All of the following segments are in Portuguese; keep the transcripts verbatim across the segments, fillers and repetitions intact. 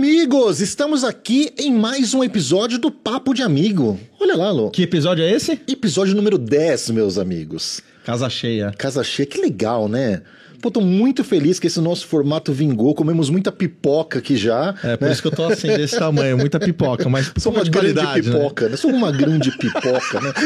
amigos! Estamos aqui em mais um episódio do Papo de Amigo. Olha lá, Lô. Que episódio é esse? Episódio número dez, meus amigos. Casa cheia. Casa cheia, que legal, né? Pô, tô muito feliz que esse nosso formato vingou. Comemos muita pipoca aqui já. É, por né? isso que eu tô assim, desse tamanho. Muita pipoca, mas sou uma de grande qualidade, pipoca, né? Sou uma grande pipoca, né?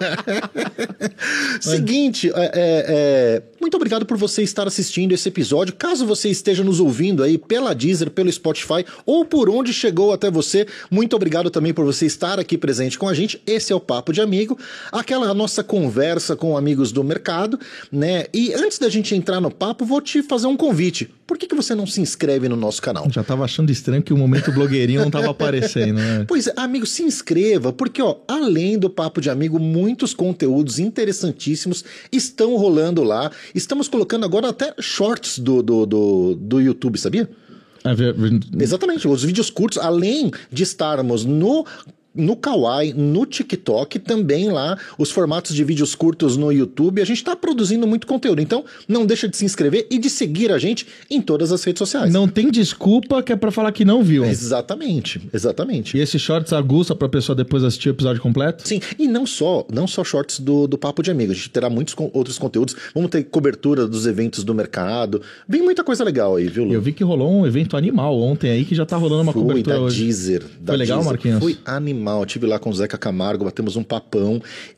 Seguinte, é, é, muito obrigado por você estar assistindo esse episódio. Caso você esteja nos ouvindo aí pela Deezer, pelo Spotify ou por onde chegou até você, muito obrigado também por você estar aqui presente com a gente. Esse é o Papo de Amigo, aquela nossa conversa com amigos do mercado, né? E antes da gente entrar no papo, vou te fazer um convite. Por que que você não se inscreve no nosso canal? Já tava achando estranho que o momento blogueirinho não tava aparecendo, né? Pois é, amigo, se inscreva, porque, ó, além do Papo de Amigo, muitos conteúdos interessantíssimos estão rolando lá. Estamos colocando agora até shorts do, do, do, do YouTube, sabia? É ver... Exatamente, os vídeos curtos, além de estarmos no... no Kawaii, no TikTok, também lá, os formatos de vídeos curtos no YouTube, a gente está produzindo muito conteúdo, então não deixa de se inscrever e de seguir a gente em todas as redes sociais. Não tem desculpa que é para falar que não viu. Exatamente, exatamente. E esse shorts aguça para a pessoa depois assistir o episódio completo? Sim, e não só, não só shorts do, do Papo de Amigo, a gente terá muitos co- outros conteúdos, vamos ter cobertura dos eventos do mercado, vem muita coisa legal aí, viu, Lu? Eu vi que rolou um evento animal ontem aí, que já tá rolando uma Fui cobertura da hoje. Deezer, da Foi legal, Deezer. Marquinhos? Foi animal. Eu tive lá com o Zeca Camargo, batemos um papão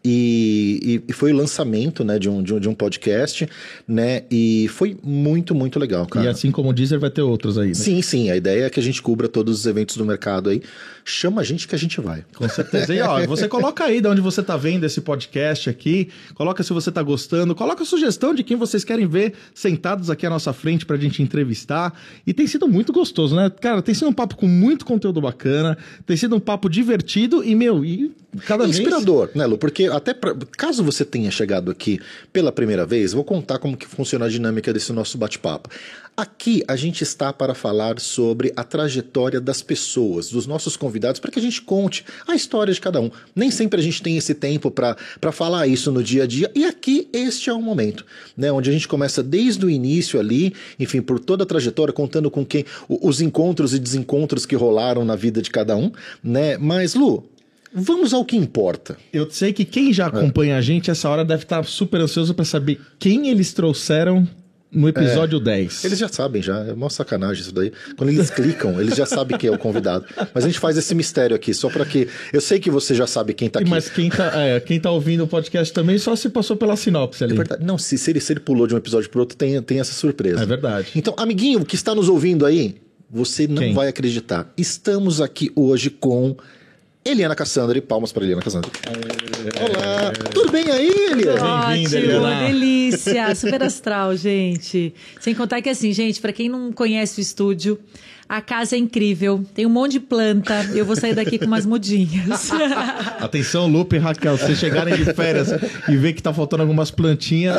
e, e, e foi o lançamento, né, de um, de, um, de um podcast, né, e foi muito, muito legal, cara. E assim como o Deezer vai ter outros aí, né? Sim, sim, a ideia é que a gente cubra todos os eventos do mercado aí. Chama a gente que a gente vai. Com certeza. E ó, você coloca aí de onde você tá vendo esse podcast aqui, coloca se você tá gostando, coloca a sugestão de quem vocês querem ver sentados aqui à nossa frente pra gente entrevistar. E tem sido muito gostoso, né? Cara, tem sido um papo com muito conteúdo bacana, tem sido um papo divertido e, meu, e cada vez... Inspirador, né, Lu? Porque até pra, caso você tenha chegado aqui pela primeira vez, vou contar como que funciona a dinâmica desse nosso bate-papo. Aqui a gente está para falar sobre a trajetória das pessoas, dos nossos convidados, para que a gente conte a história de cada um. Nem sempre a gente tem esse tempo para falar isso no dia a dia, e aqui este é o momento, né, onde a gente começa desde o início ali, enfim, por toda a trajetória, contando com quem os encontros e desencontros que rolaram na vida de cada um, né? Mas, Lu, vamos ao que importa. Eu sei que quem já acompanha é. a gente, essa hora deve estar super ansioso para saber quem eles trouxeram no episódio é, dez. Eles já sabem, já. É uma sacanagem isso daí. Quando eles clicam, eles já sabem quem é o convidado. Mas a gente faz esse mistério aqui, só para que... Eu sei que você já sabe quem tá aqui. Mas quem tá, é, quem tá ouvindo o podcast também só se passou pela sinopse ali. É verdade. Não, se, se, ele, se ele pulou de um episódio pro outro, tem, tem essa surpresa. É verdade. Então, amiguinho que está nos ouvindo aí, você não quem? vai acreditar. Estamos aqui hoje com... Eliana Cassandra, e palmas para Eliana Cassandra. É... Olá, tudo bem aí, Eliana? Bem-vinda, Eliana. Delícia, super astral, gente. Sem contar que assim, gente, para quem não conhece o estúdio, a casa é incrível, tem um monte de planta, eu vou sair daqui com umas mudinhas. Atenção, Lupe e Raquel, se vocês chegarem de férias e ver que tá faltando algumas plantinhas...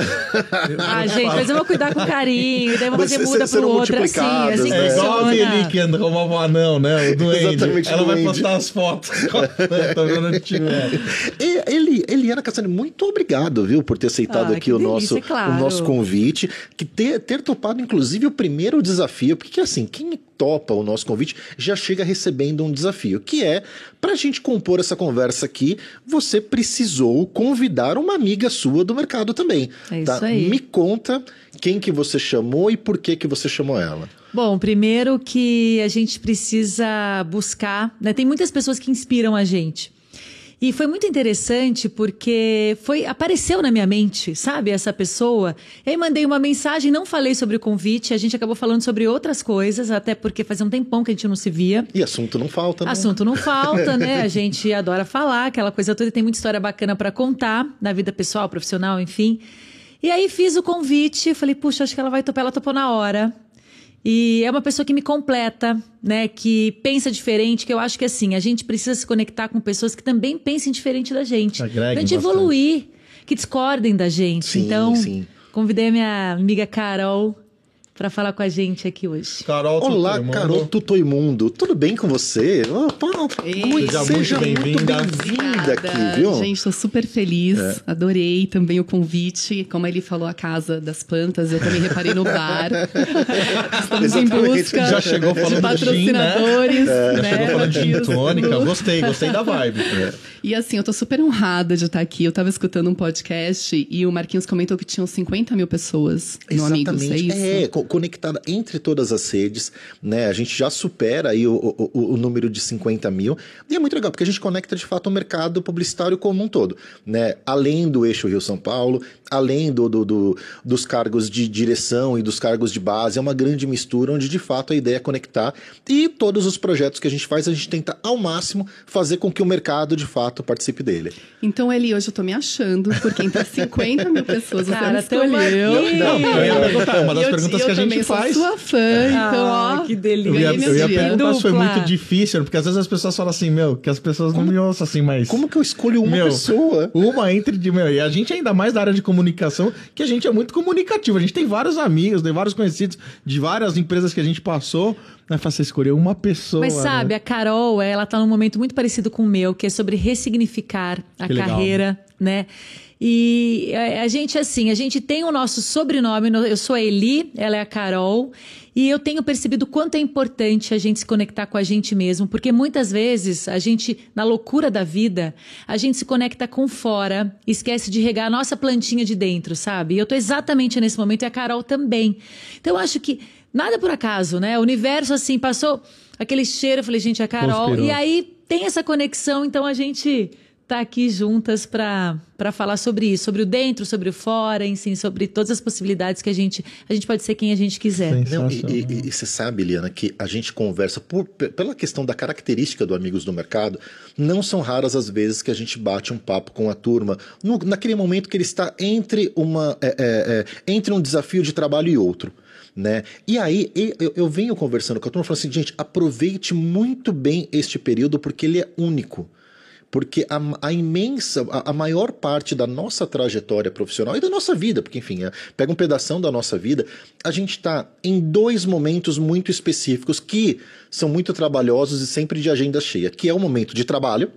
Ah, gente, mas eu vou cuidar com carinho, daí eu vou fazer Mas muda cê, pro outro, assim, assim é funciona. igual a Meli que anda como um anão, né? O duende. Exatamente, ela duende. vai postar as fotos. Tá vendo onde tiver. Ele, Eliana Cassandra, muito obrigado, viu, por ter aceitado ah, aqui o, delícia, nosso, é claro. o nosso convite, que ter, ter topado, inclusive, o primeiro desafio, porque assim, quem topa o nosso convite já chega recebendo um desafio, que é, pra gente compor essa conversa aqui, você precisou convidar uma amiga sua do mercado também. É tá? isso aí. Me conta quem que você chamou e por que que você chamou ela. Bom, primeiro que a gente precisa buscar, né? Tem muitas pessoas que inspiram a gente. E foi muito interessante porque foi, apareceu na minha mente, sabe, essa pessoa. E aí mandei uma mensagem, não falei sobre o convite, a gente acabou falando sobre outras coisas, até porque fazia um tempão que a gente não se via. E assunto não falta, né? Assunto não falta, né? A gente adora falar, aquela coisa toda, e tem muita história bacana para contar, na vida pessoal, profissional, enfim. E aí fiz o convite, falei, puxa, acho que ela vai topar, ela topou na hora. E é uma pessoa que me completa, né? Que pensa diferente, que eu acho que assim, a gente precisa se conectar com pessoas que também pensem diferente da gente. Agreguem pra gente bastante. evoluir, que discordem da gente. Sim, então, sim. convidei a minha amiga Carol, para falar com a gente aqui hoje. Carol Olá, Carol Tutoimundo. Tudo bem com você? Opa, muito, seja, seja muito bem-vinda bem aqui, viu? Gente, estou super feliz. É. Adorei também o convite. Como ele falou, a Casa das Plantas. Eu também reparei no bar. Estamos em busca já chegou falando de patrocinadores. Gin, né? né? Já chegou falando de gin tônica. Gostei, gostei da vibe. É. E assim, eu tô super honrada de estar aqui. Eu tava escutando um podcast e o Marquinhos comentou que tinham cinquenta mil pessoas no Amigos, é isso? É, conectada entre todas as redes, né? A gente já supera aí o, o, o número de cinquenta mil. E é muito legal, porque a gente conecta de fato o mercado publicitário como um todo, né? Além do eixo Rio-São Paulo, além do, do, do, dos cargos de direção e dos cargos de base, é uma grande mistura onde de fato a ideia é conectar. E todos os projetos que a gente faz, a gente tenta ao máximo fazer com que o mercado de fato participe dele. Então, Eli, hoje eu tô me achando, porque entre cinquenta mil pessoas Cara, você me escolheu. Não, não, eu ia perguntar, uma das eu, perguntas eu que a gente também faz. Sou sua fã, então, ah, ó. Que delícia. Eu ia, eu ia perguntar se foi Dupla. muito difícil, porque às vezes as pessoas falam assim, meu, que as pessoas não me ouçam assim, mas. Como que eu escolho uma meu, pessoa? Uma entre de meu. E a gente, ainda mais da área de comunicação, que a gente é muito comunicativo. A gente tem vários amigos, tem vários conhecidos de várias empresas que a gente passou. Não é fácil escolher uma pessoa. Mas sabe, né? a Carol, ela tá num momento muito parecido com o meu, que é sobre ressignificar a Que legal. carreira, né? E a, a gente, assim, a gente tem o nosso sobrenome, eu sou a Eli, ela é a Carol, e eu tenho percebido o quanto é importante a gente se conectar com a gente mesmo, porque muitas vezes a gente, na loucura da vida, a gente se conecta com fora, esquece de regar a nossa plantinha de dentro, sabe? E eu tô exatamente nesse momento, e a Carol também. Então eu acho que nada por acaso, né? O universo, assim, passou aquele cheiro, eu falei, gente, a Carol, Conspirou. e aí tem essa conexão, então a gente tá aqui juntas para para falar sobre isso, sobre o dentro, sobre o fora, enfim, sobre todas as possibilidades que a gente a gente pode ser quem a gente quiser. Não, e, e, e você sabe, Liana, que a gente conversa por, pela questão da característica do Amigos do Mercado, não são raras as vezes que a gente bate um papo com a turma no, naquele momento que ele está entre uma é, é, é, entre um desafio de trabalho e outro. Né? E aí eu, eu venho conversando com a turma falando assim, gente, aproveite muito bem este período porque ele é único. Porque a, a imensa, a, a maior parte da nossa trajetória profissional e da nossa vida, porque enfim, é, pega um pedação da nossa vida, a gente está em dois momentos muito específicos que são muito trabalhosos e sempre de agenda cheia, que é o momento de trabalho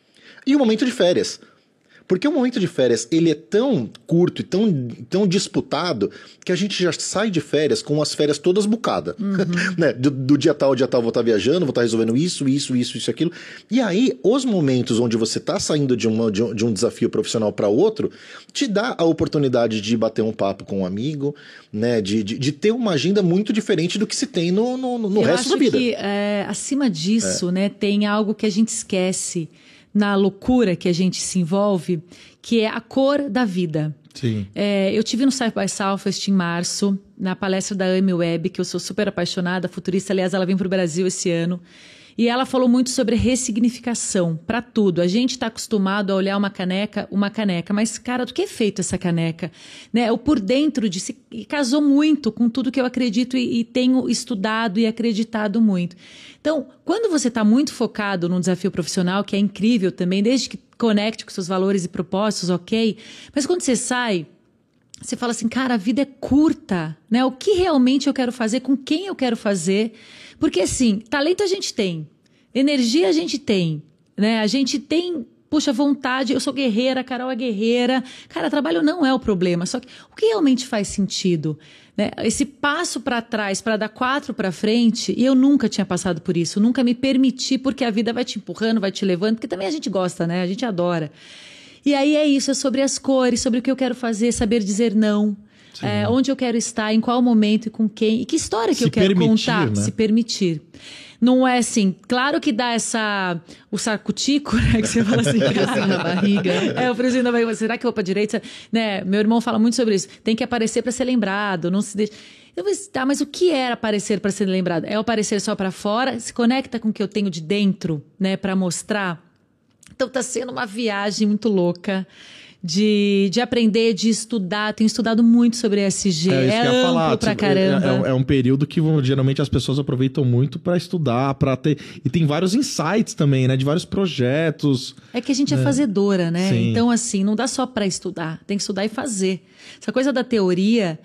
e o momento de férias. Porque o momento de férias, ele é tão curto e tão, tão disputado que a gente já sai de férias com as férias todas bucadas. Uhum. né? do, do dia tal, dia tal, vou estar viajando, vou estar resolvendo isso, isso, isso, isso, aquilo. E aí, os momentos onde você está saindo de, uma, de, um, de um desafio profissional para outro, te dá a oportunidade de bater um papo com um amigo, né? de, de, de ter uma agenda muito diferente do que se tem no, no, no resto da vida. Eu acho que, é, acima disso, é. né, tem algo que a gente esquece na loucura que a gente se envolve, que é a cor da vida. Sim. É, eu tive no South by Southwest em março, na palestra da Amy Webb, que eu sou super apaixonada, futurista, aliás, ela vem para o Brasil esse ano. E ela falou muito sobre ressignificação para tudo. A gente está acostumado a olhar uma caneca, uma caneca, mas, cara, do que é feito essa caneca? Né? O por dentro de si casou muito com tudo que eu acredito e, e tenho estudado e acreditado muito. Então, quando você está muito focado num desafio profissional, que é incrível também, desde que conecte com seus valores e propósitos, ok? Mas quando você sai, você fala assim, cara, a vida é curta, né? O que realmente eu quero fazer, com quem eu quero fazer? Porque, assim, talento a gente tem, energia a gente tem, né? A gente tem, puxa, vontade, eu sou guerreira, a Carol é guerreira. Cara, trabalho não é o problema, só que o que realmente faz sentido? Né? Esse passo para trás, para dar quatro para frente, e eu nunca tinha passado por isso, nunca me permiti, porque a vida vai te empurrando, vai te levando, porque também a gente gosta, né? A gente adora. E aí é isso, é sobre as cores, sobre o que eu quero fazer, saber dizer não. É, onde eu quero estar, em qual momento e com quem, e que história que Se eu quero permitir, contar, né? se permitir. Não é assim, claro que dá essa, o sarcutico, né, que você fala assim, friozinho na barriga. É, o friozinho na barriga, será que eu vou pra direita? Né, meu irmão fala muito sobre isso, tem que aparecer para ser lembrado, não se deixa... Eu vou tá, mas o que era aparecer para ser lembrado? É o aparecer só para fora? Se conecta com o que eu tenho de dentro, né, para mostrar? Então tá sendo uma viagem muito louca. De, de aprender, de estudar. Tenho estudado muito sobre E S G. É, isso é que eu ia amplo falar. pra Tipo, caramba. É, é um período que geralmente as pessoas aproveitam muito para estudar, para ter... E tem vários insights também, né? De vários projetos. É que a gente é, é fazedora, né? Sim. Então, assim, não dá só para estudar. Tem que estudar e fazer. Essa coisa da teoria...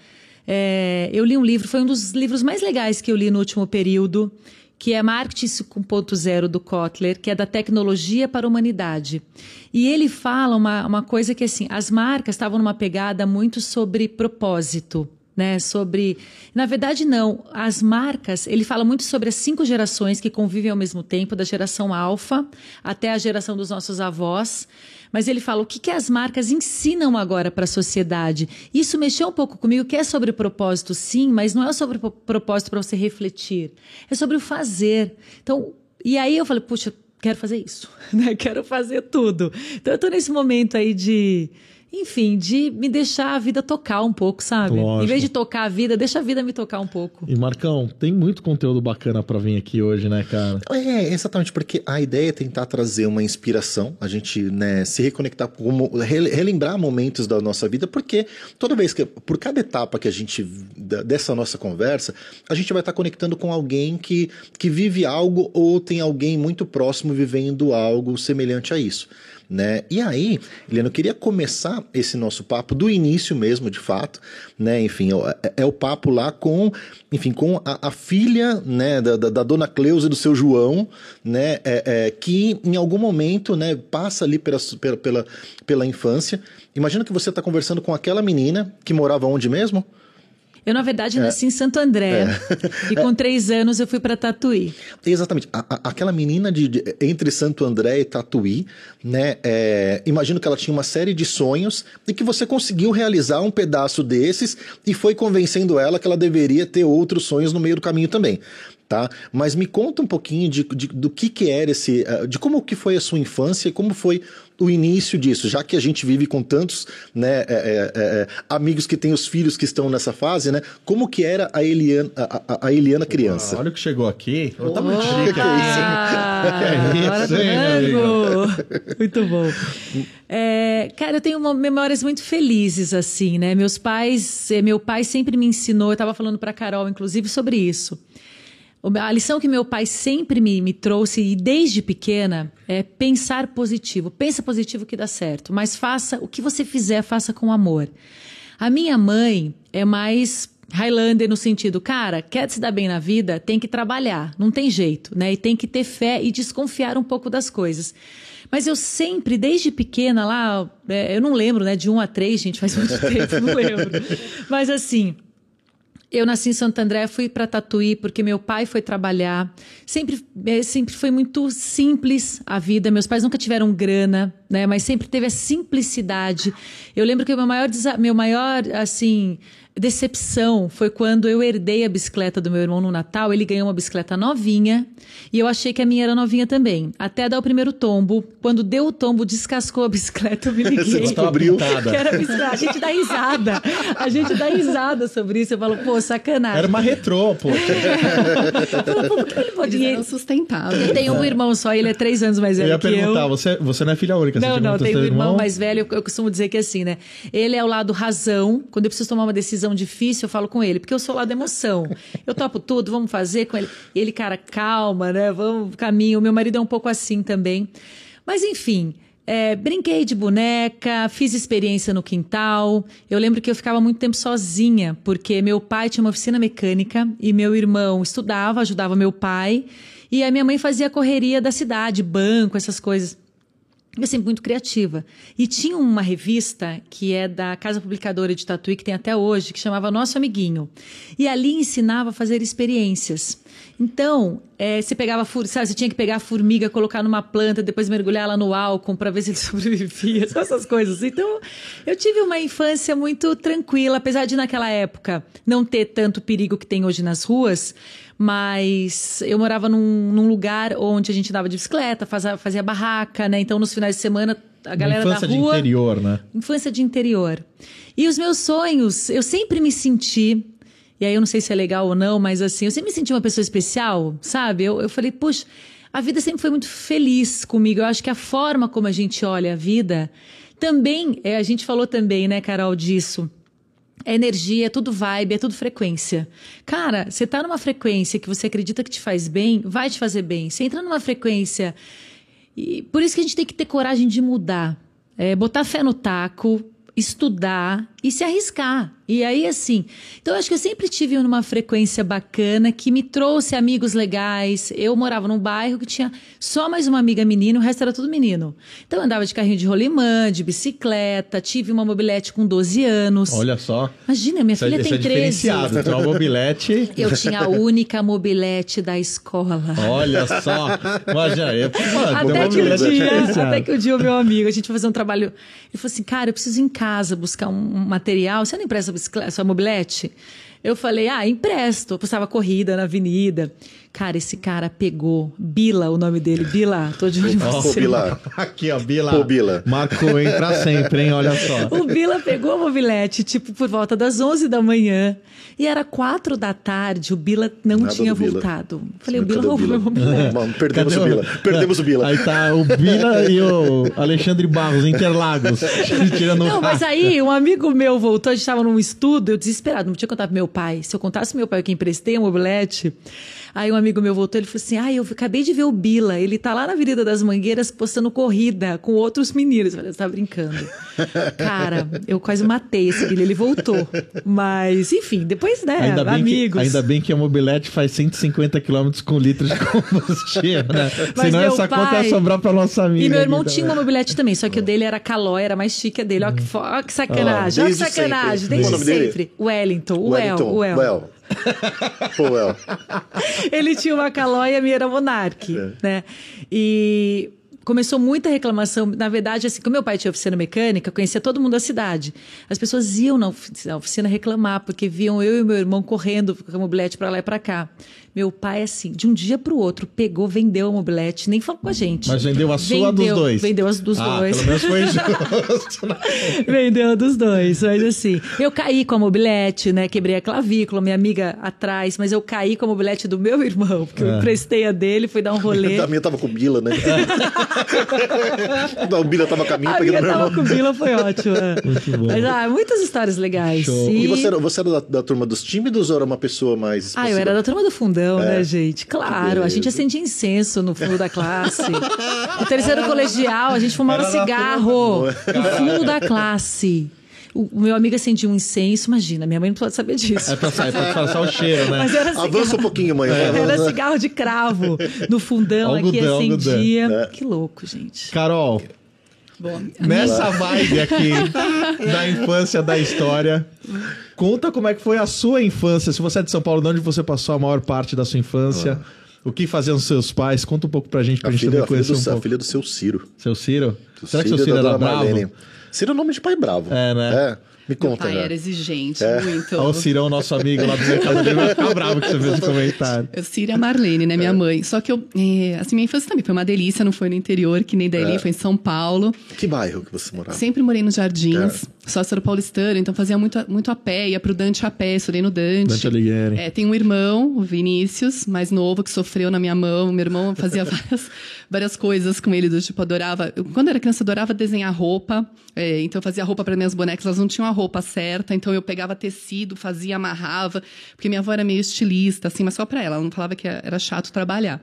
É, eu li um livro, foi um dos livros mais legais que eu li no último período, que é Marketing cinco ponto zero do Kotler, que é da tecnologia para a humanidade. E ele fala uma, uma coisa que, assim, as marcas estavam numa pegada muito sobre propósito, né? Sobre... Na verdade, não. As marcas, ele fala muito sobre as cinco gerações que convivem ao mesmo tempo, da geração alfa até a geração dos nossos avós. Mas ele fala o que, que as marcas ensinam agora para a sociedade. Isso mexeu um pouco comigo, que é sobre propósito, sim, mas não é sobre propósito para você refletir. É sobre o fazer. Então, e aí eu falei, puxa, quero fazer isso, né? Quero fazer tudo. Então eu estou nesse momento aí de... Enfim, de me deixar a vida tocar um pouco, sabe? Lógico. Em vez de tocar a vida, deixa a vida me tocar um pouco. E Marcão, tem muito conteúdo bacana pra vir aqui hoje, né, cara? É, exatamente, porque a ideia é tentar trazer uma inspiração, a gente, né, se reconectar, com, relembrar momentos da nossa vida, porque toda vez que, por cada etapa que a gente, dessa nossa conversa, a gente vai estar conectando com alguém que, que vive algo ou tem alguém muito próximo vivendo algo semelhante a isso. Né? E aí, Eliana, eu queria começar esse nosso papo do início mesmo, de fato, né? Enfim, é, é o papo lá com, enfim, com a, a filha, né, da, da, da dona Cleusa e do seu João, né, é, é, que em algum momento, né, passa ali pela, pela, pela, pela infância. Imagina que você está conversando com aquela menina que morava onde mesmo? Eu, na verdade, nasci é. em Santo André. É. E com três anos eu fui para Tatuí. Exatamente. A, a, aquela menina de, de, entre Santo André e Tatuí, né? É, imagino que ela tinha uma série de sonhos e que você conseguiu realizar um pedaço desses e foi convencendo ela que ela deveria ter outros sonhos no meio do caminho também. Tá? Mas me conta um pouquinho de, de, do que, que era esse... de como que foi a sua infância e como foi o início disso, já que a gente vive com tantos, né, é, é, é, amigos que têm os filhos que estão nessa fase, né? Como que era a Eliana, a, a, a Eliana criança? Ah, olha o que chegou aqui. Oh, tá muito chique. Ah, que é isso? Muito bom. É, cara, eu tenho uma, memórias muito felizes, assim, né? Meus pais... Meu pai sempre me ensinou, eu estava falando para a Carol, inclusive, sobre isso. A lição que meu pai sempre me, me trouxe, e desde pequena, é pensar positivo. Pensa positivo que dá certo, mas faça o que você fizer, faça com amor. A minha mãe é mais Highlander no sentido, cara, quer se dar bem na vida, tem que trabalhar, não tem jeito, né? E tem que ter fé e desconfiar um pouco das coisas. Mas eu sempre, desde pequena lá, eu não lembro, né? De um a três, gente, faz muito tempo, não lembro. Mas assim... Eu nasci em Santo André, fui para Tatuí porque meu pai foi trabalhar. Sempre, sempre foi muito simples a vida. Meus pais nunca tiveram grana, né? Mas sempre teve a simplicidade. Eu lembro que o meu maior, meu maior assim, decepção foi quando eu herdei a bicicleta do meu irmão no Natal. Ele ganhou uma bicicleta novinha e eu achei que a minha era novinha também. Até dar o primeiro tombo. Quando deu o tombo, descascou a bicicleta, eu me liguei. Você descobriu. Que era a bicicleta. A gente dá risada. A gente dá risada sobre isso. Eu falo, pô, sacanagem. Era uma retrô, pô. Falo, pô, por que ele pode Eles eram sustentáveis. Eu tenho um irmão só, ele é três anos mais velho que eu. Eu ia perguntar, você, você não é filha única? Não, você não, tenho um irmão, irmão mais velho, eu, eu costumo dizer que é assim, né? Ele é o lado razão, quando eu preciso tomar uma decisão difícil, eu falo com ele, porque eu sou o lado emoção. Eu topo tudo, vamos fazer com ele. E ele, cara, calma, né? Vamos, caminho. O meu marido é um pouco assim também. Mas, enfim... É, brinquei de boneca, fiz experiência no quintal. Eu lembro que eu ficava muito tempo sozinha, porque meu pai tinha uma oficina mecânica e meu irmão estudava, ajudava meu pai. E a minha mãe fazia a correria da cidade, banco, essas coisas. Eu sempre muito criativa. E tinha uma revista que é da Casa Publicadora de Tatuí, que tem até hoje, que chamava Nosso Amiguinho. E ali ensinava a fazer experiências. Então, é, você pegava, sabe, você tinha que pegar a formiga, colocar numa planta, depois mergulhar ela no álcool para ver se ele sobrevivia, essas coisas. Então, eu tive uma infância muito tranquila, apesar de naquela época não ter tanto perigo que tem hoje nas ruas, mas eu morava num, num lugar onde a gente andava de bicicleta, fazia, fazia barraca, né? Então, nos finais de semana, a galera da rua... Infância de interior, né? Infância de interior. E os meus sonhos, eu sempre me senti... E aí eu não sei se é legal ou não, mas assim, eu sempre me senti uma pessoa especial, sabe? Eu, eu falei, puxa, a vida sempre foi muito feliz comigo. Eu acho que a forma como a gente olha a vida também, é, a gente falou também, né, Carol, disso. É energia, é tudo vibe, é tudo frequência. Cara, você tá numa frequência que você acredita que te faz bem, vai te fazer bem. Você entra numa frequência... E por isso que a gente tem que ter coragem de mudar. É, botar fé no taco, estudar e se arriscar. E aí, assim, então eu acho que eu sempre tive numa frequência bacana que me trouxe amigos legais. Eu morava num bairro que tinha só mais uma amiga menina, o resto era tudo menino. Então eu andava de carrinho de rolimã, de bicicleta, tive uma mobilete com doze anos. Olha só. Imagina, minha Isso filha é, tem isso é treze. diferenciado, tem uma mobilete. Eu tinha a única mobilete da escola. Olha só. Imagina, eu, mano, Até que, um mobilete dia, diferenciada. até que um dia o meu amigo, a gente foi fazer um trabalho, ele falou assim, cara, eu preciso ir em casa buscar um, um material, você não empresta a bicicleta, sua mobilete? Eu falei, ah, empresto. Eu postava corrida na avenida. Cara, esse cara pegou, Bila, o nome dele, Bila, tô de olho em você. Pô, Bila. Aqui, ó, Bila. Pô, Bila. Marcou, hein, pra sempre, hein, olha só. O Bila pegou a mobilete, tipo, por volta das onze da manhã. E era quatro da tarde, o Bila não Nada tinha do Bila. voltado. Falei, Cadê o Bila roubou meu mobilete. Mano, perdemos Cadê o Bila. Perdemos o Bila. Aí tá o Bila e o Alexandre Barros, Interlagos, tirando Não, o mas aí um amigo meu voltou, a gente estava num estudo, eu desesperado, não tinha contado pro meu pai. Se eu contasse pro meu pai que emprestei a mobilete, aí um amigo meu voltou, ele falou assim, ah, eu acabei de ver o Bila, ele tá lá na Avenida das Mangueiras postando corrida com outros meninos. Eu falei, você tá brincando. Cara, eu quase matei esse Bila, ele voltou. Mas, enfim, depois, né, ainda bem amigos. Que, ainda bem que a mobilete faz cento e cinquenta quilômetros com litros de combustível, né? Mas Senão meu essa pai... conta ia sobrar pra nossa amiga. E meu irmão aqui tinha uma também. mobilete também, só que o dele era Calói, era mais chique a dele. Ó que, fo- ó que sacanagem, ó que desde sacanagem, sempre. desde Qual o nome dele? sempre. Wellington, o El, Wellington. o El. Well. Pô, well. Ele tinha uma Calói e a minha era Monark, É. né? E começou muita reclamação. Na verdade, assim, como meu pai tinha oficina mecânica, eu conhecia todo mundo da cidade. As pessoas iam na ofi- na oficina reclamar, porque viam eu e meu irmão correndo com a mobilete pra lá e pra cá. Meu pai, assim, de um dia pro outro, pegou, vendeu a mobilete, nem falou com a gente. Mas vendeu a sua dos Vendeu- dois? Vendeu as dos ah, dois. pelo menos foi justo. né? Vendeu a dos dois, mas assim, eu caí com a mobilete, né? Quebrei a clavícula, minha amiga atrás, mas eu caí com a mobilete do meu irmão, porque eu É. emprestei a dele, fui dar um rolê. A minha tava com o Bila, né? O Bila tava com a minha, A peguei minha no meu tava irmão. com o Bila, foi ótimo. é. Muito bom. Mas, ah, muitas histórias legais. Show. E você era, você era da, da turma dos tímidos ou era uma pessoa mais... Ah, eu era da turma do fundão, É. né, gente? Claro, a beleza. gente acendia incenso no fundo da classe. No terceiro colegial, a gente fumava Era da cigarro turma. no fundo da classe. O o meu amigo acendia um incenso, imagina, minha mãe não pode saber disso. É pra sair, pra passar o cheiro, né? Mas era cigarro, Avança um pouquinho, mãe. era cigarro de cravo no fundão, aqui Algodão, acendia. algodão. É. Que louco, gente. Carol, Bom, nessa vibe aqui da infância, da história, conta como é que foi a sua infância. Se você é de São Paulo, de onde você passou a maior parte da sua infância? O que faziam os seus pais? Conta um pouco pra gente, pra A gente filha, também a, filha conhecer do, um a pouco. filha do seu Ciro. Seu Ciro? Do Será que seu Ciro Ciro e da era dona bravo? Marlene. Ciro é nome de pai bravo. É, né? É. Me meu conta, pai né? era exigente, muito. Olha o Cirão, nosso amigo lá do Mercado Livre, vai ficar bravo que você fez esse comentário. Eu, Cira e a Marlene, né, minha mãe. Só que eu, é, assim, minha infância também foi uma delícia, não foi no interior, que nem daí, É. foi em São Paulo. Que bairro que você morava? Sempre morei nos Jardins, sócio paulistano, então fazia muito, a- muito a pé, ia pro Dante a pé, estudei no Dante. Dante Alighieri. É, tem um irmão, o Vinícius, mais novo, que sofreu na minha mão. Meu irmão fazia várias, várias coisas com ele, do tipo, adorava... Eu, quando eu era criança, eu adorava desenhar roupa, é, então eu fazia roupa para minhas bonecas, elas não tinham a roupa certa, então eu pegava tecido, fazia, amarrava, porque minha avó era meio estilista, assim, mas só para ela, ela não falava que era chato trabalhar.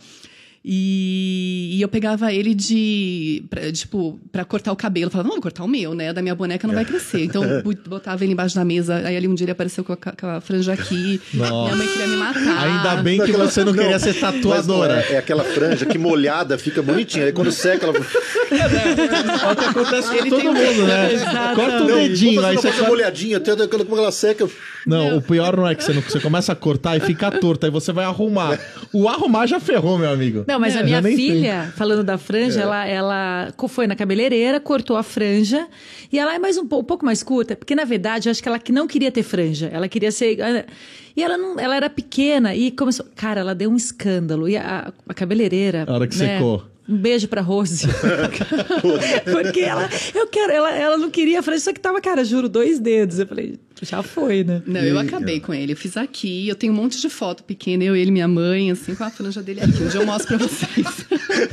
E, e eu pegava ele de, pra, tipo, pra cortar o cabelo. Eu falava, não, vou cortar o meu, né? Da minha boneca não vai crescer. Então, eu botava ele embaixo da mesa. Aí, ali um dia, ele apareceu com a, com a franja aqui. Nossa. Minha mãe queria me matar. Ainda bem que Aquela- você não queria ser Mas não tatuadora. é, é aquela franja que molhada fica bonitinha. Aí quando seca, ela... É o que acontece com Ele todo tem um- mundo, né? Exatamente. Corta o Não, dedinho, aí vamos você fazer uma corta... molhadinha, até aquela como ela seca... Não, o pior não é que você, não, você começa a cortar e fica torto, aí você vai arrumar. O arrumar já ferrou, meu amigo. Não, mas É, a minha já nem filha, falando da franja, É. ela, ela co- foi na cabeleireira, cortou a franja e ela é mais um, pou- um pouco mais curta, porque na verdade eu acho que ela que não queria ter franja, ela queria ser. E ela não, ela era pequena e começou. Cara, ela deu um escândalo. E a, a cabeleireira. A hora que né, secou. Um beijo pra Rose. Porque ela, eu quero, ela, ela não queria a franja, só que tava, cara, juro, dois dedos. Eu falei, já foi, né? Não, eu acabei com ele. Eu fiz aqui. Eu tenho um monte de foto pequena. Eu, ele, minha mãe, assim, com a franja dele aqui. Um dia eu mostro pra vocês.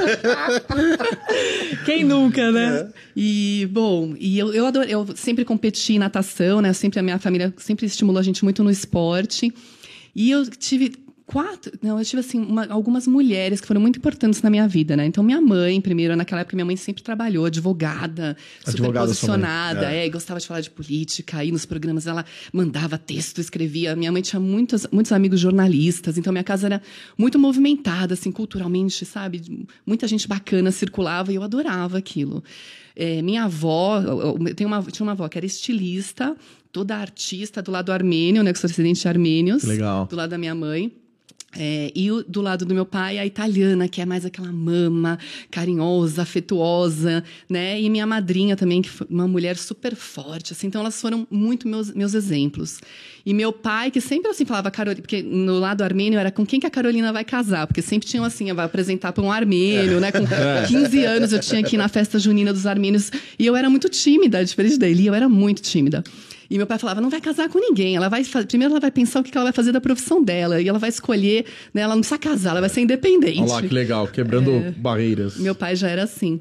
Quem nunca, né? E, bom, e eu, eu, adoro, eu sempre competi em natação, né? Sempre a minha família sempre estimulou a gente muito no esporte. E eu tive Quatro? Não, eu tive, assim, uma, algumas mulheres que foram muito importantes na minha vida, né? Então, minha mãe, primeiro, naquela época, minha mãe sempre trabalhou, advogada, super Advogada posicionada, é. é, e gostava de falar de política, aí nos programas ela mandava texto, escrevia. Minha mãe tinha muitos, muitos amigos jornalistas, então minha casa era muito movimentada, assim, culturalmente, sabe? Muita gente bacana circulava e eu adorava aquilo. É, minha avó, eu tenho uma, tinha uma avó que era estilista, toda artista do lado armênio, né? Que sou descendente de armênios. Legal. Do lado da minha mãe. É, e o, do lado do meu pai, a italiana, que é mais aquela mama, carinhosa, afetuosa, né? E minha madrinha também, que foi uma mulher super forte, assim. Então, elas foram muito meus, meus exemplos. E meu pai, que sempre, assim, falava... Carolina, porque no lado armênio era com quem que a Carolina vai casar. Porque sempre tinham, assim, vai apresentar para um armênio, né? Com quinze anos, eu tinha que ir na festa junina dos armênios. E eu era muito tímida, diferente dele. Eu era muito tímida. E meu pai falava, não vai casar com ninguém. Ela vai fazer, primeiro ela vai pensar o que ela vai fazer da profissão dela. E ela vai escolher, né? Ela não precisa casar, ela vai ser independente. Olha lá, que legal, quebrando é, barreiras. Meu pai já era assim.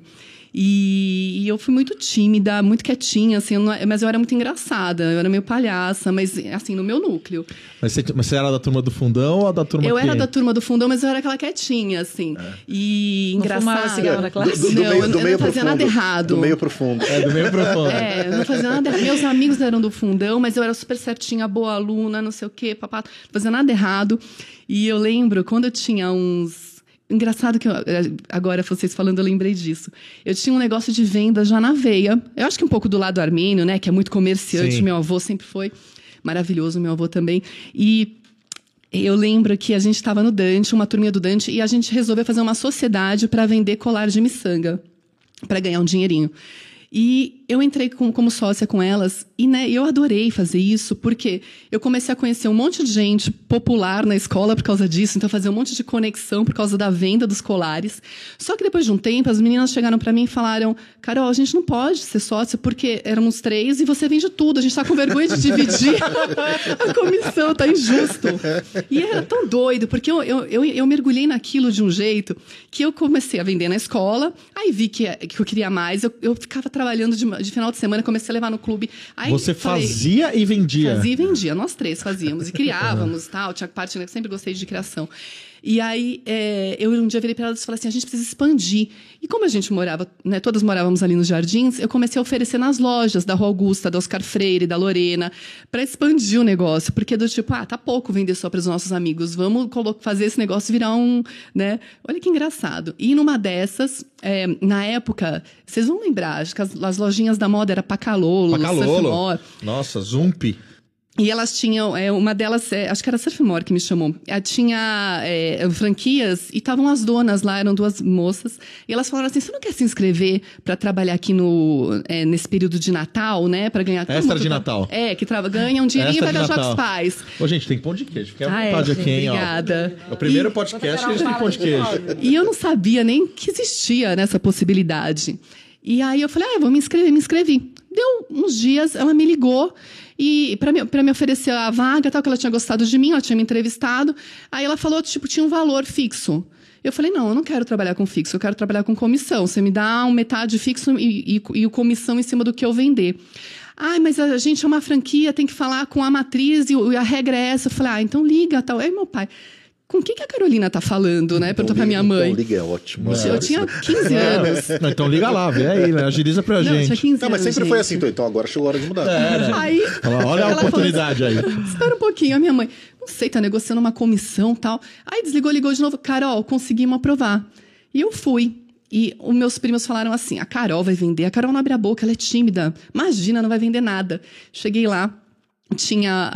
E, e eu fui muito tímida, muito quietinha, assim, eu não, mas eu era muito engraçada, eu era meio palhaça, mas assim, no meu núcleo. Mas você, mas você era da turma do fundão ou da turma Eu que... era da turma do fundão, mas eu era aquela quietinha, assim. É. E não engraçada. Cigarro na classe? Do, do, do não, meio, eu, do eu meio não fazia nada fundo, errado. Do meio pro fundo. É, do meio pro fundo. É, eu não fazia nada errado. Meus amigos eram do fundão, mas eu era super certinha, boa aluna, não sei o quê, papá, não fazia nada errado. E eu lembro, quando eu tinha uns... Engraçado que eu, agora vocês falando, eu lembrei disso. Eu tinha um negócio de venda já na veia. Eu acho que um pouco do lado armênio, né? Que é muito comerciante. Sim. Meu avô sempre foi maravilhoso, meu avô também. E eu lembro que a gente estava no Dante, uma turminha do Dante, e a gente resolveu fazer uma sociedade para vender colar de miçanga, para ganhar um dinheirinho. E eu entrei com, como sócia com elas e, né, eu adorei fazer isso porque eu comecei a conhecer um monte de gente popular na escola por causa disso, então fazer um monte de conexão por causa da venda dos colares. Só que depois de um tempo, as meninas chegaram para mim e falaram, Carol, a gente não pode ser sócia porque éramos três e você vende tudo, a gente tá com vergonha de dividir a comissão, tá injusto. E era tão doido, porque eu, eu, eu, eu mergulhei naquilo de um jeito que eu comecei a vender na escola, aí vi que, que eu queria mais, eu, eu ficava trabalhando de, de final de semana, comecei a levar no clube. Aí você falei, fazia e vendia? Fazia e vendia, nós três fazíamos. E criávamos, tal, tinha parte, né, que sempre gostei de criação. E aí, é, eu um dia virei para elas e falei assim, a gente precisa expandir. E como a gente morava, né, todas morávamos ali nos Jardins, eu comecei a oferecer nas lojas da Rua Augusta, da Oscar Freire, da Lorena, para expandir o negócio. Porque do tipo, ah, tá pouco vender só para os nossos amigos, vamos fazer esse negócio virar um, né? Olha que engraçado. E numa dessas, é, na época, vocês vão lembrar, acho que as, as lojinhas da moda era Pacalolo, Pacalolo. Nossa, Zump. E elas tinham, é, uma delas, é, acho que era a Surfmore que me chamou, ela tinha é, franquias e estavam as donas lá, eram duas moças, e elas falaram assim, você não quer se inscrever para trabalhar aqui no, é, nesse período de Natal, né? Para ganhar... Extra de Natal. É, que tra... ganha um dinheirinho e vai dar jogos pais. Ô, gente, tem pão de queijo, fica à ah, vontade é, aqui, hein? Obrigada. Ó. É o primeiro e... podcast que a gente tem pão de queijo. E eu não sabia nem que existia nessa possibilidade. E aí eu falei, ah, vou me inscrever, me inscrevi. Deu uns dias, ela me ligou e para me, para me oferecer a vaga, tal, que ela tinha gostado de mim, ela tinha me entrevistado. Aí ela falou, tipo, tinha um valor fixo. Eu falei, não, eu não quero trabalhar com fixo, eu quero trabalhar com comissão. Você me dá um metade fixo e, e, e comissão em cima do que eu vender. Ai, mas a gente é uma franquia, tem que falar com a matriz e, e a regra é essa. Eu falei, ah, então liga, tal. Aí meu pai... Com quem que a Carolina tá falando, né? Perguntou pra minha mãe. Então liga, é ótimo. Eu, eu tinha quinze anos. Não, então liga lá, vê aí, né? Agiliza pra não, gente. Eu tinha quinze não, mas sempre anos, foi gente. assim, então agora chegou a hora de mudar. É, né? Aí, olha a oportunidade assim, aí. Espera um pouquinho, a minha mãe, não sei, tá negociando uma comissão e tal. Aí desligou, ligou de novo. Carol, conseguimos aprovar. E eu fui. E os meus primos falaram assim, a Carol vai vender, a Carol não abre a boca, ela é tímida. Imagina, não vai vender nada. Cheguei lá. Tinha,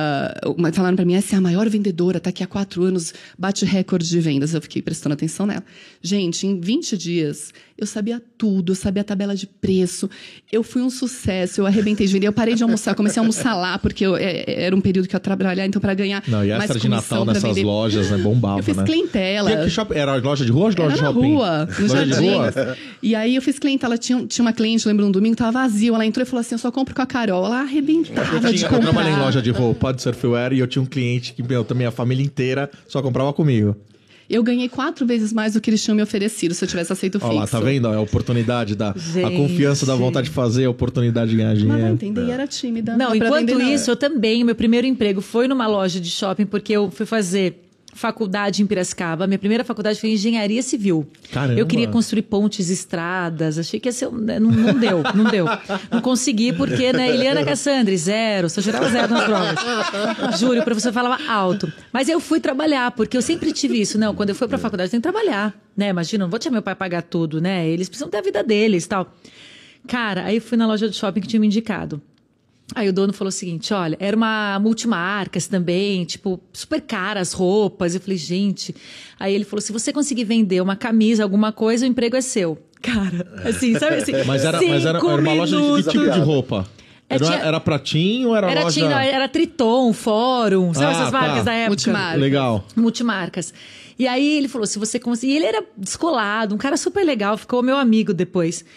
uh, falaram pra mim, essa é a maior vendedora, tá aqui há quatro anos, bate recorde de vendas. Eu fiquei prestando atenção nela. Gente, em vinte dias, eu sabia tudo, eu sabia a tabela de preço, eu fui um sucesso, eu arrebentei de vender, eu parei de almoçar, comecei a almoçar lá, porque eu, é, era um período que eu ia trabalhar, então, pra ganhar não, e mais extra de Natal nessas vender. lojas, né, bombava, eu fiz né? clientela. Que, que shop, era loja de rua ou loja era de na shopping? rua, no loja jardim. de rua? E aí eu fiz clientela, tinha, tinha uma cliente, lembro, um domingo, tava vazio, ela entrou e falou assim, eu só compro com a Carol. Ela arrebentava Eu, tinha, de eu comprar. trabalhei em loja de roupa, de surfwear, e eu tinha um cliente que, meu, também a família inteira só comprava comigo. Eu ganhei quatro vezes mais do que eles tinham me oferecido se eu tivesse aceito o fixo. Olha lá, tá vendo? É a oportunidade, da, a confiança da vontade de fazer, a oportunidade de ganhar dinheiro. Mas vai entender, é. E era tímida. Não, não enquanto vender, isso, não. eu também, meu primeiro emprego foi numa loja de shopping, porque eu fui fazer faculdade em Piracicaba. Minha primeira faculdade foi engenharia civil. Caramba. Eu queria construir pontes, estradas. Achei que ia ser... Não, não deu, não deu. Não consegui porque, né? Eliana Cassandri, zero. Só gerava zero nas provas. Juro, o professor falava alto. Mas eu fui trabalhar, porque eu sempre tive isso. Não, quando eu fui pra faculdade, eu tenho que trabalhar. Né? Imagina, não vou deixar meu pai pagar tudo, né? Eles precisam ter a vida deles e tal. Cara, aí fui na loja do shopping que tinha me indicado. Aí o dono falou o seguinte, olha, era uma multimarcas também, tipo, super caras roupas. Eu falei, gente... Aí ele falou, se você conseguir vender uma camisa, alguma coisa, o emprego é seu. Cara, assim, sabe assim... Mas era, mas era, era uma loja de que tipo de roupa? É, era, tinha... era Pratinho ou era, era loja... Tinha, era Triton, Fórum, sabe ah, essas marcas tá. da época? Multimarcas. Legal. Multimarcas. E aí ele falou, se você conseguir... E ele era descolado, um cara super legal, ficou meu amigo depois...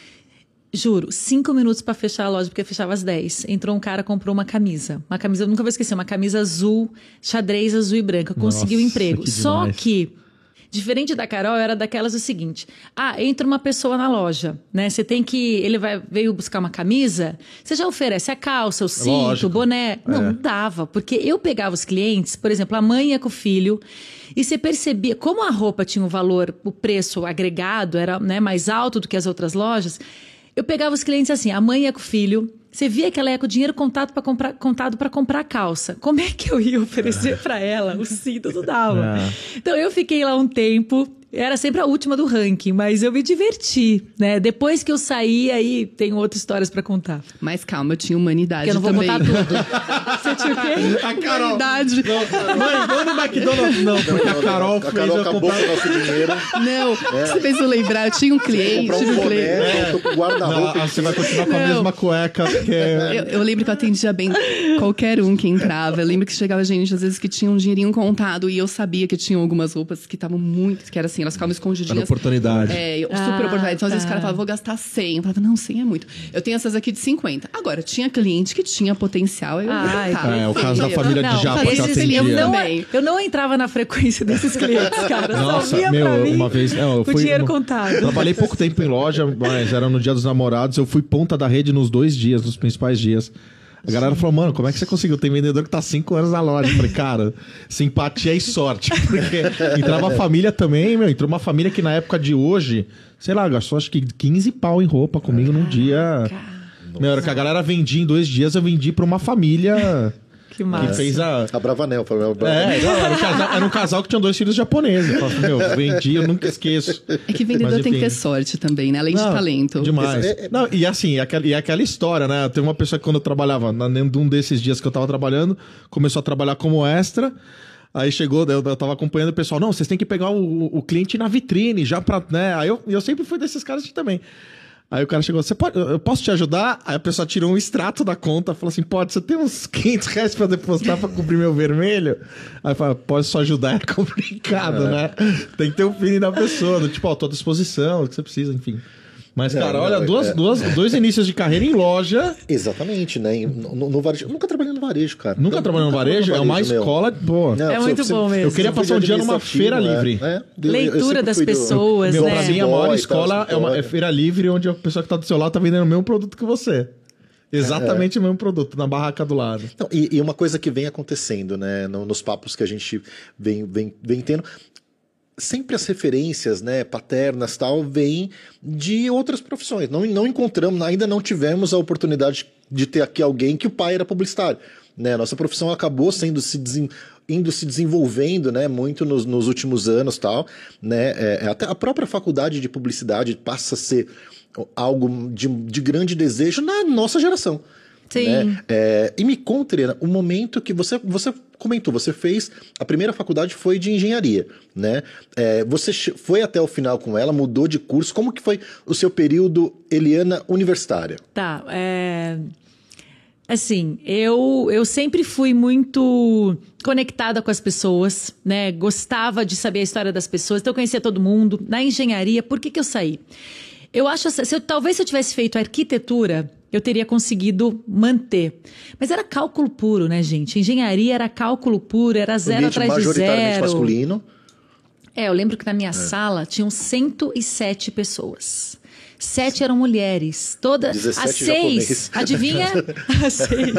Juro, cinco minutos pra fechar a loja, porque fechava às dez. Entrou um cara, comprou uma camisa. Uma camisa, eu nunca vou esquecer, uma camisa azul, xadrez azul e branca. Conseguiu emprego. Que Só demais. que, diferente da Carol, eu era daquelas o seguinte. Ah, entra uma pessoa na loja, né? Você tem que... Ele vai, veio buscar uma camisa, você já oferece a calça, o cinto, Lógico. o boné. Não, É. não dava. Porque eu pegava os clientes, por exemplo, a mãe ia com o filho... E você percebia, como a roupa tinha um valor, o preço agregado era, né, mais alto do que as outras lojas... Eu pegava os clientes assim, a mãe ia com o filho, você via que ela ia com o dinheiro contado para comprar, contado para comprar a calça. Como é que eu ia oferecer para ela? O cinto não dava. É. Então eu fiquei lá um tempo, era sempre a última do ranking, mas eu me diverti, né? Depois que eu saí, aí tem outras histórias para contar. Mas calma, eu tinha humanidade Porque eu não vou também. contar tudo. Você tinha o quê? A Carol... Humanidade. Mãe, não no McDonald's não, porque a Carol a fez Carol eu acabou comprar... com o nosso dinheiro. Não, você fez eu lembrar, eu tinha um cliente, Comprar tive um um cliente. boné, voltou com Não, guarda-roupa. você vai continuar com a Não. mesma cueca, porque... Eu, eu lembro que eu atendia bem qualquer um que entrava. Eu lembro que chegava gente, às vezes, que tinha um dinheirinho contado. E eu sabia que tinham algumas roupas que estavam muito... Que era assim, elas ficavam escondidinhas. Era oportunidade. É, eu, Ah, super oportunidade. Então, às vezes, o tá. cara falava, vou gastar cem. Eu falava, não, cem é muito. Eu tenho essas aqui de cinquenta. Agora, tinha cliente que tinha potencial. Eu Ai, tava, É, o caso da eu- família de Não, Japa que eu esses atendia. eu não, também. eu não entrava na frequência desses clientes, cara. Nossa, Só via meu, pra mim uma vez... Não, eu o fui, dinheiro no- contado. Trabalhei pouco tempo em loja, mas era no Dia dos Namorados. Eu fui ponta da rede nos dois dias, nos principais dias. A galera falou, mano, como é que você conseguiu? Tem vendedor que tá cinco anos na loja. Eu falei, cara, simpatia e sorte. Porque entrava a família também, meu. Entrou uma família que na época de hoje, sei lá, gastou acho que quinze pau em roupa comigo num dia. Meu, era que a galera vendia em dois dias, eu vendi pra uma família Que que massa. fez a... A Bravanel. Foi a Bravanel. É, não, era, um casal, era um casal que tinha dois filhos japoneses. Eu falei, meu, vendi, eu nunca esqueço. É que vendedor Mas, tem que enfim. ter sorte também, né? Além de Não, talento. Demais. É, é- Não, e assim, e aquela, e aquela história, né? Tem uma pessoa que quando eu trabalhava, na- num desses dias que eu tava trabalhando, começou a trabalhar como extra. Aí chegou, eu, eu tava acompanhando o pessoal, não, vocês têm que pegar o, o cliente na vitrine, já pra, né? Aí eu, eu sempre fui desses caras também. Aí o cara chegou, você pode, eu posso te ajudar? Aí a pessoa tirou um extrato da conta, falou assim, pode, você tem uns quinhentos reais pra depositar pra cobrir meu vermelho? Aí fala, pode só ajudar, é complicado, É. né? Tem que ter o feeling da pessoa, do tipo, ó, tô à disposição, o que você precisa, enfim. Mas, Não, cara, não, olha, é- duas, é- duas, dois inícios de carreira em loja. Exatamente, né? No, no- no varejo. Eu nunca trabalhei no varejo, cara. Nunca Eu trabalhou no nunca varejo? É uma meu. escola boa. Não, É você- muito você- bom mesmo. Eu queria você foi passar um dia numa administrativo, feira é, livre. é. Eu- eu Leitura sempre das fui do- pessoas, Meu, né? pra mim, a Boy, maior tal, escola é, uma, é escritório. feira livre, onde a pessoa que tá do seu lado tá vendendo o mesmo produto que você. Exatamente o mesmo produto, na barraca do lado. Não, e, e uma coisa que vem acontecendo, né, no- nos papos que a gente vem, vem, vem tendo, sempre as referências, né, paternas tal, vêm de outras profissões. Não, não encontramos, ainda não tivemos a oportunidade de ter aqui alguém que o pai era publicitário. Né? Nossa profissão acabou sendo se desen, indo se desenvolvendo, né, muito nos, nos últimos anos tal, né, é, até a própria faculdade de publicidade passa a ser algo de, de grande desejo na nossa geração. Sim. Né? É, e me conta, Helena, o momento que você, você comentou, você fez, a primeira faculdade foi de engenharia, né? É, você foi até o final com ela, mudou de curso, como que foi o seu período, Eliana, universitária? Tá, é... Assim, eu, eu sempre fui muito conectada com as pessoas, né? Gostava de saber a história das pessoas, então eu conhecia todo mundo. Na engenharia, por que que eu saí? Eu acho, se eu, talvez se eu tivesse feito arquitetura, eu teria conseguido manter. Mas era cálculo puro, né, gente? Engenharia era cálculo puro, era zero Ambiente atrás de majoritariamente zero. masculino. É, eu lembro que na minha sala tinham cento e sete pessoas. Sete eram mulheres. Todas. As seis, adivinha? As seis.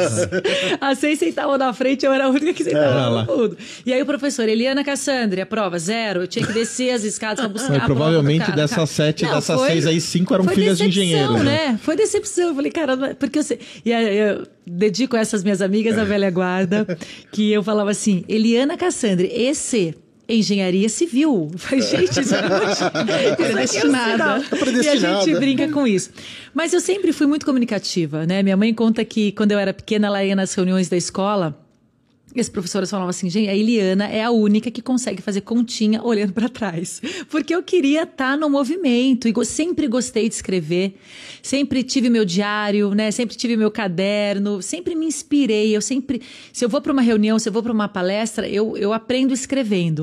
As seis sentavam na frente, eu era a única que sentava no fundo. E aí o professor, Eliana Cassandre, a prova, zero. Eu tinha que descer as escadas pra buscar Mas, a provavelmente prova dessas sete, não, dessas foi, seis aí, cinco eram filhas de engenheiros. Né? Foi decepção. Eu falei, cara, porque eu sei. E aí eu dedico a essas minhas amigas da velha guarda, que eu falava assim, Eliana Cassandre, esse... Engenharia civil. Eu falei, gente, isso é muito... predestinada. E a gente brinca com isso. Mas eu sempre fui muito comunicativa, né? Minha mãe conta que quando eu era pequena, ela ia nas reuniões da escola, e as professoras falavam assim, gente, a Eliana é a única que consegue fazer continha olhando para trás. Porque eu queria estar no movimento e sempre gostei de escrever, sempre tive meu diário, né? Sempre tive meu caderno, sempre me inspirei. Eu sempre, se eu vou para uma reunião, se eu vou para uma palestra, eu, eu aprendo escrevendo.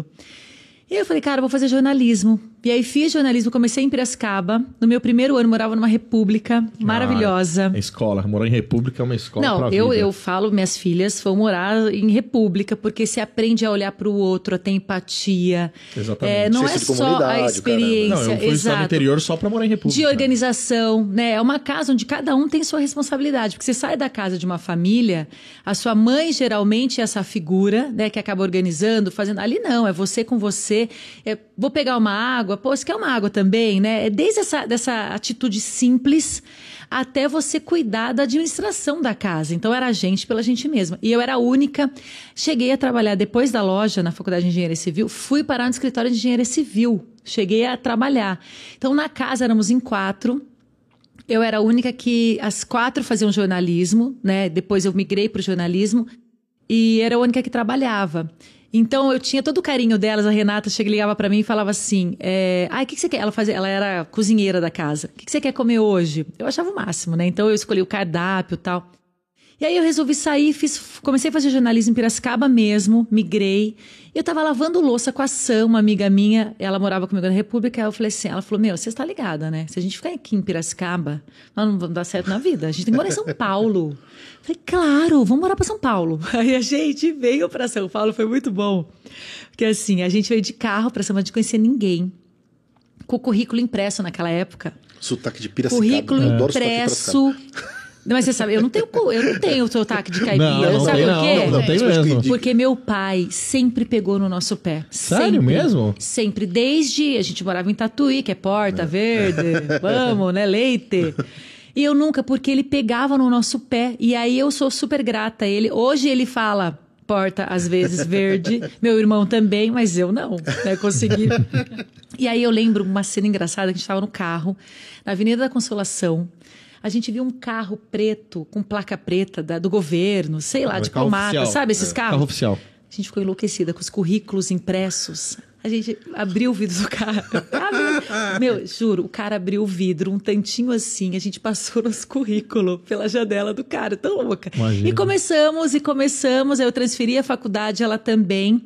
E aí eu falei, cara, eu vou fazer jornalismo. E aí fiz jornalismo, comecei em Piracicaba. No meu primeiro ano, morava numa república maravilhosa. Ah, escola. Morar em república é uma escola Não, pra eu, vida. eu falo, minhas filhas vão morar em república, porque você aprende a olhar para o outro, a ter empatia. Exatamente. É, não é Senso de só a comunidade, experiência. Não, eu fui estudar no interior só pra morar em república. De organização, né? É uma casa onde cada um tem sua responsabilidade. Porque você sai da casa de uma família, a sua mãe geralmente é essa figura, né? Que acaba organizando, fazendo. Ali não, é você com você. É, vou pegar uma água, pô, você quer uma água também, né? É desde essa dessa atitude simples até você cuidar da administração da casa. Então era a gente pela gente mesma. E eu era a única. Cheguei a trabalhar depois da loja na Faculdade de Engenharia Civil, fui parar no escritório de Engenharia Civil. Cheguei a trabalhar. Então na casa éramos em quatro. Eu era a única que as quatro faziam jornalismo, né? Depois eu migrei para o jornalismo e era a única que trabalhava. Então, eu tinha todo o carinho delas. A Renata chega, ligava pra mim e falava assim, é, ah, o que, que você quer? Ela, fazia, ela era cozinheira da casa. O que, que você quer comer hoje? Eu achava o máximo, né? Então, eu escolhi o cardápio e tal. E aí, eu resolvi sair, fiz, comecei a fazer jornalismo em Piracicaba mesmo, migrei. E eu tava lavando louça com a Sam, uma amiga minha, ela morava comigo na República, aí eu falei assim, ela falou, meu, você está ligada, né? Se a gente ficar aqui em Piracicaba, nós não vamos dar certo na vida. A gente tem que morar em São Paulo. Eu falei, claro, vamos morar para São Paulo. Aí a gente veio para São Paulo, foi muito bom. Porque assim, a gente veio de carro para São Paulo, não conhecia ninguém. Com o currículo impresso naquela época. Sotaque de Piracicaba. Currículo Eu adoro impresso. Não, mas você sabe, eu não tenho, eu não tenho o sotaque de caipira. Não, não sabe tem, por quê? não, não tem mesmo. Porque meu pai sempre pegou no nosso pé. Sério sempre, mesmo? Sempre. Desde... A gente morava em Tatuí, que é Porta Verde. Vamos, né? Leite. E eu nunca, porque ele pegava no nosso pé. E aí eu sou super grata a ele. Hoje ele fala Porta, às vezes, Verde. Meu irmão também, mas eu não. Né? Consegui. E aí eu lembro uma cena engraçada, que a gente estava no carro, na Avenida da Consolação. A gente viu um carro preto, com placa preta da, do governo, sei lá, é, de pomata, sabe esses é, carros? Carro oficial. A gente ficou enlouquecida com os currículos impressos. A gente abriu o vidro do carro. Meu, juro, o cara abriu o vidro um tantinho assim, a gente passou nos currículos pela janela do cara, tão louca. Imagina. E começamos, e começamos, aí eu transferi a faculdade, ela também.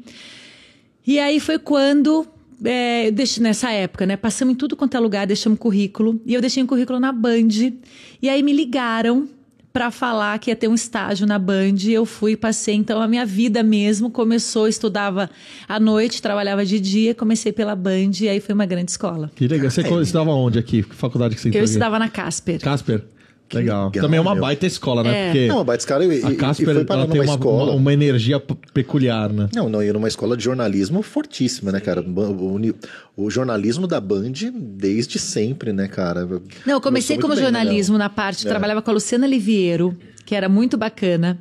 E aí foi quando... É, eu deixo, nessa época, né? Passamos em tudo quanto é lugar, deixamos currículo. E eu deixei um currículo na Band. E aí me ligaram para falar que ia ter um estágio na Band. Eu fui, passei. Então a minha vida mesmo começou. Estudava à noite, trabalhava de dia. Comecei pela Band e aí foi uma grande escola. Que legal. Você estudava onde aqui? Que faculdade que você Eu estudava na Casper. Casper? Legal. legal. Também é uma meu. baita escola, né? É. Porque Não, mas cara, e, a Casper e foi parar ela tem numa uma, escola. uma, uma energia p- peculiar, né? Não, não, ia numa escola de jornalismo fortíssima, né, cara? O, o, o jornalismo da Band desde sempre, né, cara? Não, eu comecei como bem, jornalismo né? na parte, É. trabalhava com a Luciana Liviero, que era muito bacana,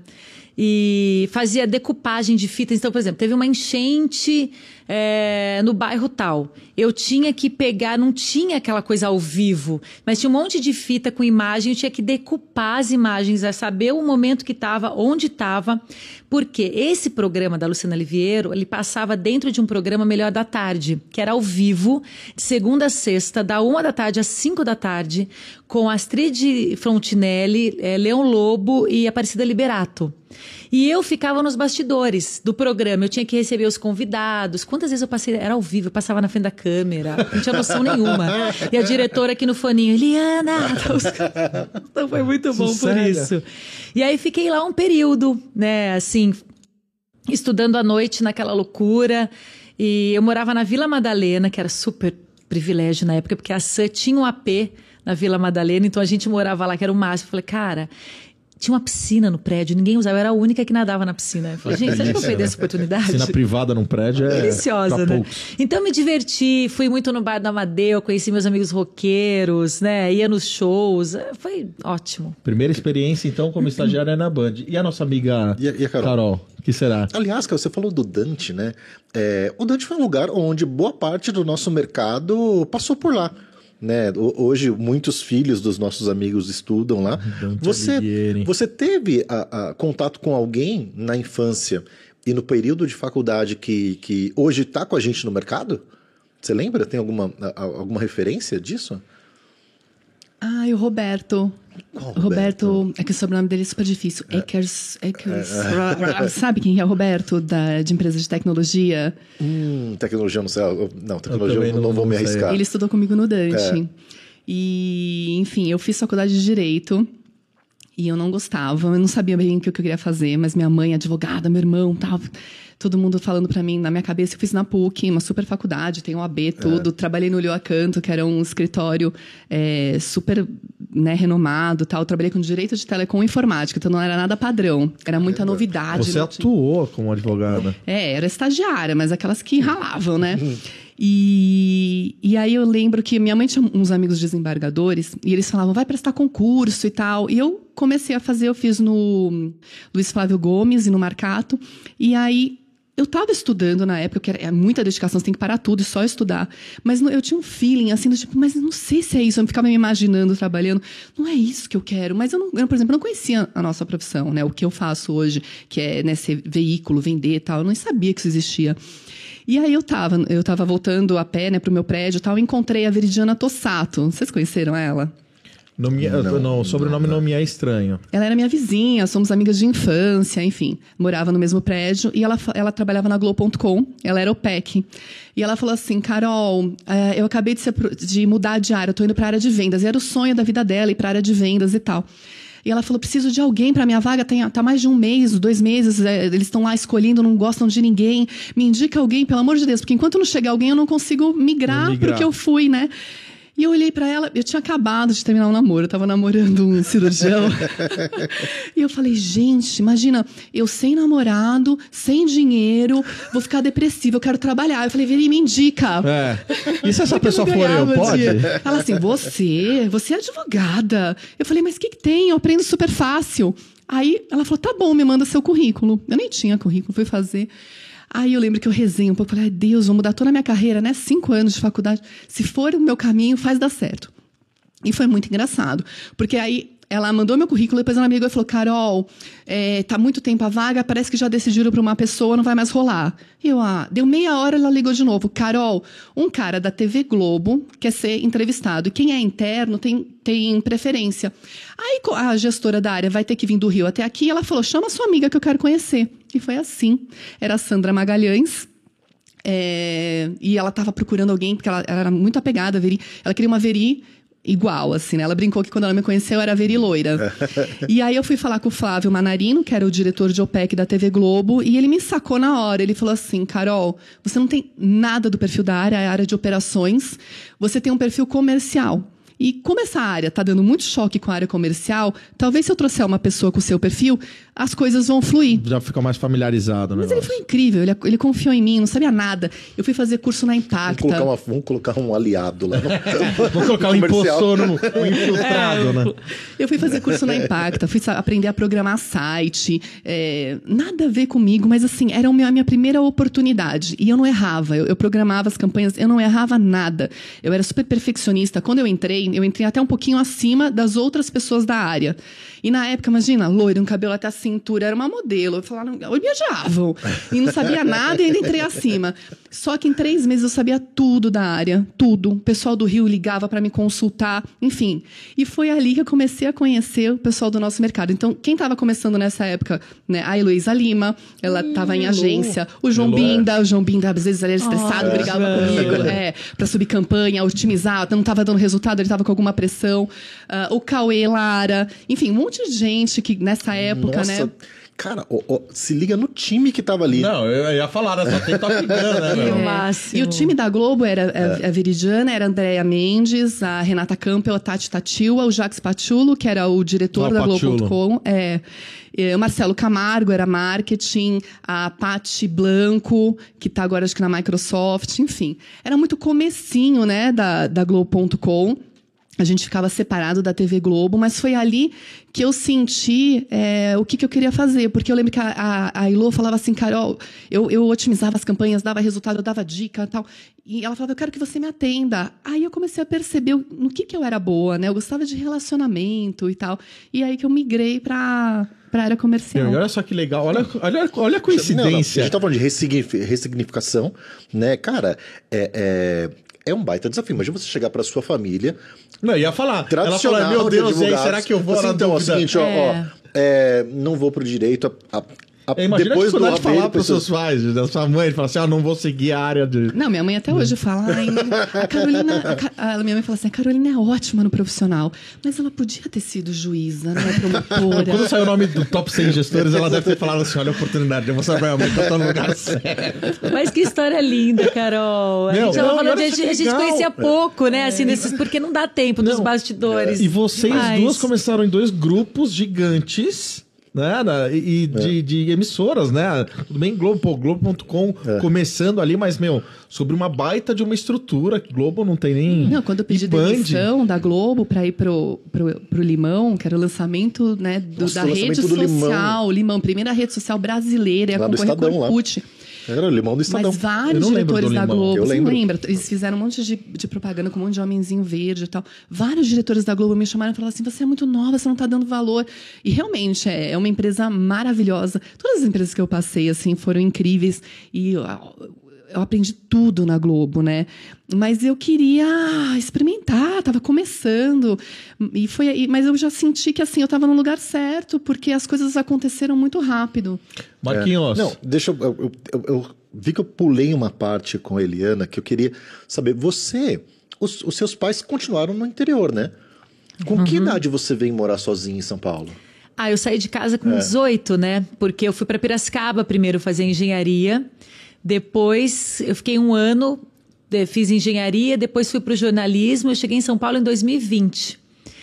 e fazia decupagem de fitas. Então, por exemplo, teve uma enchente é, no bairro tal. Eu tinha que pegar, não tinha aquela coisa ao vivo, mas tinha um monte de fita com imagem, eu tinha que decupar as imagens, saber o momento que estava, onde estava, porque esse programa da Luciana Liviero, ele passava dentro de um programa Melhor da Tarde, que era ao vivo, de segunda a sexta, da uma da tarde às cinco da tarde, com Astrid Frontinelli, é, Leão Lobo e Aparecida Liberato. E eu ficava nos bastidores do programa, eu tinha que receber os convidados. Quantas vezes eu passei, era ao vivo, eu passava na frente da câmera, não tinha noção nenhuma. E a diretora aqui no foninho, Eliana! Então foi muito bom por isso. E aí fiquei lá um período, né, assim, estudando à noite naquela loucura. E eu morava na Vila Madalena, que era super privilégio na época, porque a Sam tinha um A P na Vila Madalena, então a gente morava lá, que era o máximo. Eu falei, cara, tinha uma piscina no prédio, ninguém usava, eu era a única que nadava na piscina. Eu falei, gente, você acha que eu perdi essa oportunidade? Piscina privada num prédio é deliciosa, né? poucos. Então me diverti, fui muito no bar do Amadeu, conheci meus amigos roqueiros, né? Ia nos shows, foi ótimo. Primeira experiência, então, como estagiária na Band. E a nossa amiga e a, e a Carol? Carol, que será? Aliás, cara, você falou do Dante, né? É, o Dante foi um lugar onde boa parte do nosso mercado passou por lá. Né? Hoje, muitos filhos dos nossos amigos estudam lá. Você, você teve a, a, contato com alguém na infância e no período de faculdade que, que hoje está com a gente no mercado? Você lembra? Tem alguma, a, alguma referência disso? Ah, e o Roberto. Qual Roberto? Roberto, é que o sobrenome dele é super difícil. É. Ekers, Ekers, é. Sabe quem é o Roberto, da, de empresa de tecnologia? Hum, tecnologia, não sei. Não, tecnologia eu, eu não, não vou me arriscar. Ele estudou comigo no Dante. É. E, enfim, eu fiz faculdade de Direito. E eu não gostava, eu não sabia bem o que eu queria fazer, mas minha mãe, advogada, meu irmão, tal, todo mundo falando pra mim, na minha cabeça, eu fiz na P U C, uma super faculdade, tem O A B, tudo, é. Trabalhei no Lio Acanto, que era um escritório é, super, né, renomado, tal, trabalhei com direito de telecom e informática, então não era nada padrão, era muita novidade. Você atuou como advogada? É, era estagiária, mas aquelas que ralavam, né? E, e aí eu lembro que minha mãe tinha uns amigos desembargadores e eles falavam, vai prestar concurso e tal. E eu comecei a fazer, eu fiz no Luiz Flávio Gomes e no Marcato. E aí eu estava estudando na época, que era é muita dedicação, você tem que parar tudo e só estudar. Mas eu tinha um feeling assim, do tipo, mas não sei se é isso. Eu ficava me imaginando trabalhando. Não é isso que eu quero. Mas eu, não, eu por exemplo, não conhecia a nossa profissão, né? O que eu faço hoje, que é, né, ser veículo, vender e tal. Eu não sabia que isso existia. E aí eu tava, eu tava voltando a pé, né, pro meu prédio e tal, e encontrei a Veridiana Tossato. Vocês conheceram ela? Não me, não, não, o sobrenome não, não me é estranho. Ela era minha vizinha, somos amigas de infância, enfim. Morava no mesmo prédio e ela, ela trabalhava na Globo ponto com, ela era o P E C. E ela falou assim, Carol, é, eu acabei de, ser, de mudar de área, eu tô indo pra área de vendas. E era o sonho da vida dela ir pra área de vendas e tal. E ela falou, preciso de alguém para minha vaga, tem, tá mais de um mês, dois meses, é, eles estão lá escolhendo, não gostam de ninguém. Me indica alguém, pelo amor de Deus, porque enquanto não chegar alguém, eu não consigo migrar, não migrar. Porque eu fui, né? E eu olhei pra ela, eu tinha acabado de terminar um namoro, eu tava namorando um cirurgião. E eu falei, gente, imagina, eu sem namorado, sem dinheiro, vou ficar depressiva, eu quero trabalhar. Eu falei, Veri, me indica. É. E se essa pessoa for eu, pode? Ela assim, você, você é advogada. Eu falei, mas o que, que tem? Eu aprendo super fácil. Aí ela falou, tá bom, me manda seu currículo. Eu nem tinha currículo, fui fazer. Aí eu lembro que eu rezei um pouco, falei, ai Deus, vou mudar toda a minha carreira, né? Cinco anos de faculdade. Se for o meu caminho, faz dar certo. E foi muito engraçado, porque aí ela mandou meu currículo, depois ela me ligou e falou, Carol, é, tá muito tempo a vaga, parece que já decidiram para uma pessoa, não vai mais rolar. E eu, ah, deu meia hora, ela ligou de novo. Carol, um cara da T V Globo quer ser entrevistado, e quem é interno tem, tem preferência. Aí a gestora da área vai ter que vir do Rio até aqui, e ela falou, chama sua amiga que eu quero conhecer. E foi assim. Era a Sandra Magalhães, é, e ela estava procurando alguém, porque ela, ela era muito apegada a Veri, ela queria uma Veri igual, assim, né? Ela brincou que quando ela me conheceu eu era Veri loira. E aí eu fui falar com o Flávio Manarino, que era o diretor de O P E C da T V Globo, e ele me sacou na hora. Ele falou assim, Carol, você não tem nada do perfil da área, é a área de operações, você tem um perfil comercial. E como essa área está dando muito choque com a área comercial, talvez se eu trouxer uma pessoa com o seu perfil, as coisas vão fluir. Já fica mais familiarizado, né? Mas ele foi incrível, ele, ele confiou em mim, não sabia nada. Eu fui fazer curso na Impacta. Vamos colocar, uma, vamos colocar um aliado lá. No... vamos colocar um impostor, no, um infiltrado, é, né? Eu fui fazer curso na Impacta, fui aprender a programar site. É, nada a ver comigo, mas assim, era a minha, a minha primeira oportunidade. E eu não errava, eu, eu programava as campanhas, eu não errava nada. Eu era super perfeccionista. Quando eu entrei, eu entrei até um pouquinho acima das outras pessoas da área. E na época, imagina, loira, um cabelo até a cintura, era uma modelo. Eu falava, me odiavam. E não sabia nada e ainda entrei acima. Só que em três meses eu sabia tudo da área, tudo. O pessoal do Rio ligava para me consultar, enfim. E foi ali que eu comecei a conhecer o pessoal do nosso mercado. Então, quem estava começando nessa época, né? A Heloísa Lima, ela estava em agência. O João Melô. Binda, o João Binda, às vezes, ele era estressado, oh, brigava é. comigo. É, para subir campanha, otimizar, não estava dando resultado, ele estava com alguma pressão. Uh, o Cauê Lara, enfim, um monte monte de gente que nessa época, Nossa, né? Cara, ó, ó, se liga no time que tava ali. Não, eu ia falar, né? Só tem Top Gun, né? Que meu? máximo. E o time da Globo era a, a Viridiana, era a Andréia Mendes, a Renata Campbell, a Tati Tatiwa, o Jacques Pachulo, que era o diretor Ah, da Pachulo. Globo ponto com. É, é, o Marcelo Camargo era marketing, a Pati Blanco, que tá agora acho que na Microsoft, enfim. Era muito comecinho, né, da, da Globo ponto com. A gente ficava separado da T V Globo, mas foi ali que eu senti é, o que, que eu queria fazer. Porque eu lembro que a, a, a Ilô falava assim, Carol, eu, eu otimizava as campanhas, dava resultado, eu dava dica e tal. E ela falava, eu quero que você me atenda. Aí eu comecei a perceber no que, que eu era boa, né? Eu gostava de relacionamento e tal. E aí que eu migrei para a área comercial. E olha só que legal, olha, olha, olha a coincidência. Não, não, a gente tá falando de ressignifi- ressignificação, né? Cara, é... é... é um baita desafio. Imagina você chegar pra sua família. Não, ia falar. Ela Tradicional, fala, meu de Deus, e aí, advogados. será que eu vou Assim, na então, é o dúvida? seguinte, ó, É. ó, é, não vou pro direito. A, a, a, É, imagina depois a do dificuldade de falar abelho, pros pessoas- seus pais, da sua mãe, falar assim, ah, não vou seguir a área de... Não, minha mãe até hoje fala, ai, a Carolina, a, Ca- a minha mãe fala assim, a Carolina é ótima no profissional, mas ela podia ter sido juíza, né, promotora. Quando saiu o nome do top cem gestores, ela deve ter falado assim, olha a oportunidade, eu vou saber realmente que eu tô no lugar certo. Mas que história linda, Carol. A Meu, gente tava não, falando olha de só a que gente legal. conhecia pouco, né? Assim, nesses, porque não dá tempo nos Não. bastidores. E vocês Mas- duas começaram em dois grupos gigantes, né? na- E de, de emissoras, né? Tudo bem, Globo, pô, Globo ponto com começando ali, mas, meu, sobre uma baita de uma estrutura. Globo não tem nem. Não, quando eu pedi e Band. demissão da Globo para ir pro, pro, pro Limão, que era o lançamento, né, do- Nossa, da o lançamento rede do social, Limão. Limão, primeira rede social brasileira, ia Lá do concorrer com Estadão, o lá. Orkut. Era o Limão do Estadão. Mas Eu vários não lembro diretores do da Limão. Globo, Eu você lembro. lembra? Eles fizeram um monte de, de propaganda com um monte de homenzinho verde e tal. Vários diretores da Globo me chamaram e falaram assim, você é muito nova, você não tá dando valor. E realmente, é, é uma empresa maravilhosa. Todas as empresas que eu passei, assim, foram incríveis. E eu, eu aprendi tudo na Globo, né? Mas eu queria experimentar, tava começando. E foi aí, mas eu já senti que, assim, eu tava no lugar certo, porque as coisas aconteceram muito rápido. Marquinhos. Não, deixa eu, eu, eu, eu vi que eu pulei uma parte com a Eliana que eu queria saber. Você, os, os seus pais continuaram no interior, né? Com que idade você veio morar sozinha em São Paulo? Ah, eu saí de casa com dezoito, né? Porque eu fui para Piracicaba primeiro fazer engenharia. Depois eu fiquei um ano, de- fiz engenharia, depois fui para o jornalismo. Eu cheguei em São Paulo em dois mil e vinte.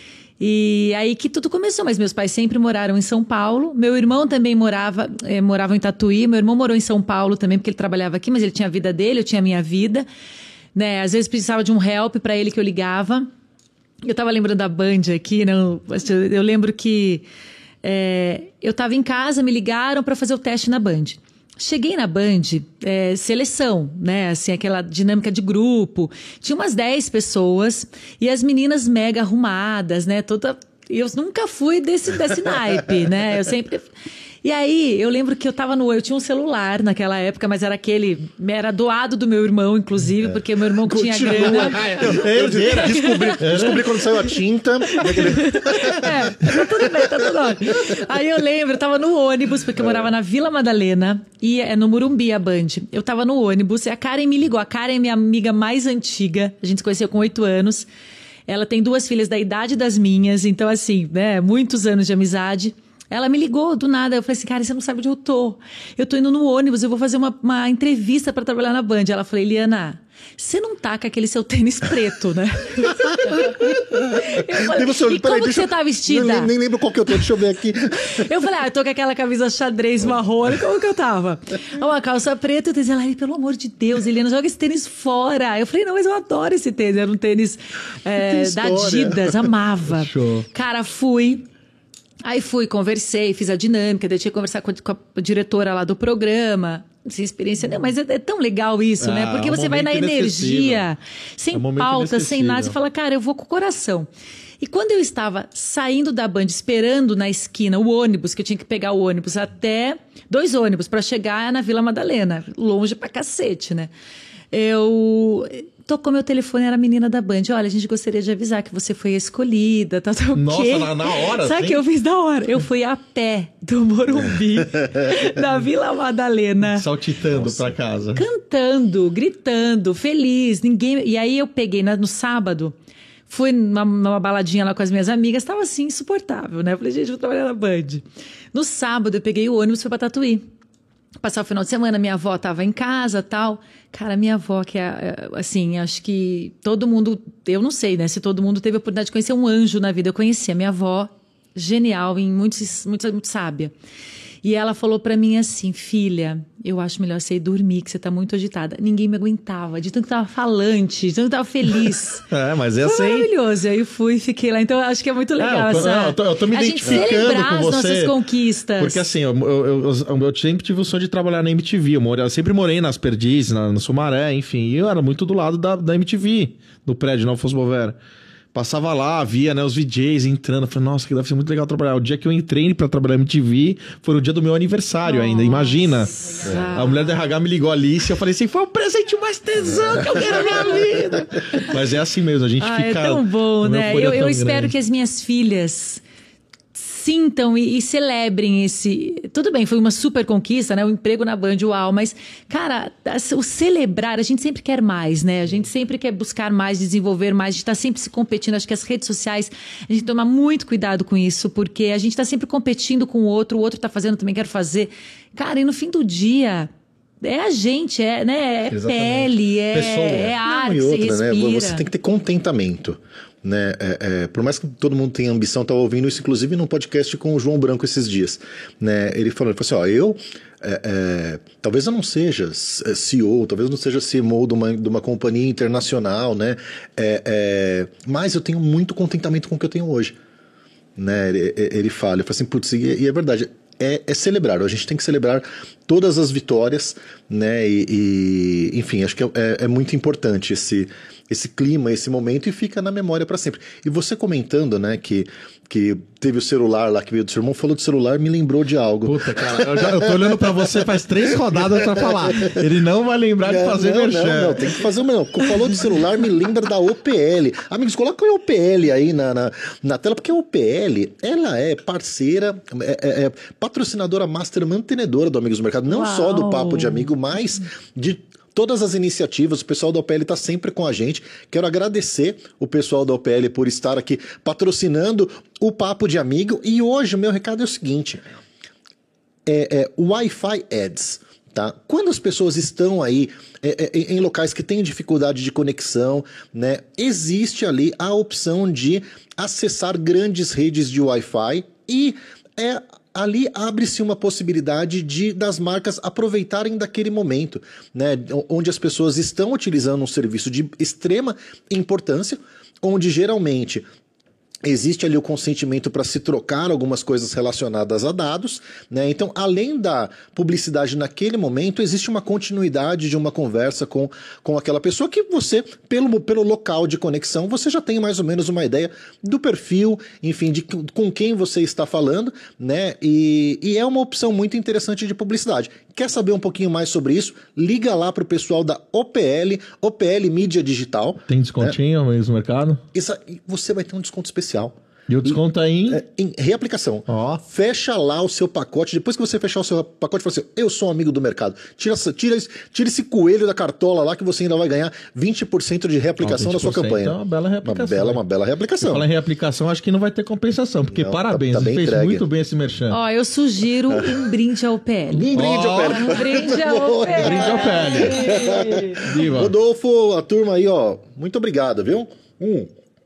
E aí que tudo começou, mas meus pais sempre moraram em São Paulo. Meu irmão também morava, eh, morava em Tatuí. Meu irmão morou em São Paulo também, porque ele trabalhava aqui, mas ele tinha a vida dele, eu tinha a minha vida. Né? Às vezes precisava de um help para ele que eu ligava. Eu tava lembrando da Band aqui, não? Eu lembro que é, eu tava em casa, me ligaram para fazer o teste na Band. Cheguei na Band, é, seleção, né? Assim, aquela dinâmica de grupo. Tinha umas dez pessoas e as meninas mega arrumadas, né? Toda... Eu nunca fui desse, desse naipe, né? Eu sempre... E aí, eu lembro que eu tava no... Eu tinha um celular naquela época, mas era aquele... Era doado do meu irmão, inclusive, porque meu irmão que tinha grana... Eu de- descobri, descobri quando saiu a tinta. É, tá tudo bem, tá tudo ótimo. Aí eu lembro, eu tava no ônibus, porque eu morava na Vila Madalena, e é no Morumbi, a Band. Eu tava no ônibus e a Karen me ligou. A Karen é minha amiga mais antiga, a gente se conheceu com oito anos. Ela tem duas filhas da idade das minhas, então assim, né, muitos anos de amizade. Ela me ligou do nada, eu falei assim, cara, você não sabe onde eu tô. Eu tô indo no ônibus, eu vou fazer uma, uma entrevista pra trabalhar na Band. Ela falou, Eliana, você não tá com aquele seu tênis preto, né? Eu falei, E você, e peraí, como que deixa você eu- tá vestida? Nem, nem lembro qual que eu tô, deixa eu ver aqui. Eu falei, ah, eu tô com aquela camisa xadrez marrom, como que eu tava? Uma calça preta, eu disse, ela, pelo amor de Deus, Eliana, joga esse tênis fora. Eu falei, não, mas eu adoro esse tênis. Era um tênis é, Tem da história. Adidas, amava. Show. Cara, fui... Aí fui, conversei, fiz a dinâmica, daí tinha que conversar com a, com a diretora lá do programa, sem experiência nenhuma, mas é, é tão legal isso, Ah, né? Porque é um você vai na momento energia, sem É um momento pauta, sem nada, você inesquecível. fala, cara, eu vou com o coração. E quando eu estava saindo da Band, esperando na esquina o ônibus, que eu tinha que pegar o ônibus até... Dois ônibus para chegar na Vila Madalena, longe pra cacete, né? Eu... Tocou meu telefone, era a menina da Band. Olha, a gente gostaria de avisar que você foi a escolhida, tá, tá, Nossa, ok? na- na hora, Sabe o assim? que eu fiz na hora? Eu fui a pé do Morumbi, da Vila Madalena, Saltitando pra casa. cantando, gritando, feliz. Ninguém. E aí eu peguei na- no sábado, Fui numa, numa baladinha lá com as minhas amigas, tava assim, insuportável, né? Eu falei, gente, vou trabalhar na Band. No sábado, eu peguei o ônibus e fui pra Tatuí. Passar o final de semana, minha avó tava em casa, tal. Cara, minha avó, que é, assim, acho que todo mundo... Eu não sei, né? Se todo mundo teve a oportunidade de conhecer um anjo na vida. Eu conheci a minha avó, genial, em muitos, muito, muito sábia. E ela falou pra mim assim, filha, eu acho melhor você ir dormir, que você tá muito agitada. Ninguém me aguentava, de tanto que tava falante, de tanto que tava feliz. É, mas é Foi assim. maravilhoso. Aí eu fui e fiquei lá. Então, eu acho que é muito legal É, eu tô, essa... não, eu tô, eu tô me a gente identificando celebrar com as você. nossas conquistas. Porque assim, eu, eu, eu, eu sempre tive o sonho de trabalhar na M T V. Eu, morei, eu sempre morei nas Perdizes, na, no Sumaré, enfim. E eu era muito do lado da, da M T V, do prédio, não fosse Bovera. Passava lá, via, né, os V Js entrando. Eu falei, nossa, que deve ser muito legal trabalhar. O dia que eu entrei pra trabalhar na M T V foi o dia do meu aniversário ainda, imagina. A mulher da R H me ligou, Alice, e eu falei assim, foi o presente mais tesão que eu dei na minha vida. Mas é assim mesmo, a gente ah, fica... É tão bom, né? Eu, eu espero grande. que as minhas filhas sintam e, e celebrem esse... Tudo bem, foi uma super conquista, né? O emprego na Band, uau. Mas, cara, o celebrar, a gente sempre quer mais, né? A gente sempre quer buscar mais, desenvolver mais. A gente tá sempre se competindo. Acho que as redes sociais, a gente toma muito cuidado com isso, porque a gente tá sempre competindo com o outro. O outro tá fazendo, também quero fazer. Cara, e no fim do dia... É a gente, é, né? É pele, é, é ar que outra, você né? respira. Você tem que ter contentamento, né? É, é, por mais que todo mundo tenha ambição, estava ouvindo isso, inclusive, num podcast com o João Branco esses dias, né? Ele falou, ele falou assim, ó, eu... É, é, talvez eu não seja C E O, talvez eu não seja C M O de uma, de uma companhia internacional, né? É, é, mas eu tenho muito contentamento com o que eu tenho hoje, né? Ele, ele fala, eu falo assim, putz, e, e é verdade... É, é celebrar, a gente tem que celebrar todas as vitórias, né? E, e enfim, acho que é, é muito importante esse, esse clima, esse momento, e fica na memória para sempre. E você comentando, né, que, que teve o celular lá que veio do seu irmão, falou de celular, me lembrou de algo. Puta, cara, eu, já, eu tô olhando pra você faz três rodadas pra falar. Ele não vai lembrar não, de fazer não, merchan. Não, não, tem que fazer o melhor. Falou de celular, me lembra da O P L. Amigos, coloca o O P L aí na, na, na tela, porque a O P L, ela é parceira, é, é, é patrocinadora master mantenedora do Amigos do Mercado, não Uau. só do Papo de Amigo, mas de todas as iniciativas. O pessoal da O P L está sempre com a gente. Quero agradecer o pessoal da O P L por estar aqui patrocinando o Papo de Amigo. E hoje o meu recado é o seguinte, é, é Wi-Fi Ads. Tá? Quando as pessoas estão aí é, é, em locais que têm dificuldade de conexão, né, existe ali a opção de acessar grandes redes de Wi-Fi e é, ali abre-se uma possibilidade de das marcas aproveitarem daquele momento, né, onde as pessoas estão utilizando um serviço de extrema importância, onde geralmente existe ali o consentimento para se trocar algumas coisas relacionadas a dados, né? Então, além da publicidade naquele momento, existe uma continuidade de uma conversa com, com aquela pessoa que você, pelo, pelo local de conexão, você já tem mais ou menos uma ideia do perfil, enfim, de com quem você está falando, né? E, e é uma opção muito interessante de publicidade. Quer saber um pouquinho mais sobre isso? Liga lá para o pessoal da O P L, O P L Mídia Digital. Tem descontinho no mesmo mercado? Isso, você vai ter um desconto especial. E o desconto aí em... É, em reaplicação. Ó. Fecha lá o seu pacote. Depois que você fechar o seu pacote, fala assim, eu sou um amigo do mercado. Tira, tira, tira esse coelho da cartola lá que você ainda vai ganhar vinte por cento de reaplicação Ó, na sua campanha. É uma bela reaplicação. Uma bela, uma bela reaplicação. Falar em reaplicação, acho que não vai ter compensação, porque Não, parabéns, tá- tá você bem fez entregue. muito bem esse merchan. Ó, eu sugiro um brinde ao P L. Um brinde Ó. ao pé. Um brinde ao P L. Brinde ao P L. Viva. Rodolfo, a turma aí, ó. Muito obrigado, viu? Um.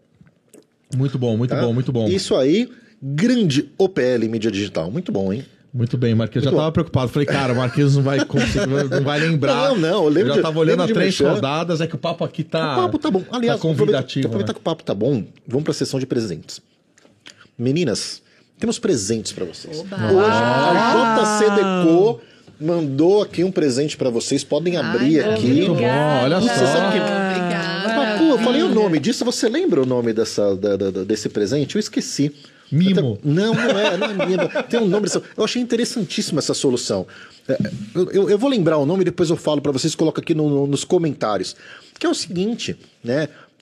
Muito bom, muito Tá? bom, muito bom. Isso aí, grande O P L Mídia Digital. Muito bom, hein? Muito bem, Marquinhos. Já Muito tava bom. preocupado. Falei, cara, o Marquinhos não vai conseguir, não vai lembrar. Não, não, eu lembro já de- tava olhando lembro a de três merchan. rodadas, é que o papo aqui tá. O papo tá bom. Aliás, tá convidativo. aproveitar né? que o papo tá bom, vamos pra sessão de presentes. Meninas, temos presentes pra vocês. Oba. Hoje, a J C Deco mandou aqui um presente pra vocês. Podem abrir Ai, aqui. Muito bom, olha Você só. sabe que... Obrigada. Papu, eu falei o nome disso. Você lembra o nome dessa, da- da- da- desse presente? Eu esqueci. Mimo. Até- Não, não é, não é mimo. Tem um nome dessa... Eu achei interessantíssima essa solução. É, Eu, eu- eu vou lembrar o nome e depois eu falo pra vocês, coloco aqui no- no- nos comentários. Que é o seguinte, né?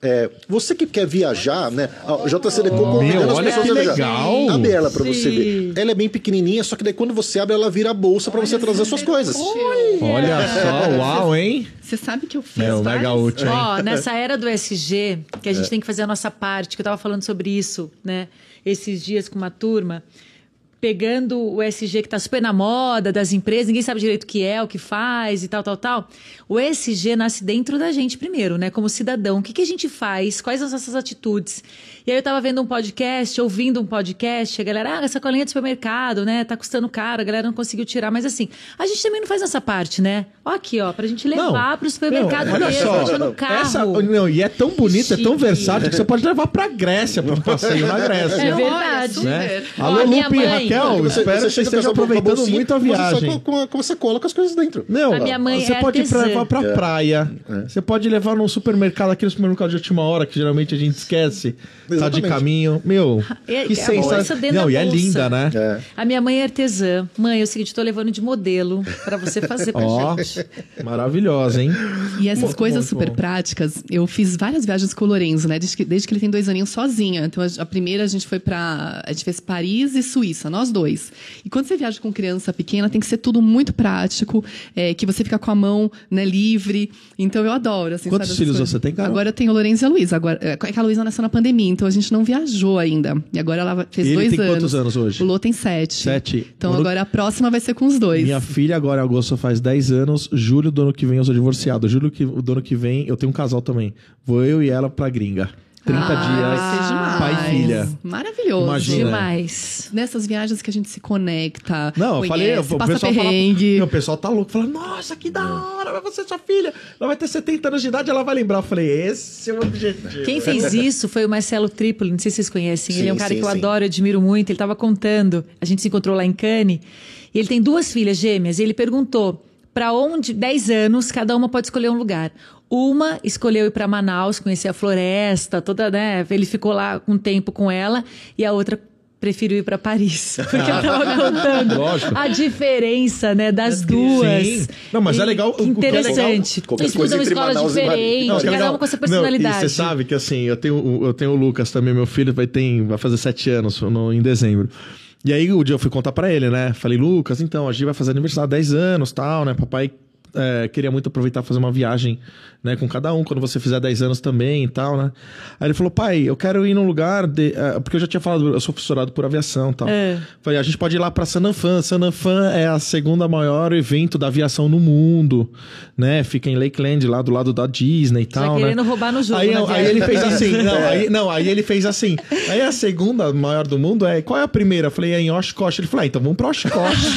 É, você que quer viajar, né? A J C Decor convidando as olha pessoas que a viajar. legal. Abre ela pra Sim. você ver. Ela é bem pequenininha, só que daí quando você abre, ela vira a bolsa pra você trazer suas coisas. Olha só, uau, hein? Você sabe que eu fiz É, o várias- mega útil, hein? Ó, nessa era do S G, que a gente tem que fazer a nossa parte, que eu tava falando sobre isso, né? Esses dias com uma turma, pegando o S G que tá super na moda das empresas, ninguém sabe direito o que é, o que faz e tal, tal, tal. O S G nasce dentro da gente primeiro, né? Como cidadão. O que, que a gente faz? Quais as nossas atitudes? E aí eu tava vendo um podcast, ouvindo um podcast, a galera, ah, essa colinha de supermercado, né? Tá custando caro, a galera não conseguiu tirar. Mas assim, a gente também não faz essa parte, né? Ó aqui, ó, pra gente levar pro supermercado Meu, olha mesmo, só, deixa no carro. essa- não, e é tão bonito, é tão Chique. versátil que você pode levar pra Grécia, pra um passeio na Grécia. É Olha, verdade. super. Né? Ó, Alô, minha Lupe e mãe- Raquel, Você, espero você que chega vocês com essa estejam aproveitando bolsinha, muito a você sai viagem. com, com, com, você coloca as coisas dentro. Não, A minha mãe você é pode ir pra, artesã. levar pra praia, você pode levar num supermercado, aquele supermercado de última hora, que geralmente a gente esquece, tá de Exatamente. caminho. Meu, É- que é a bolsa sensacional. dentro Não, da e é bolsa. linda, né? É. A minha mãe é artesã. Mãe, é o seguinte, tô levando de modelo pra você fazer pra Ó, gente. maravilhosa, hein? E essas Muito coisas bom, muito super bom. práticas, eu fiz várias viagens com o Lorenzo, né? Desde que, desde que ele tem dois aninhos sozinha. Então, a, a primeira a gente foi pra... A gente fez Paris e Suíça, nós dois. E quando você viaja com criança pequena, tem que ser tudo muito prático, é, que você fica com a mão, né, livre. Então, eu adoro, assim, Quantos sabe, essas filhos coisas. você tem, Carol? Agora eu tenho o Lorenzo e a Luísa. Agora, é que a Luísa nasceu na pandemia, então a gente não viajou ainda. E agora ela fez E ele dois tem anos. quantos anos hoje? O Lô tem sete. Sete. Então, O Lô- agora a próxima vai ser com os dois. Minha filha agora, em agosto, faz dez anos. Julho do ano que vem eu sou divorciado. Julho que, do ano que vem eu tenho um casal também. Vou eu e ela pra gringa. trinta Ah, vai ser dias, demais. pai e filha. Maravilhoso. Imagina. Demais. Nessas viagens que a gente se conecta. Não, eu conhece, falei, o passa pessoal fala, perrengue. não, o pessoal tá louco, fala, nossa, que da hora, vai ser sua filha, ela vai ter setenta anos de idade, ela vai lembrar. Eu falei, esse é o objetivo. Quem fez isso foi o Marcelo Tripoli, não sei se vocês conhecem. Ele é um Sim, cara sim, que eu sim. adoro, eu admiro muito. Ele estava contando, a gente se encontrou lá em Cannes, e ele tem duas filhas gêmeas, e ele perguntou para onde, dez anos, cada uma pode escolher um lugar. Uma escolheu ir para Manaus, conhecer a floresta, toda, né? Ele ficou lá um tempo com ela, e a outra preferiu ir para Paris, porque eu tava contando Lógico. a diferença, né, das duas. Sim. Não, mas é E legal- que o que é legal- interessante. qualquer Eles coisa estudam em entre escolas Manaus e Paris. diferentes, Não, que é cada legal. uma com a sua Não, personalidade. e você sabe que assim, eu tenho, o- eu tenho o Lucas também, meu filho, vai, ter, vai fazer sete anos no, em dezembro. E aí o dia eu fui contar pra ele, né? Falei, Lucas, então, a Gi vai fazer aniversário há dez anos, tal, né? Papai é, queria muito aproveitar e fazer uma viagem, né, com cada um, quando você fizer dez anos também e tal, né? Aí ele falou, pai, eu quero ir num lugar, de, é, porque eu já tinha falado, eu sou fissurado por aviação e tal. É. Falei, a gente pode ir lá pra Sananfan. Sananfan é a segunda maior evento da aviação no mundo, né? Fica em Lakeland, lá do lado da Disney e Já tal, querendo né? roubar no jogo, Aí, na aí viagem. ele fez assim, não aí, não, aí ele fez assim. Aí a segunda maior do mundo é, qual é a primeira? Eu falei, é em Oshkosh. Ele falou, ah, então vamos pra Oshkosh.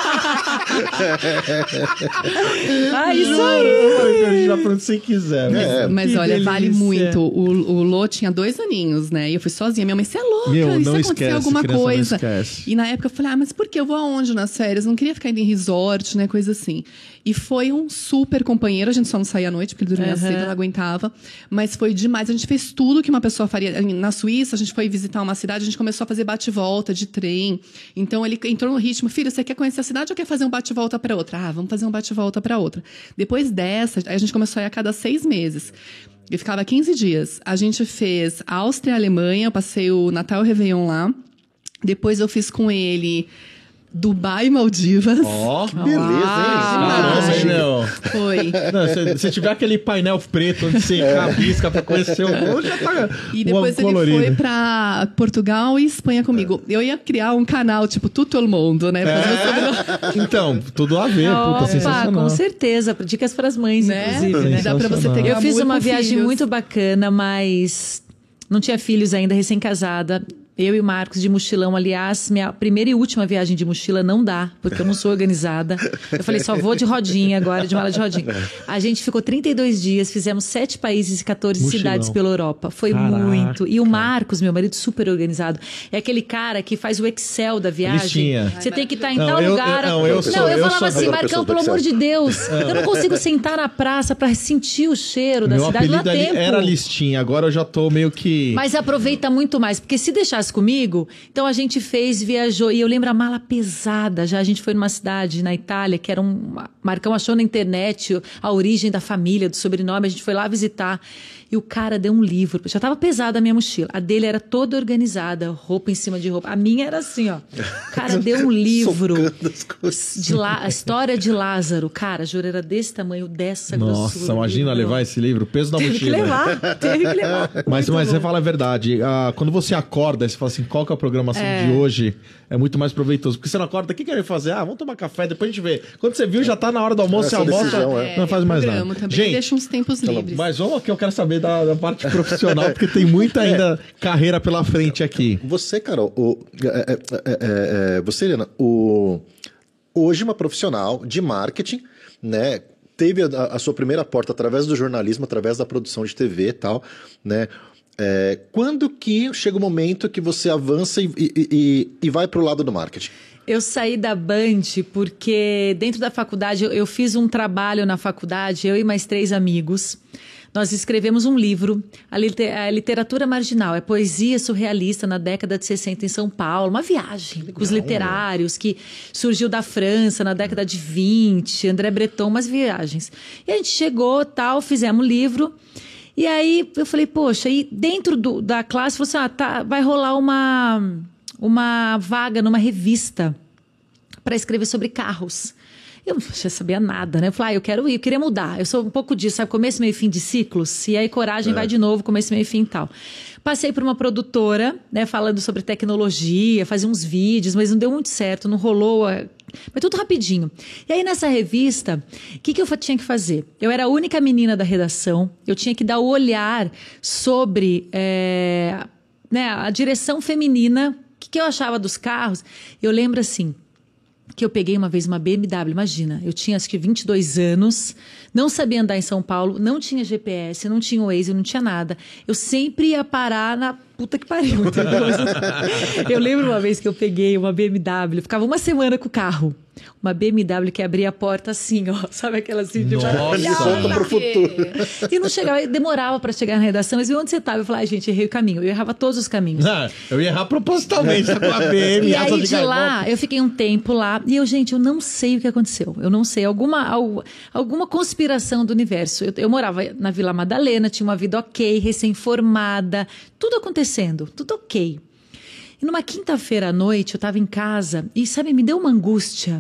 Ah, isso Juro, aí. eu falei, a gente vai pra onde você quiser. É, Mas Que olha, vale delícia. muito. O, o Lô tinha dois aninhos, né? E eu fui sozinha. Minha mãe, você é louca, Meu, e se não acontecer esquece, alguma criança não coisa? esquece. E na época eu falei, ah, mas por que eu vou aonde nas férias? Não queria ficar indo em resort, né? Coisa assim. E foi um super companheiro. A gente só não saía à noite, porque ele dormia Aham. cedo, eu não aguentava. Mas foi demais. A gente fez tudo que uma pessoa faria. Na Suíça, a gente foi visitar uma cidade, a gente começou a fazer bate-volta de trem. Então ele entrou no ritmo, filho, você quer conhecer a cidade ou quer fazer um bate-volta para outra? Ah, vamos fazer um bate-volta para outra. Depois dessa, aí a gente começou a ir a cada seis meses. Eu ficava quinze dias. A gente fez Áustria e Alemanha, eu passei o Natal e o Réveillon lá. Depois eu fiz com ele Dubai e Maldivas. Ó, Que beleza, hein? caramba, hein, meu? Foi. Não, se, se tiver aquele painel preto onde você rabisca pra conhecer o mundo, já tá E depois um ele colorido. foi pra Portugal e Espanha comigo. Eu ia criar um canal, tipo, Tutto il Mondo, né? Fazer É? Então, tudo a ver, puta, Opa, sensacional. com certeza. Dicas para as mães, Né? inclusive, né? Dá pra você ter Eu fiz glamour uma com viagem filhos. muito bacana, mas não tinha filhos ainda, recém-casada. Eu e o Marcos de mochilão, aliás, minha primeira e última viagem de mochila não dá, porque eu não sou organizada. Eu falei, só vou de rodinha agora, de mala de rodinha. A gente ficou trinta e dois dias, fizemos sete países e quatorze Mochilão. cidades pela Europa. Foi Caraca. muito. E o Marcos, meu marido, super organizado. É aquele cara que faz o Excel da viagem. Listinha. Você tem que estar em Não, tal eu- lugar. eu- não, eu sou- não, eu, eu falava sou- assim, Adoro Marcão, pessoas do pelo amor de Excel. Deus, eu não consigo sentar na praça pra sentir o cheiro da Meu cidade. Não dá apelido ali tempo. era listinha, agora eu já tô meio que... Mas aproveita muito mais, porque se deixasse ficasse comigo. Então a gente fez, viajou. E eu lembro a mala pesada. Já a gente foi numa cidade na Itália, que era um... Marcão achou na internet a origem da família, do sobrenome. A gente foi lá visitar. E o cara deu um livro. Já estava pesada a minha mochila. A dele era toda organizada, roupa em cima de roupa. A minha era assim, ó. O cara deu um livro de lá, a história de Lázaro. Cara, juro, era desse tamanho, dessa Nossa, grossura. Nossa, imagina levar esse livro, o peso da teve mochila. Que levar, teve que levar. Mas, mas você fala a verdade. Ah, quando você acorda, você fala assim, qual que é a programação é. de hoje? É muito mais proveitoso. Porque você não acorda, o que que eu ia fazer? Ah, vamos tomar café, depois a gente vê. Quando você viu, já tá na hora do almoço, você almoça, decisão, é. não faz mais nada. Também gente, deixa uns tempos livres. Mas vamos aqui, eu quero saber da, da parte profissional, porque tem muita ainda é. carreira pela frente aqui. Você, Carol, o, é, é, é, é, você, Helena, o, hoje uma profissional de marketing, né? Teve a, a sua primeira porta através do jornalismo, através da produção de T V e tal, né? É, quando que chega o momento que você avança e, e, e, e vai para o lado do marketing? Eu saí da Band porque dentro da faculdade, eu, eu fiz um trabalho na faculdade, eu e mais três amigos. Nós escrevemos um livro, a, liter, a literatura marginal, é poesia surrealista na década de sessenta em São Paulo, uma viagem Legal, com os literários que surgiu da França na década de vinte, André Breton, umas viagens. E a gente chegou, tal, fizemos o livro, e aí eu falei, poxa, e dentro do, da classe, falou assim, ah, tá, vai rolar uma, uma vaga numa revista para escrever sobre carros. Eu não sabia nada, né? Eu falei, ah, eu quero ir, eu queria mudar. Eu sou um pouco disso, sabe? Começo, meio, fim de ciclos. E aí, coragem, é. vai de novo, começo, meio, fim e tal. Passei por uma produtora, né? Falando sobre tecnologia, fazia uns vídeos, mas não deu muito certo, não rolou. Mas tudo rapidinho. E aí, nessa revista, o que, que eu tinha que fazer? Eu era a única menina da redação. Eu tinha que dar o olhar sobre é, né, a direção feminina. O que, que eu achava dos carros? Eu lembro assim... que eu peguei uma vez uma B M W, imagina, eu tinha acho que vinte e dois anos, não sabia andar em São Paulo, não tinha G P S, não tinha Waze, não tinha nada. Eu sempre ia parar na puta que pariu, entendeu? Eu lembro uma vez que eu peguei uma B M W, ficava uma semana com o carro. Uma B M W que abria a porta assim, ó. Sabe aquela assim de volta pro futuro. E não chegava, demorava pra chegar na redação. Mas onde você tava? Eu falava, ai, gente, errei o caminho. Eu errava todos os caminhos. Não, eu ia errar propositalmente com a B M. E aí de lá, eu fiquei um tempo lá. E eu, gente, eu não sei o que aconteceu. Eu não sei. Alguma, alguma conspiração do universo. Eu, eu morava na Vila Madalena, tinha uma vida ok, recém-formada. Tudo acontecendo, tudo ok. E numa quinta-feira à noite, eu estava em casa e, sabe, me deu uma angústia.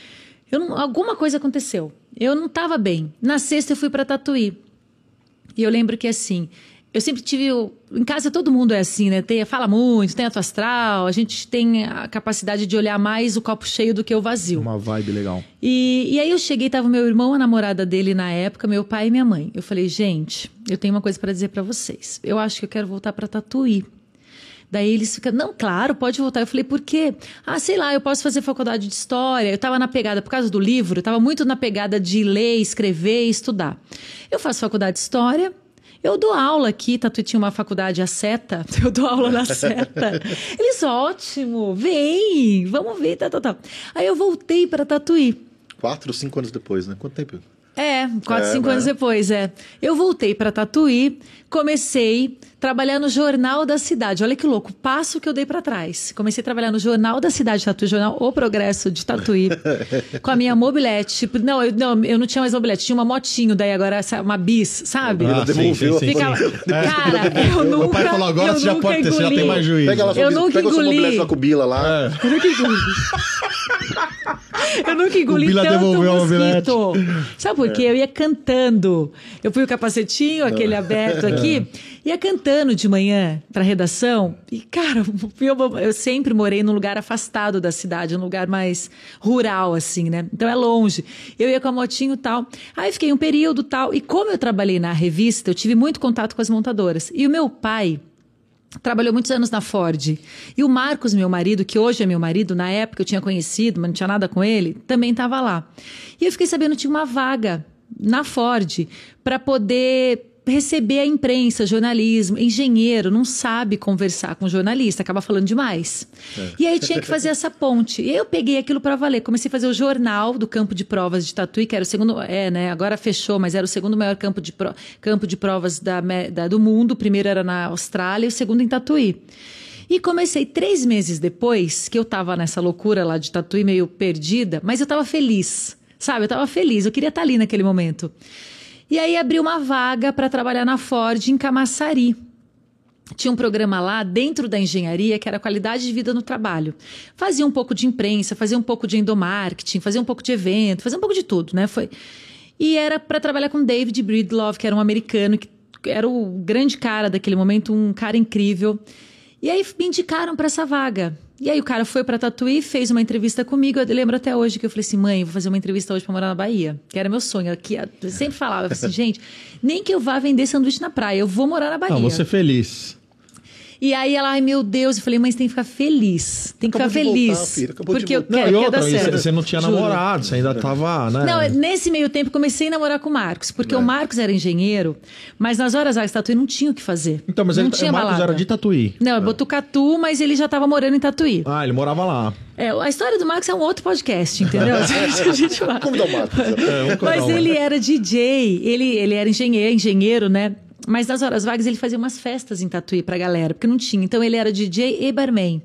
Eu não, alguma coisa aconteceu. Eu não estava bem. Na sexta, eu fui para Tatuí. E eu lembro que, assim, eu sempre tive... Em casa, todo mundo é assim, né? Tem, fala muito, tem ato astral. A gente tem a capacidade de olhar mais o copo cheio do que o vazio. Uma vibe legal. E, e aí eu cheguei, tava o meu irmão, a namorada dele na época, meu pai e minha mãe. Eu falei, gente, eu tenho uma coisa para dizer para vocês. Eu acho que eu quero voltar para Tatuí. Daí eles ficam, não, claro, pode voltar. Eu falei, por quê? Ah, sei lá, eu posso fazer faculdade de história. Eu tava na pegada, por causa do livro, eu tava muito na pegada de ler, escrever e estudar. Eu faço faculdade de história, eu dou aula aqui, Tatuí tinha uma faculdade, a Seta, eu dou aula na Seta. Eles, ótimo, vem, vamos ver, tá, tá, tá. Aí eu voltei para Tatuí. Quatro, cinco anos depois, né? Quanto tempo? É, quatro, é, cinco mas... anos depois, é. Eu voltei para Tatuí, comecei a trabalhar no Jornal da Cidade. Olha que louco, passo que eu dei para trás. Comecei a trabalhar no Jornal da Cidade de Tatuí, Jornal O Progresso de Tatuí, com a minha mobilete. Tipo, não, eu não, eu não tinha mais mobilete, tinha uma motinho, daí agora uma bis, sabe? Ah, devolveu. Ficava... Cara, eu nunca... Meu pai falou, agora você já pode ter, você já tem mais juízo. Pega, eu nunca pega engoli. Pega a mobilete com Bila lá. É. Eu nunca engoli. Eu nunca engoli tanto mosquito. Sabe por quê? É. Eu ia cantando. Eu fui o capacetinho, aquele aberto aqui, ia cantando de manhã pra redação. E, cara, eu, eu sempre morei num lugar afastado da cidade, num lugar mais rural, assim, né? Então é longe. Eu ia com a motinho e tal. Aí fiquei um período tal. E como eu trabalhei na revista, eu tive muito contato com as montadoras. E o meu pai trabalhou muitos anos na Ford. E o Marcos, meu marido, que hoje é meu marido, na época eu tinha conhecido, mas não tinha nada com ele, também estava lá. E eu fiquei sabendo que tinha uma vaga na Ford para poder receber a imprensa, jornalismo. Engenheiro não sabe conversar com jornalista, acaba falando demais. É. E aí tinha que fazer essa ponte. E eu peguei aquilo para valer. Comecei a fazer o jornal do campo de provas de Tatuí, que era o segundo... É, né? Agora fechou, mas era o segundo maior campo de, pro, campo de provas da, da, do mundo. O primeiro era na Austrália e o segundo em Tatuí. E comecei três meses depois, que eu tava nessa loucura lá de Tatuí, meio perdida, mas eu tava feliz, sabe? Eu tava feliz, eu queria estar ali naquele momento. E aí abri uma vaga para trabalhar na Ford em Camaçari. Tinha um programa lá dentro da engenharia que era qualidade de vida no trabalho. Fazia um pouco de imprensa, fazia um pouco de endomarketing, fazia um pouco de evento, fazia um pouco de tudo, né? Foi... E era para trabalhar com David Breedlove, que era um americano, que era o grande cara daquele momento, um cara incrível. E aí me indicaram para essa vaga. E aí o cara foi para Tatuí, fez uma entrevista comigo. Eu lembro até hoje que eu falei assim, mãe, vou fazer uma entrevista hoje para morar na Bahia. Que era meu sonho. Eu sempre falava, eu falei assim, gente, nem que eu vá vender sanduíche na praia, eu vou morar na Bahia. Não, vou ser feliz. E aí ela, ai meu Deus, eu falei, mas tem que ficar feliz. Tem que Acabou ficar de feliz. voltar, filha, acabou de porque eu voltar. quero, Não, e quero dar outra, certo. você não tinha Juro. namorado, você ainda tava, né? Não, nesse meio tempo comecei a namorar com o Marcos, porque é. o Marcos era engenheiro, mas nas horas vagas de Tatuí não tinha o que fazer. Então, mas não ele, tinha o Marcos balada. era de Tatuí. Não, é Botucatu, mas ele já estava morando em Tatuí. Ah, ele morava lá. É, a história do Marcos é um outro podcast, entendeu? a gente vai. Como dá o Marcos? É, Mas ele era D J, ele, ele era engenheiro, engenheiro, né? Mas nas horas vagas ele fazia umas festas em Tatuí pra galera, porque não tinha. Então ele era D J e barman.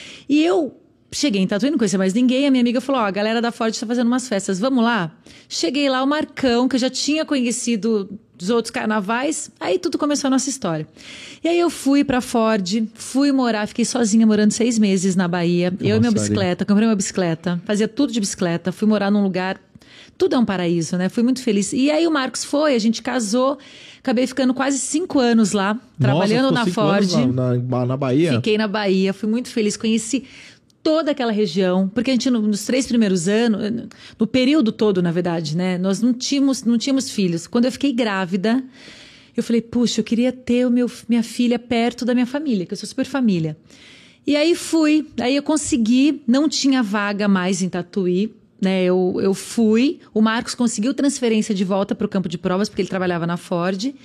E eu cheguei em Tatuí, não conhecia mais ninguém. A minha amiga falou, ó, a galera da Ford tá fazendo umas festas, vamos lá? Cheguei lá, o Marcão, que eu já tinha conhecido dos outros carnavais. Aí tudo começou a nossa história. E aí eu fui pra Ford, fui morar, fiquei sozinha morando seis meses na Bahia. Nossa, eu e minha bicicleta, comprei uma bicicleta, fazia tudo de bicicleta. Fui morar num lugar... Tudo é um paraíso, né? Fui muito feliz. E aí o Marcos foi, a gente casou, acabei ficando quase cinco anos lá, trabalhando Nossa, na Ford. Na, na, na Bahia? Fiquei na Bahia, fui muito feliz, conheci toda aquela região, porque a gente nos três primeiros anos, no período todo, na verdade, né? Nós não tínhamos, não tínhamos filhos. Quando eu fiquei grávida, eu falei, puxa, eu queria ter o meu, minha filha perto da minha família, que eu sou super família. E aí fui, aí eu consegui, não tinha vaga mais em Tatuí, né, eu, eu fui, o Marcos conseguiu transferência de volta para o campo de provas, porque ele trabalhava na Ford,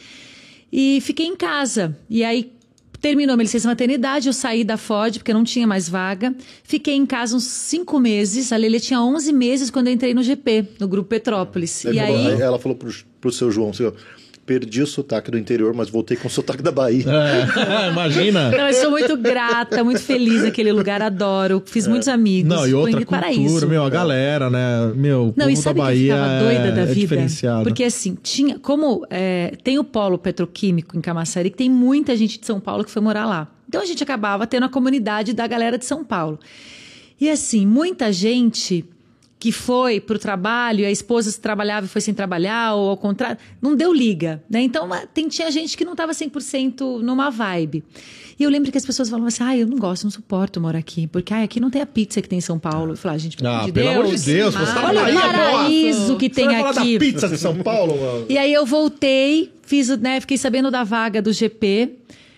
e fiquei em casa. E aí terminou minha licença maternidade, eu saí da Ford, porque não tinha mais vaga. Fiquei em casa uns cinco meses, a Lelê tinha onze meses quando eu entrei no G P, no Grupo Petrópolis. Ele e falou, aí... Ela falou pro, pro seu João, seu, perdi o sotaque do interior, mas voltei com o sotaque da Bahia. É, imagina. Não, eu sou muito grata, muito feliz naquele lugar, adoro. Fiz é. muitos amigos. Não, e outra cultura, paraíso. meu, a galera, né? Meu, o Não, povo e sabe da Bahia que eu ficava doida é, da é vida? diferenciado. Porque assim, tinha, como é, tem o polo petroquímico em Camaçari, que tem muita gente de São Paulo que foi morar lá. Então a gente acabava tendo a comunidade da galera de São Paulo. E assim, muita gente que foi para o trabalho, a esposa trabalhava e foi sem trabalhar, ou ao contrário, não deu liga, né? Então, tem, tinha gente que não estava cem por cento numa vibe. E eu lembro que as pessoas falavam assim, ah, eu não gosto, não suporto morar aqui, porque ah, aqui não tem a pizza que tem em São Paulo. Eu falava, ah, gente, pelo ah, amor de pelo Deus. amor de Deus, você tá olha o paraíso que tem você aqui. Vai falar da pizza de São Paulo, mano. E aí eu voltei, fiz, né, fiquei sabendo da vaga do G P,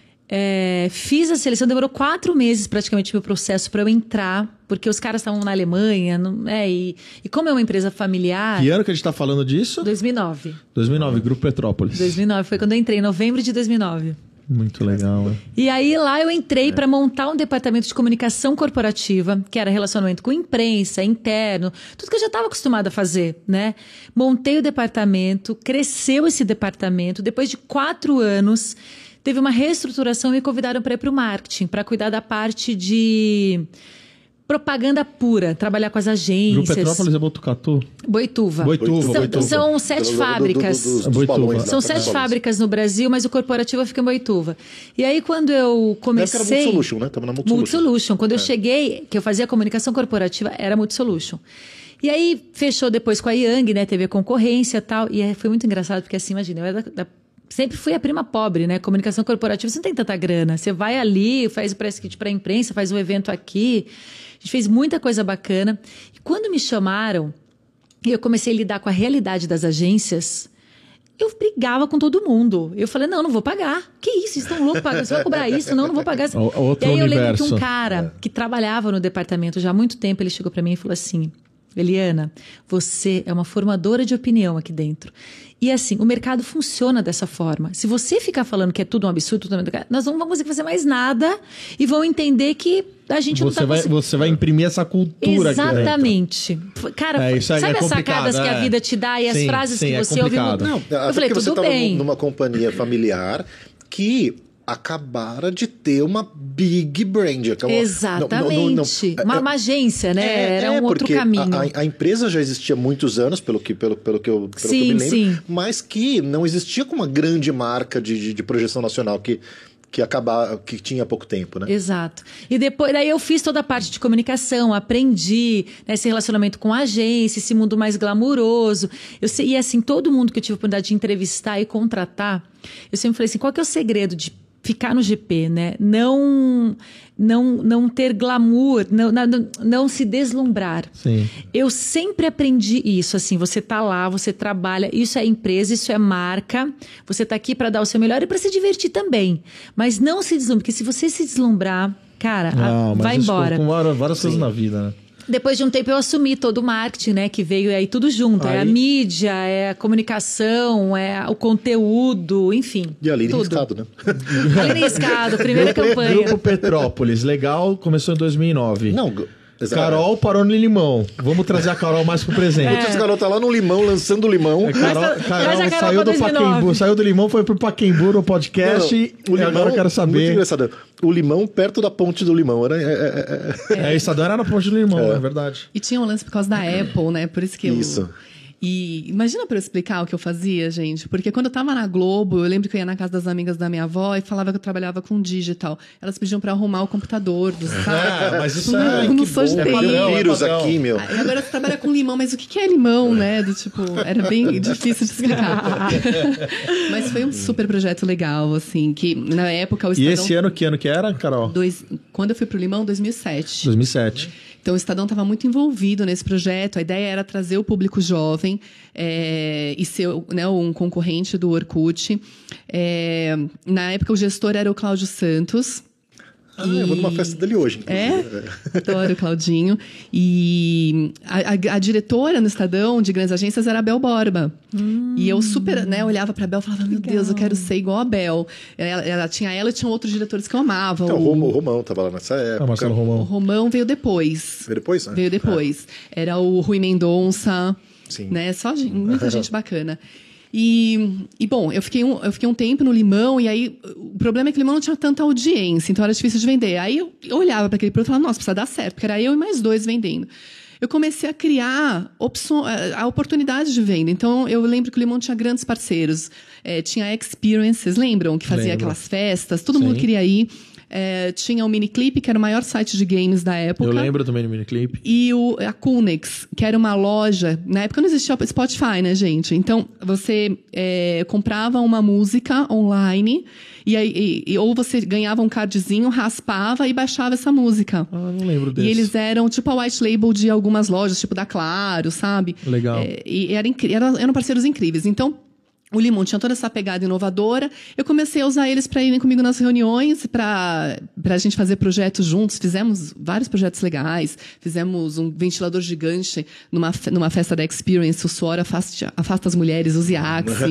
É, fiz a seleção, demorou quatro meses praticamente meu processo para eu entrar, porque os caras estavam na Alemanha, não, é, e, e como é uma empresa familiar... Que ano que a gente tá falando disso? dois mil e nove. dois mil e nove, Grupo Petrópolis. dois mil e nove, foi quando eu entrei, em novembro de dois mil e nove. Muito legal, né? E aí lá eu entrei é. para montar um departamento de comunicação corporativa, que era relacionamento com imprensa, interno, tudo que eu já estava acostumada a fazer, né? Montei o departamento, cresceu esse departamento, depois de quatro anos... Teve uma reestruturação e me convidaram para ir para o marketing, para cuidar da parte de propaganda pura, trabalhar com as agências. Grupo Petrópolis é Botucatu? Boituva. Boituva, são, Boituva. São sete do, fábricas. Do, do, do, dos Boituva. balões, são tá? sete Balões. fábricas no Brasil, mas o corporativo fica em Boituva. E aí, quando eu comecei... Era Multisolution, né? Tava na Multisolution. Multisolution. Quando é. eu cheguei, que eu fazia comunicação corporativa, era Multisolution. E aí, fechou depois com a Yang, né? Teve a concorrência e tal. E foi muito engraçado, porque assim, imagina, eu era da, da sempre fui a prima pobre, né? Comunicação corporativa, você não tem tanta grana. Você vai ali, faz o press kit para a imprensa, faz um evento aqui. A gente fez muita coisa bacana. E quando me chamaram, e eu comecei a lidar com a realidade das agências, eu brigava com todo mundo. Eu falei, não, não vou pagar. Que isso? Vocês estão loucos? Você vai cobrar isso? Não, não vou pagar. O, outro e aí eu universo. lembro que um cara que trabalhava no departamento já há muito tempo, ele chegou para mim e falou assim... Eliana, você é uma formadora de opinião aqui dentro. E assim, o mercado funciona dessa forma. Se você ficar falando que é tudo um absurdo, tudo... nós não vamos conseguir fazer mais nada e vão entender que a gente você não tá vai, conseguindo. Você vai imprimir essa cultura Exatamente. aqui dentro. Cara, é, isso sabe é as sacadas é. que a vida te dá e as sim, frases sim, que é você ouve? complicado. Não, eu falei, porque tudo você bem. estava numa companhia familiar que... acabara de ter uma big brand. Acabou, Exatamente. Não, não, não, não, uma, uma agência, né? É, Era um é, outro caminho. A, a empresa já existia há muitos anos, pelo que, pelo, pelo que, eu, pelo sim, que eu me lembro, sim. mas que não existia com uma grande marca de, de, de projeção nacional que... que acabava, que tinha pouco tempo, né? Exato. E depois, daí eu fiz toda a parte de comunicação, aprendi, né, esse relacionamento com a agência, esse mundo mais glamuroso. Eu sei, e assim, todo mundo que eu tive a oportunidade de entrevistar e contratar, eu sempre falei assim, qual que é o segredo de ficar no G P, né? Não, não, não ter glamour, não, não, não se deslumbrar. Sim. Eu sempre aprendi isso, assim, você tá lá, você trabalha, isso é empresa, isso é marca, você tá aqui para dar o seu melhor e para se divertir também. Mas não se deslumbre, porque se você se deslumbrar, cara, não, a, vai isso embora. Com várias, várias coisas na vida, né? Depois de um tempo eu assumi todo o marketing, né? Que veio aí tudo junto. Aí... É a mídia, é a comunicação, é o conteúdo, enfim. E a Aline tudo. Riscado, né? Aline Riscado, primeira Grupo, campanha. Grupo Petrópolis, legal, começou em dois mil e nove. Não, exato. Carol parou no limão. Vamos trazer a Carol mais pro presente. É. A Carol tá lá no limão, lançando o limão. É, Carol, Mas, Carol mas saiu do Pacaembu, saiu do limão, foi pro Pacaembu no podcast. Não, não. O e limão, agora eu quero saber. Muito engraçado. O limão perto da ponte do limão. Era, é, é, é. é Estadão era na ponte do limão, é. é verdade. E tinha um lance por causa da Apple, né? Por isso que eu... Isso. E imagina para eu explicar o que eu fazia, gente. Porque quando eu tava na Globo, eu lembro que eu ia na casa das amigas da minha avó e falava que eu trabalhava com digital. Elas pediam para arrumar o computador do site. Ah, mas isso é... Eu não sou de T I. É um vírus aqui, meu. Aí agora você trabalha com limão, mas o que é limão, né? Do tipo, era bem difícil de explicar. Mas foi um super projeto legal, assim, que na época o Estadão... E esse ano, que ano que era, Carol? Dois... Quando eu fui pro Limão, dois mil e sete. dois mil e sete. Então, o Estadão estava muito envolvido nesse projeto. A ideia era trazer o público jovem é, e ser, né, um concorrente do Orkut. É, na época, o gestor era o Cláudio Santos. Ah, e... eu vou numa festa dele hoje. É? Adoro o Claudinho. E a, a, a diretora no Estadão de grandes agências era a Bel Borba. Hum. E eu super, né, olhava pra Bel e falava, meu Legal. Deus, eu quero ser igual a Bel. Ela, ela tinha ela e tinha outros diretores que eu amava. Então, o, o Romão tava lá nessa época. Ah, Marcelo Romão. O Romão veio depois. Veio depois? Né? Veio depois. É. Era o Rui Mendonça. Sim. Né? Só gente, muita gente bacana. E, e, bom, eu fiquei, um, eu fiquei um tempo no Limão, e aí o problema é que o Limão não tinha tanta audiência, então era difícil de vender. Aí eu, eu olhava para aquele produto e falava, nossa, precisa dar certo, porque era eu e mais dois vendendo. Eu comecei a criar opção, a oportunidade de venda. Então, eu lembro que o Limão tinha grandes parceiros. É, tinha a Experience, vocês lembram? Que fazia Lembro. aquelas festas, todo Sim. mundo queria ir. É, tinha o Miniclip, que era o maior site de games da época. Eu lembro também do Miniclip. E o, a Kunex, que era uma loja... Na época não existia Spotify, né, gente? Então, você é, comprava uma música online... E aí, e, ou você ganhava um cardzinho, raspava e baixava essa música. Ah, não lembro desse. E eles eram tipo a white label de algumas lojas, tipo da Claro, sabe? Legal. É, e era eram, eram parceiros incríveis. Então, o Limão tinha toda essa pegada inovadora. Eu comecei a usar eles para irem comigo nas reuniões, para a gente fazer projetos juntos. Fizemos vários projetos legais. Fizemos um ventilador gigante numa, numa festa da Experience. O suor afasta, afasta as mulheres, use Axe.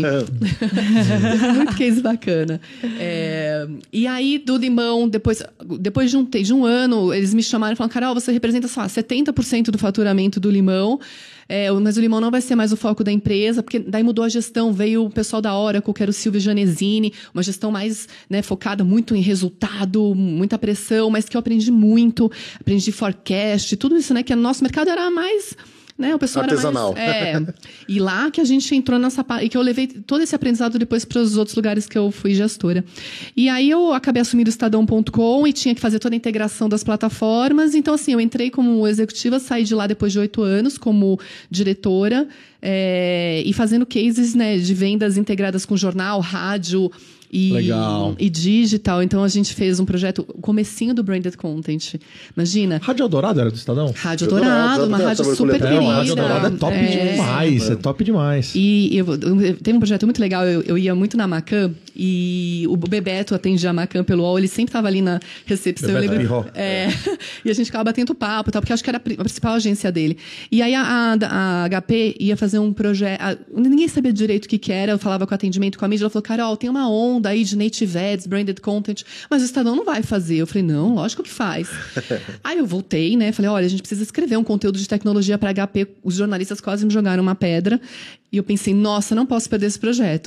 Muito case bacana. É, e aí, do Limão, depois, depois de, um, de um ano, eles me chamaram e falaram, Carol, você representa só setenta por cento do faturamento do Limão. É, mas o Limão não vai ser mais o foco da empresa, porque daí mudou a gestão, veio o pessoal da Oracle, que era o Silvio Janesini, uma gestão mais, né, focada muito em resultado, muita pressão, mas que eu aprendi muito, aprendi forecast, tudo isso, né, que o nosso mercado era mais... Né, o pessoal artesanal. Era mais, é, e lá que a gente entrou nessa parte, e que eu levei todo esse aprendizado depois para os outros lugares que eu fui gestora. E aí eu acabei assumindo o Estadão ponto com e tinha que fazer toda a integração das plataformas. Então, assim, eu entrei como executiva, saí de lá depois de oito anos como diretora, é, e fazendo cases, né, de vendas integradas com jornal, rádio... E, Legal. e digital. Então, a gente fez um projeto, o comecinho do Branded Content. Imagina. Rádio Eldorado era do Estadão? Rádio Eldorado, uma rádio super é, querida. Rádio Eldorado é top é. demais, é top demais. E eu, eu, teve um projeto muito legal, eu, eu ia muito na Macan, e o Bebeto atendia a Macan pelo U O L, ele sempre estava ali na recepção. Bebeto eu lembro, é, e a gente ficava batendo papo, tal, porque acho que era a principal agência dele. E aí a, a, a H P ia fazer um projeto, ninguém sabia direito o que, que era, eu falava com atendimento com a mídia, ela falou, Carol, tem uma onda aí de native ads, branded content, mas o Estadão não vai fazer. Eu falei, não, lógico que faz. Aí eu voltei, né, falei, olha, a gente precisa escrever um conteúdo de tecnologia para H P, os jornalistas quase me jogaram uma pedra, e eu pensei, nossa, não posso perder esse projeto.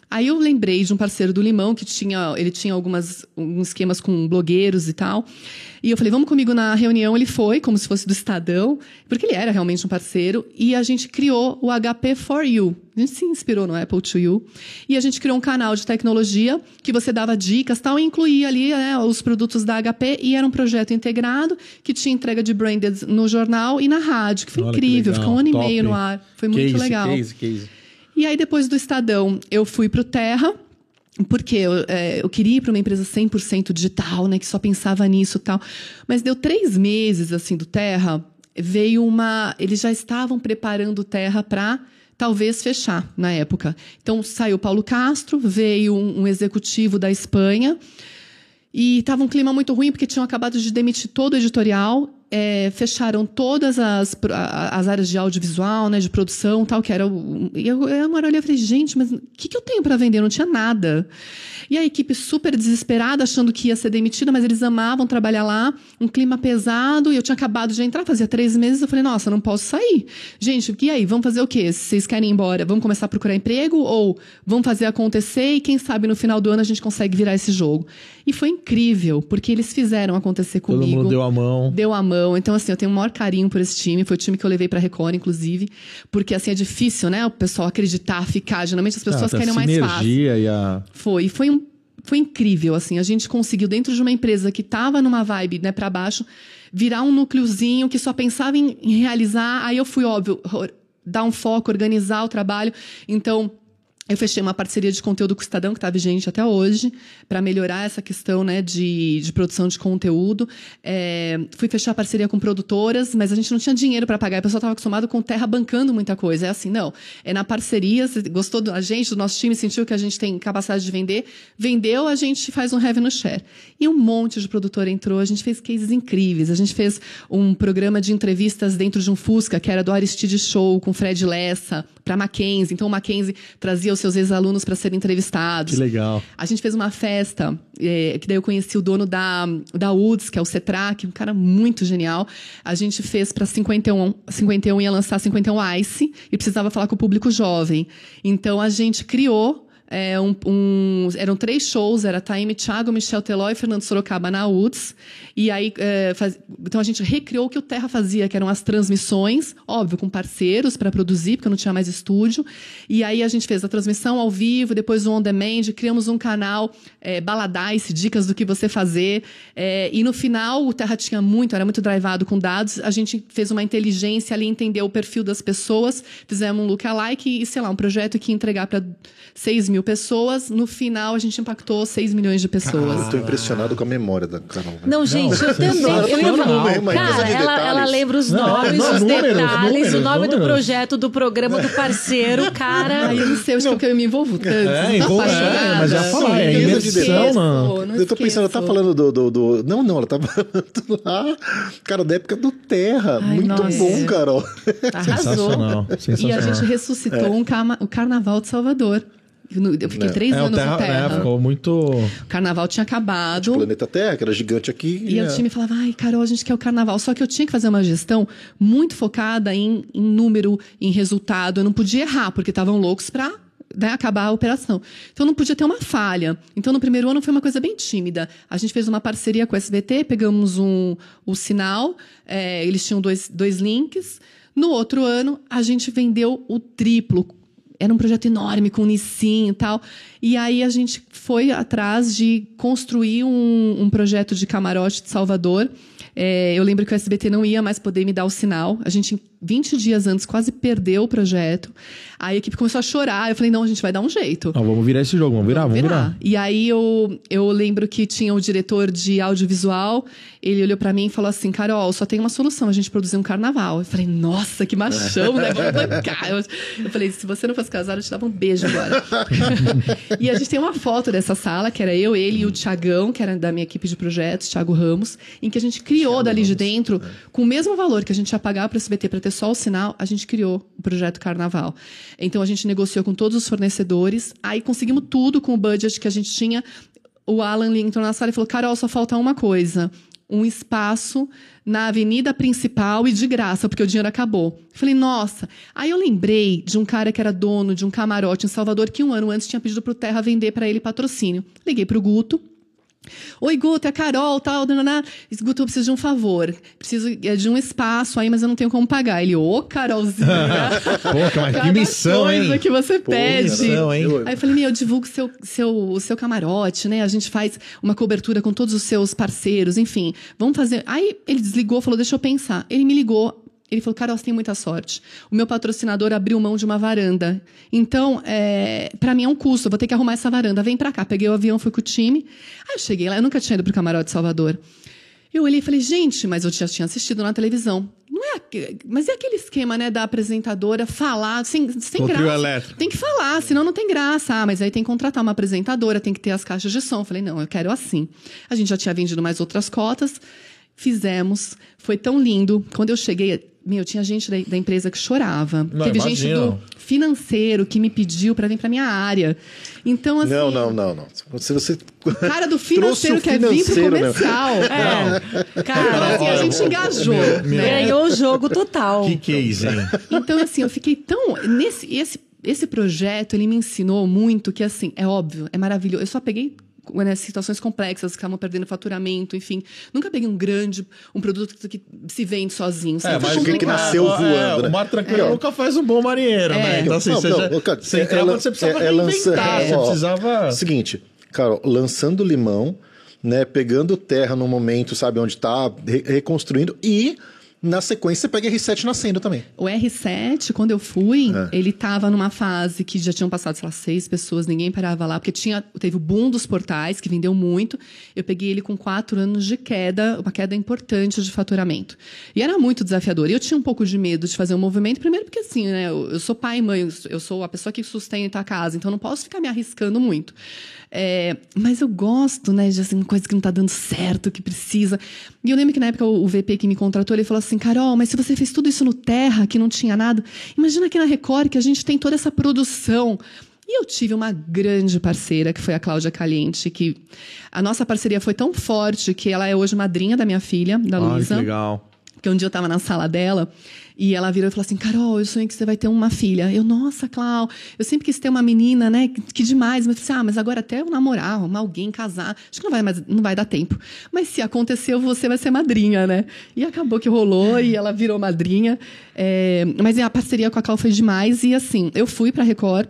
Aí eu lembrei de um parceiro do Limão, que tinha, ele tinha algumas, alguns esquemas com blogueiros e tal. E eu falei, vamos comigo na reunião. Ele foi, como se fosse do Estadão, porque ele era realmente um parceiro. E a gente criou o H P for You. A gente se inspirou no Apple to You. E a gente criou um canal de tecnologia que você dava dicas e tal, e incluía ali, né, os produtos da H P. E era um projeto integrado que tinha entrega de branded no jornal e na rádio, que foi Olha, incrível. que legal, ficou um ano top. e meio no ar. Foi muito Case, legal. Case, case. E aí, depois do Estadão, eu fui para o Terra, porque eu, é, eu queria ir para uma empresa cem por cento digital, né, que só pensava nisso e tal. Mas deu três meses, assim, do Terra, veio uma... Eles já estavam preparando o Terra para talvez fechar, na época. Então, saiu Paulo Castro, veio um, um executivo da Espanha, e estava um clima muito ruim, porque tinham acabado de demitir todo o editorial. É, fecharam todas as, as áreas de audiovisual, né, de produção, tal, que era o, e eu, eu olhei e falei, gente, mas o que, que eu tenho para vender? Eu não tinha nada. E a equipe super desesperada, achando que ia ser demitida, mas eles amavam trabalhar lá, um clima pesado, e eu tinha acabado de entrar, fazia três meses, eu falei, nossa, não posso sair. Gente, e aí, vamos fazer o quê? Se vocês querem ir embora, vamos começar a procurar emprego, ou vamos fazer acontecer, e quem sabe no final do ano a gente consegue virar esse jogo. E foi incrível, porque eles fizeram acontecer comigo. Todo mundo deu a mão. Deu a mão. Então, assim, eu tenho o maior carinho por esse time. Foi o time que eu levei pra Record, inclusive. Porque, assim, é difícil, né? O pessoal acreditar, ficar. Geralmente as pessoas ah, querem a mais fácil. sinergia e a... Foi. E foi, um, foi incrível, assim. A gente conseguiu, dentro de uma empresa que tava numa vibe, né, pra baixo, virar um núcleozinho que só pensava em, em realizar. Aí eu fui, óbvio, dar um foco, organizar o trabalho. Então... Eu fechei uma parceria de conteúdo com o Estadão, que está vigente até hoje, para melhorar essa questão, né, de, de produção de conteúdo. É, fui fechar parceria com produtoras, mas a gente não tinha dinheiro para pagar. A pessoa estava acostumada com Terra bancando muita coisa. É assim, não. É na parceria, você gostou da gente, do nosso time, sentiu que a gente tem capacidade de vender. Vendeu, a gente faz um revenue share. E um monte de produtora entrou. A gente fez cases incríveis. A gente fez um programa de entrevistas dentro de um Fusca, que era do Aristide Show, com Fred Lessa, para Mackenzie. Então, o Mackenzie trazia os seus ex-alunos para serem entrevistados. Que legal. A gente fez uma festa, é, que daí eu conheci o dono da, da Woods, que é o Cetrac, um cara muito genial. A gente fez para cinquenta e um, cinquenta e um ia lançar cinquenta e um Ice, e precisava falar com o público jovem. Então, a gente criou... É, um, um, eram três shows, era Taime, Thiago, Michel Teló e Fernando Sorocaba na Woods. E aí, é, faz, então a gente recriou o que o Terra fazia, que eram as transmissões, óbvio, com parceiros para produzir, porque não tinha mais estúdio. E aí a gente fez a transmissão ao vivo, depois o on demand, criamos um canal, é, Baladice, dicas do que você fazer. É, e no final, o Terra tinha muito, era muito drivado com dados. A gente fez uma inteligência ali, entendeu o perfil das pessoas, fizemos um lookalike e, sei lá, um projeto que ia entregar para seis mil pessoas. No final, a gente impactou seis milhões de pessoas. Eu tô impressionado com a memória da Carol. Não, gente, eu também. Não, Eu não, lembro, não, não, cara, ela, ela lembra os Não, nomes, não, os números, detalhes, números, o nome números. do projeto, do programa, do parceiro, cara. Ai, eu não sei, acho que eu me envolvo tanto. É, envolve, é, mas já falar, é Certeza de imersão, não. Não Eu tô pensando, ela tá esqueço. falando do, do, do- Não, não, ela tá falando lá. Cara, da época do Terra. Ai, Muito nossa. bom, Carol. Arrasou. Sensacional, E a sensacional. gente ressuscitou um cama- o Carnaval de Salvador. No- Eu fiquei É. três É, o anos terra, no Terra. é, ficou muito... O Carnaval tinha acabado. Planeta Terra, que era gigante aqui. E é. o time falava, ai, Carol, a gente quer o carnaval. Só que eu tinha que fazer uma gestão muito focada em, em número, em resultado. Eu não podia errar, porque estavam loucos para, né, acabar a operação. Então, não podia ter uma falha. Então, no primeiro ano, foi uma coisa bem tímida. A gente fez uma parceria com o S B T, pegamos um, o sinal, é, eles tinham dois, dois links. No outro ano, a gente vendeu o triplo. Era um projeto enorme, com Nissin e tal. E aí a gente foi atrás de construir um, um projeto de camarote de Salvador. É, eu lembro que o S B T não ia mais poder me dar o sinal. A gente, vinte dias antes, quase perdeu o projeto. Aí a equipe começou a chorar. Eu falei, não, a gente vai dar um jeito. Não, vamos virar esse jogo, vamos virar, vamos virar. E aí eu, eu lembro que tinha o diretor de audiovisual, ele olhou pra mim e falou assim, Carol, só tem uma solução, a gente produzir um carnaval. Eu falei, nossa, que machão, né? Vamos bancar. Eu, eu falei, se você não fosse casado, eu te dava um beijo agora. E a gente tem uma foto dessa sala, que era eu, ele e o Thiagão, que era da minha equipe de projetos, Thiago Ramos, em que a gente criou Thiago dali de Ramos, dentro, com o mesmo valor que a gente ia pagar para o S B T para ter só o sinal, a gente criou o projeto Carnaval. Então, a gente negociou com todos os fornecedores, aí conseguimos tudo com o budget que a gente tinha. O Alan entrou na sala e falou, Carol, só falta uma coisa. um espaço na avenida principal e de graça, porque o dinheiro acabou. Falei, nossa. Aí eu lembrei de um cara que era dono de um camarote em Salvador, que um ano antes tinha pedido pro Terra vender para ele patrocínio. Liguei pro Guto. Oi, Guto, é a Carol, tal, nanana. Guto, eu preciso de um favor. Preciso de um espaço aí, mas eu não tenho como pagar. Ele, ô, Carolzinha. Pô, mas que missão, coisa hein? que você Pô, pede. missão, hein? Aí eu falei, meu, eu divulgo seu, seu, o seu camarote, né? A gente faz uma cobertura com todos os seus parceiros, enfim. Vamos fazer... Aí ele desligou, falou, deixa eu pensar. Ele me ligou. Ele falou, Carol, você tem muita sorte. O meu patrocinador abriu mão de uma varanda. Então, é, para mim é um custo. Eu vou ter que arrumar essa varanda. Vem pra cá. Peguei o avião, fui com o time. Aí eu cheguei lá. Eu nunca tinha ido pro Camarote de Salvador. Eu olhei e falei, gente, mas eu já tinha assistido na televisão. Não é, mas é aquele esquema, né, da apresentadora falar sem, sem graça. Elétrico. Tem que falar, senão não tem graça. Ah, mas aí tem que contratar uma apresentadora, tem que ter as caixas de som. Eu falei, não, eu quero assim. A gente já tinha vendido mais outras cotas. Fizemos. Foi tão lindo. Quando eu cheguei... Meu, tinha gente da, da empresa que chorava. Não, Teve imagino. gente do financeiro que me pediu para vir para minha área. Então, assim... Não, não, não, não. Se você... Cara do financeiro quer vir pro comercial. É. Cara, assim, a gente engajou. Meu, meu. Né? Ganhou o jogo total. Que case, hein? Então, assim, eu fiquei tão... Nesse, esse, esse projeto, ele me ensinou muito que, assim, é óbvio, é maravilhoso. Eu só peguei... Né, situações complexas, que estavam perdendo faturamento, enfim. Nunca peguei um grande, um produto que se vende sozinho. É, mas que, que nasceu é, voando, né? O mar tranquilo é. nunca faz um bom marinheiro, É. né? Então, assim, Não, você, não, já, cara, você é- entrava, é- você precisava é- é reinventar, lança- você ó, precisava... Seguinte, Carol, lançando limão, né, pegando terra no momento, sabe, onde tá, re- reconstruindo, e na sequência você pega R sete nascendo também. O R sete, quando eu fui, É. ele estava numa fase que já tinham passado, sei lá, seis pessoas, ninguém parava lá, porque tinha, teve o boom dos portais, que vendeu muito. Eu peguei ele com quatro anos de queda, uma queda importante de faturamento. E era muito desafiador. E eu tinha um pouco de medo de fazer um movimento, primeiro porque, assim, né, eu, eu sou pai e mãe, eu sou a pessoa que sustenta a casa, então eu não posso ficar me arriscando muito. É, mas eu gosto, né, de assim, uma coisa que não tá dando certo, que precisa. E eu lembro que na época o, o V P que me contratou, ele falou assim, Carol, mas se você fez tudo isso no Terra, que não tinha nada, imagina aqui na Record, que a gente tem toda essa produção. E eu tive uma grande parceira, que foi a Cláudia Caliente, que a nossa parceria foi tão forte que ela é hoje madrinha da minha filha, da Ai, Luísa. que legal. Porque um dia eu estava na sala dela e ela virou e falou assim, Carol, eu sonhei que você vai ter uma filha. Eu, nossa, Clau, eu sempre quis ter uma menina, né? Que, que demais. Mas eu falei assim, ah, mas agora até eu namorar, arrumar alguém, casar, acho que não vai, mais, não vai dar tempo. Mas se aconteceu, você vai ser madrinha, né? E acabou que rolou e ela virou madrinha. É, mas a parceria com a Clau foi demais. E assim, eu fui pra Record.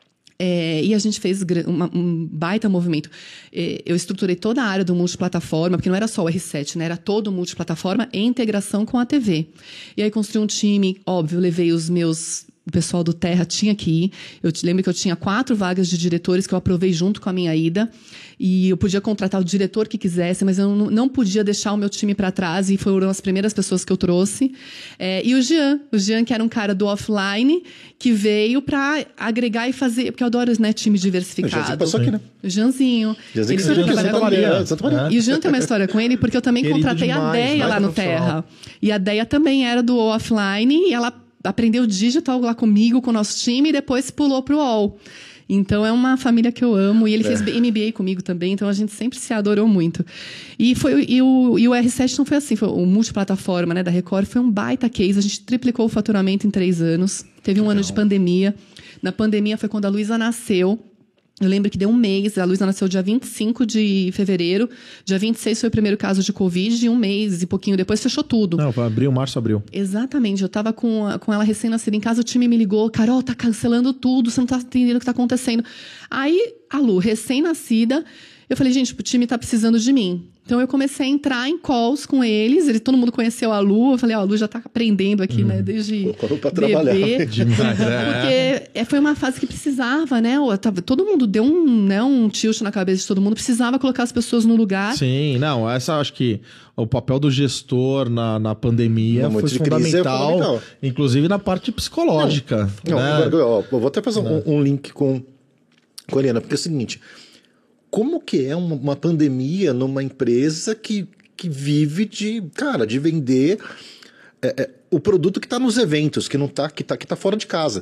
É, e a gente fez uma, um baita movimento. É, eu estruturei toda a área do multiplataforma, porque não era só o R sete, né? Era todo o multiplataforma e integração com a T V. E aí construí um time, óbvio, levei os meus... O pessoal do Terra tinha que ir. Eu te lembro que eu tinha quatro vagas de diretores que eu aprovei junto com a minha ida. E eu podia contratar o diretor que quisesse, mas eu não, não podia deixar o meu time para trás. E foram as primeiras pessoas que eu trouxe. É, e o Jean. O Jean, que era um cara do offline, que veio para agregar e fazer... Porque eu adoro, né, time diversificado. O Jeanzinho passou aqui, né? O Jeanzinho. Jeanzinho Ele que foi você trabalhar Santa comigo. Maria, Santa Maria. E o Jean tem uma história com ele, porque eu também Querido contratei a demais, Deia lá mais no profissional. Terra. E a Deia também era do offline, e ela aprendeu digital lá comigo, com o nosso time, e depois pulou pro U O L. Então, é uma família que eu amo. E ele fez M B A comigo também, então a gente sempre se adorou muito. E, foi, e, o, e o R sete não foi assim, foi o multiplataforma, né, da Record, foi um baita case. A gente triplicou o faturamento em três anos. Teve um ano de pandemia. Na pandemia foi quando a Luísa nasceu. Eu lembro que deu um mês, a Luísa nasceu dia vinte e cinco de fevereiro, dia vinte e seis foi o primeiro caso de Covid, e um mês e pouquinho depois fechou tudo. Não, foi abril, março, abril. Exatamente, eu estava com, a- com ela recém-nascida em casa, o time me ligou, Carol, tá cancelando tudo, você não tá entendendo o que tá acontecendo. Aí, a Lu, recém-nascida, eu falei, gente, o time tá precisando de mim. Então, eu comecei a entrar em calls com eles, ele, todo mundo conheceu a Lu, eu falei, ó, a Lu já tá aprendendo aqui, né, desde Colocou pra trabalhar. bebê. Demais, é. Porque é, foi uma fase que precisava, né? o- tava- Todo mundo deu um, né, um tilt na cabeça de todo mundo. Precisava colocar as pessoas no lugar. Sim, não, essa acho que o papel do gestor na, na pandemia No foi momento de crise é fundamental, fundamental. inclusive na parte psicológica. Não, né? agora, ó, eu vou até fazer um, um link com, com a Eliana, porque é o seguinte, como que é uma, uma pandemia numa empresa que, que vive de, cara, de vender é, é, o produto que está nos eventos, que não tá, que tá, que tá fora de casa.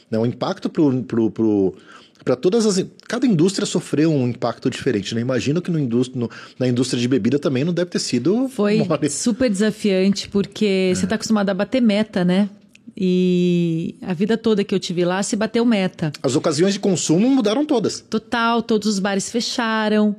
né? O impacto pro... pro, pro para todas as... Cada indústria sofreu um impacto diferente, né? Imagino que no indústria, no, na indústria de bebida também não deve ter sido... Foi mole. Super desafiante, porque é. você está acostumado a bater meta, né? E a vida toda que eu tive lá, se bateu meta. As ocasiões de consumo mudaram todas. Total, todos os bares fecharam.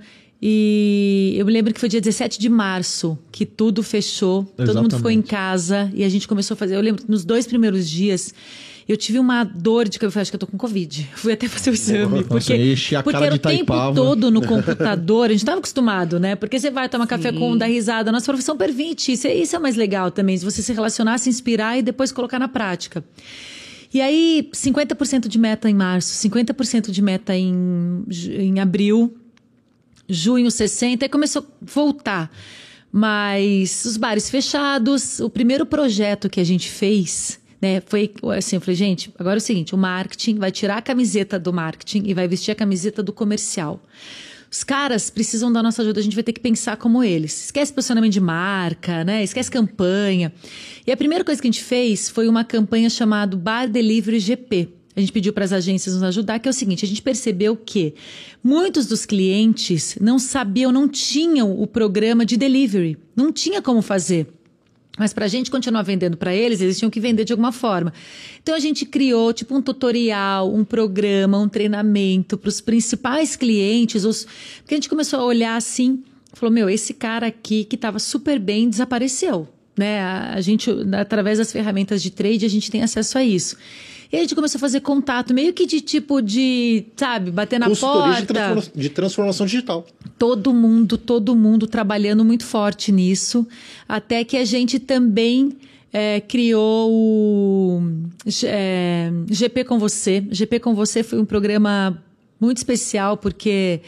E eu me lembro que foi dia dezessete de março que tudo fechou. Exatamente. Todo mundo ficou em casa e a gente começou a fazer... Eu lembro que nos dois primeiros dias... Eu tive uma dor de cabeça, acho que eu tô com Covid. Fui até fazer o exame. Porque, Nossa, enche a porque cara era de o tempo Taipava. todo no computador. A gente tava acostumado, né? Porque você vai tomar Sim. café com um, dar risada. A nossa profissão permite. Isso é, isso é mais legal também. De você se relacionar, se inspirar e depois colocar na prática. E aí, cinquenta por cento de meta em março, cinquenta por cento de meta em, em abril, junho sessenta por cento. Aí começou a voltar. Mas os bares fechados. O primeiro projeto que a gente fez... Né, foi assim, eu falei, gente, agora é o seguinte, o marketing vai tirar a camiseta do marketing e vai vestir a camiseta do comercial. Os caras precisam da nossa ajuda, a gente vai ter que pensar como eles. Esquece posicionamento de marca, né? Esquece campanha. E a primeira coisa que a gente fez foi uma campanha chamada Bar Delivery G P. A gente pediu para as agências nos ajudar, que é o seguinte, a gente percebeu que muitos dos clientes não sabiam, não tinham o programa de delivery, não tinha como fazer. Mas para a gente continuar vendendo para eles, eles tinham que vender de alguma forma. Então a gente criou tipo um tutorial, um programa, um treinamento para os principais clientes. Os... Porque a gente começou a olhar assim, falou, meu, esse cara aqui que estava super bem desapareceu. Né? A gente, através das ferramentas de trade, a gente tem acesso a isso. E a gente começou a fazer contato, meio que de tipo de, sabe, bater na Consultoria porta. De, transforma de transformação digital. Todo mundo, todo mundo trabalhando muito forte nisso. Até que a gente também é, criou o é, G P com Você. G P com Você foi um programa muito especial, porque...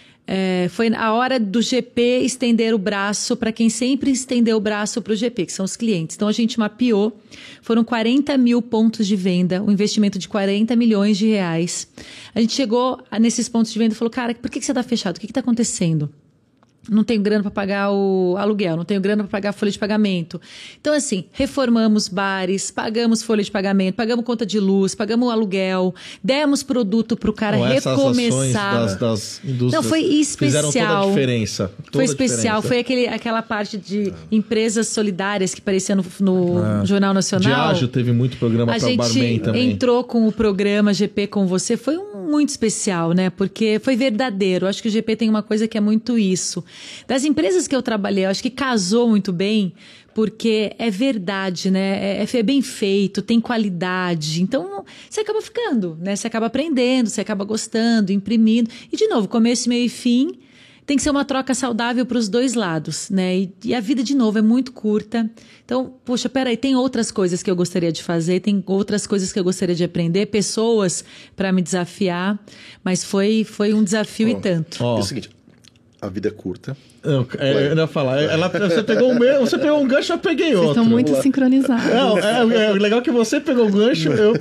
É, foi a hora do G P estender o braço para quem sempre estendeu o braço para o G P, que são os clientes. Então a gente mapeou, foram quarenta mil pontos de venda, um investimento de quarenta milhões de reais. A gente chegou nesses pontos de venda e falou, cara, por que, que você está fechado? O que está acontecendo? Não tenho grana para pagar o aluguel, não tenho grana para pagar a folha de pagamento. Então, assim, reformamos bares, pagamos folha de pagamento, pagamos conta de luz, pagamos o aluguel, demos produto para o cara Bom, recomeçar. Essas ações das, das indústrias não, foi especial. Fizeram toda a diferença. Toda foi especial, diferença. Foi aquele, aquela parte de ah. empresas solidárias que aparecia no, no ah. Jornal Nacional. Diageo teve muito programa para o barman também. A gente entrou com o programa G P com Você, foi um muito especial, né? Porque foi verdadeiro. Eu acho que o G P tem uma coisa que é muito isso. Das empresas que eu trabalhei, eu acho que casou muito bem, porque é verdade, né? É, é bem feito, tem qualidade. Então, você acaba ficando, né? Você acaba aprendendo, você acaba gostando, imprimindo. E, de novo, começo, meio e fim, tem que ser uma troca saudável para os dois lados, né? E, e a vida, de novo, é muito curta. Então, poxa, peraí, tem outras coisas que eu gostaria de fazer, tem outras coisas que eu gostaria de aprender, pessoas para me desafiar, mas foi, foi um desafio oh, e tanto. Oh. É o seguinte, a vida é curta. Eu, é, eu ia falar, ela, você, pegou um, você pegou um gancho, eu peguei outro. Vocês estão muito sincronizados. Não, é, é legal que você pegou um gancho, eu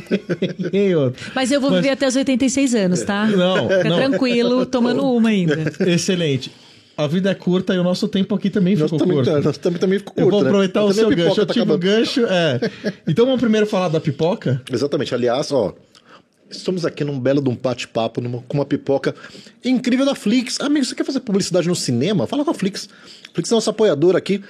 peguei outro. Mas eu vou viver Mas... até os oitenta e seis anos, tá? Não, Fica não. tranquilo, tomando uma ainda. Excelente. A vida é curta e o nosso tempo aqui também nós ficou também, curto. Nós também, também ficou curto, Eu vou aproveitar né? o seu gancho. Eu tá tive o gancho, é. Então vamos primeiro falar da pipoca? Exatamente. Aliás, ó... Estamos aqui num belo de um bate-papo com uma pipoca incrível da Flix. Amigo, você quer fazer publicidade no cinema? Fala com a Flix. A Flix é nossa apoiadora aqui.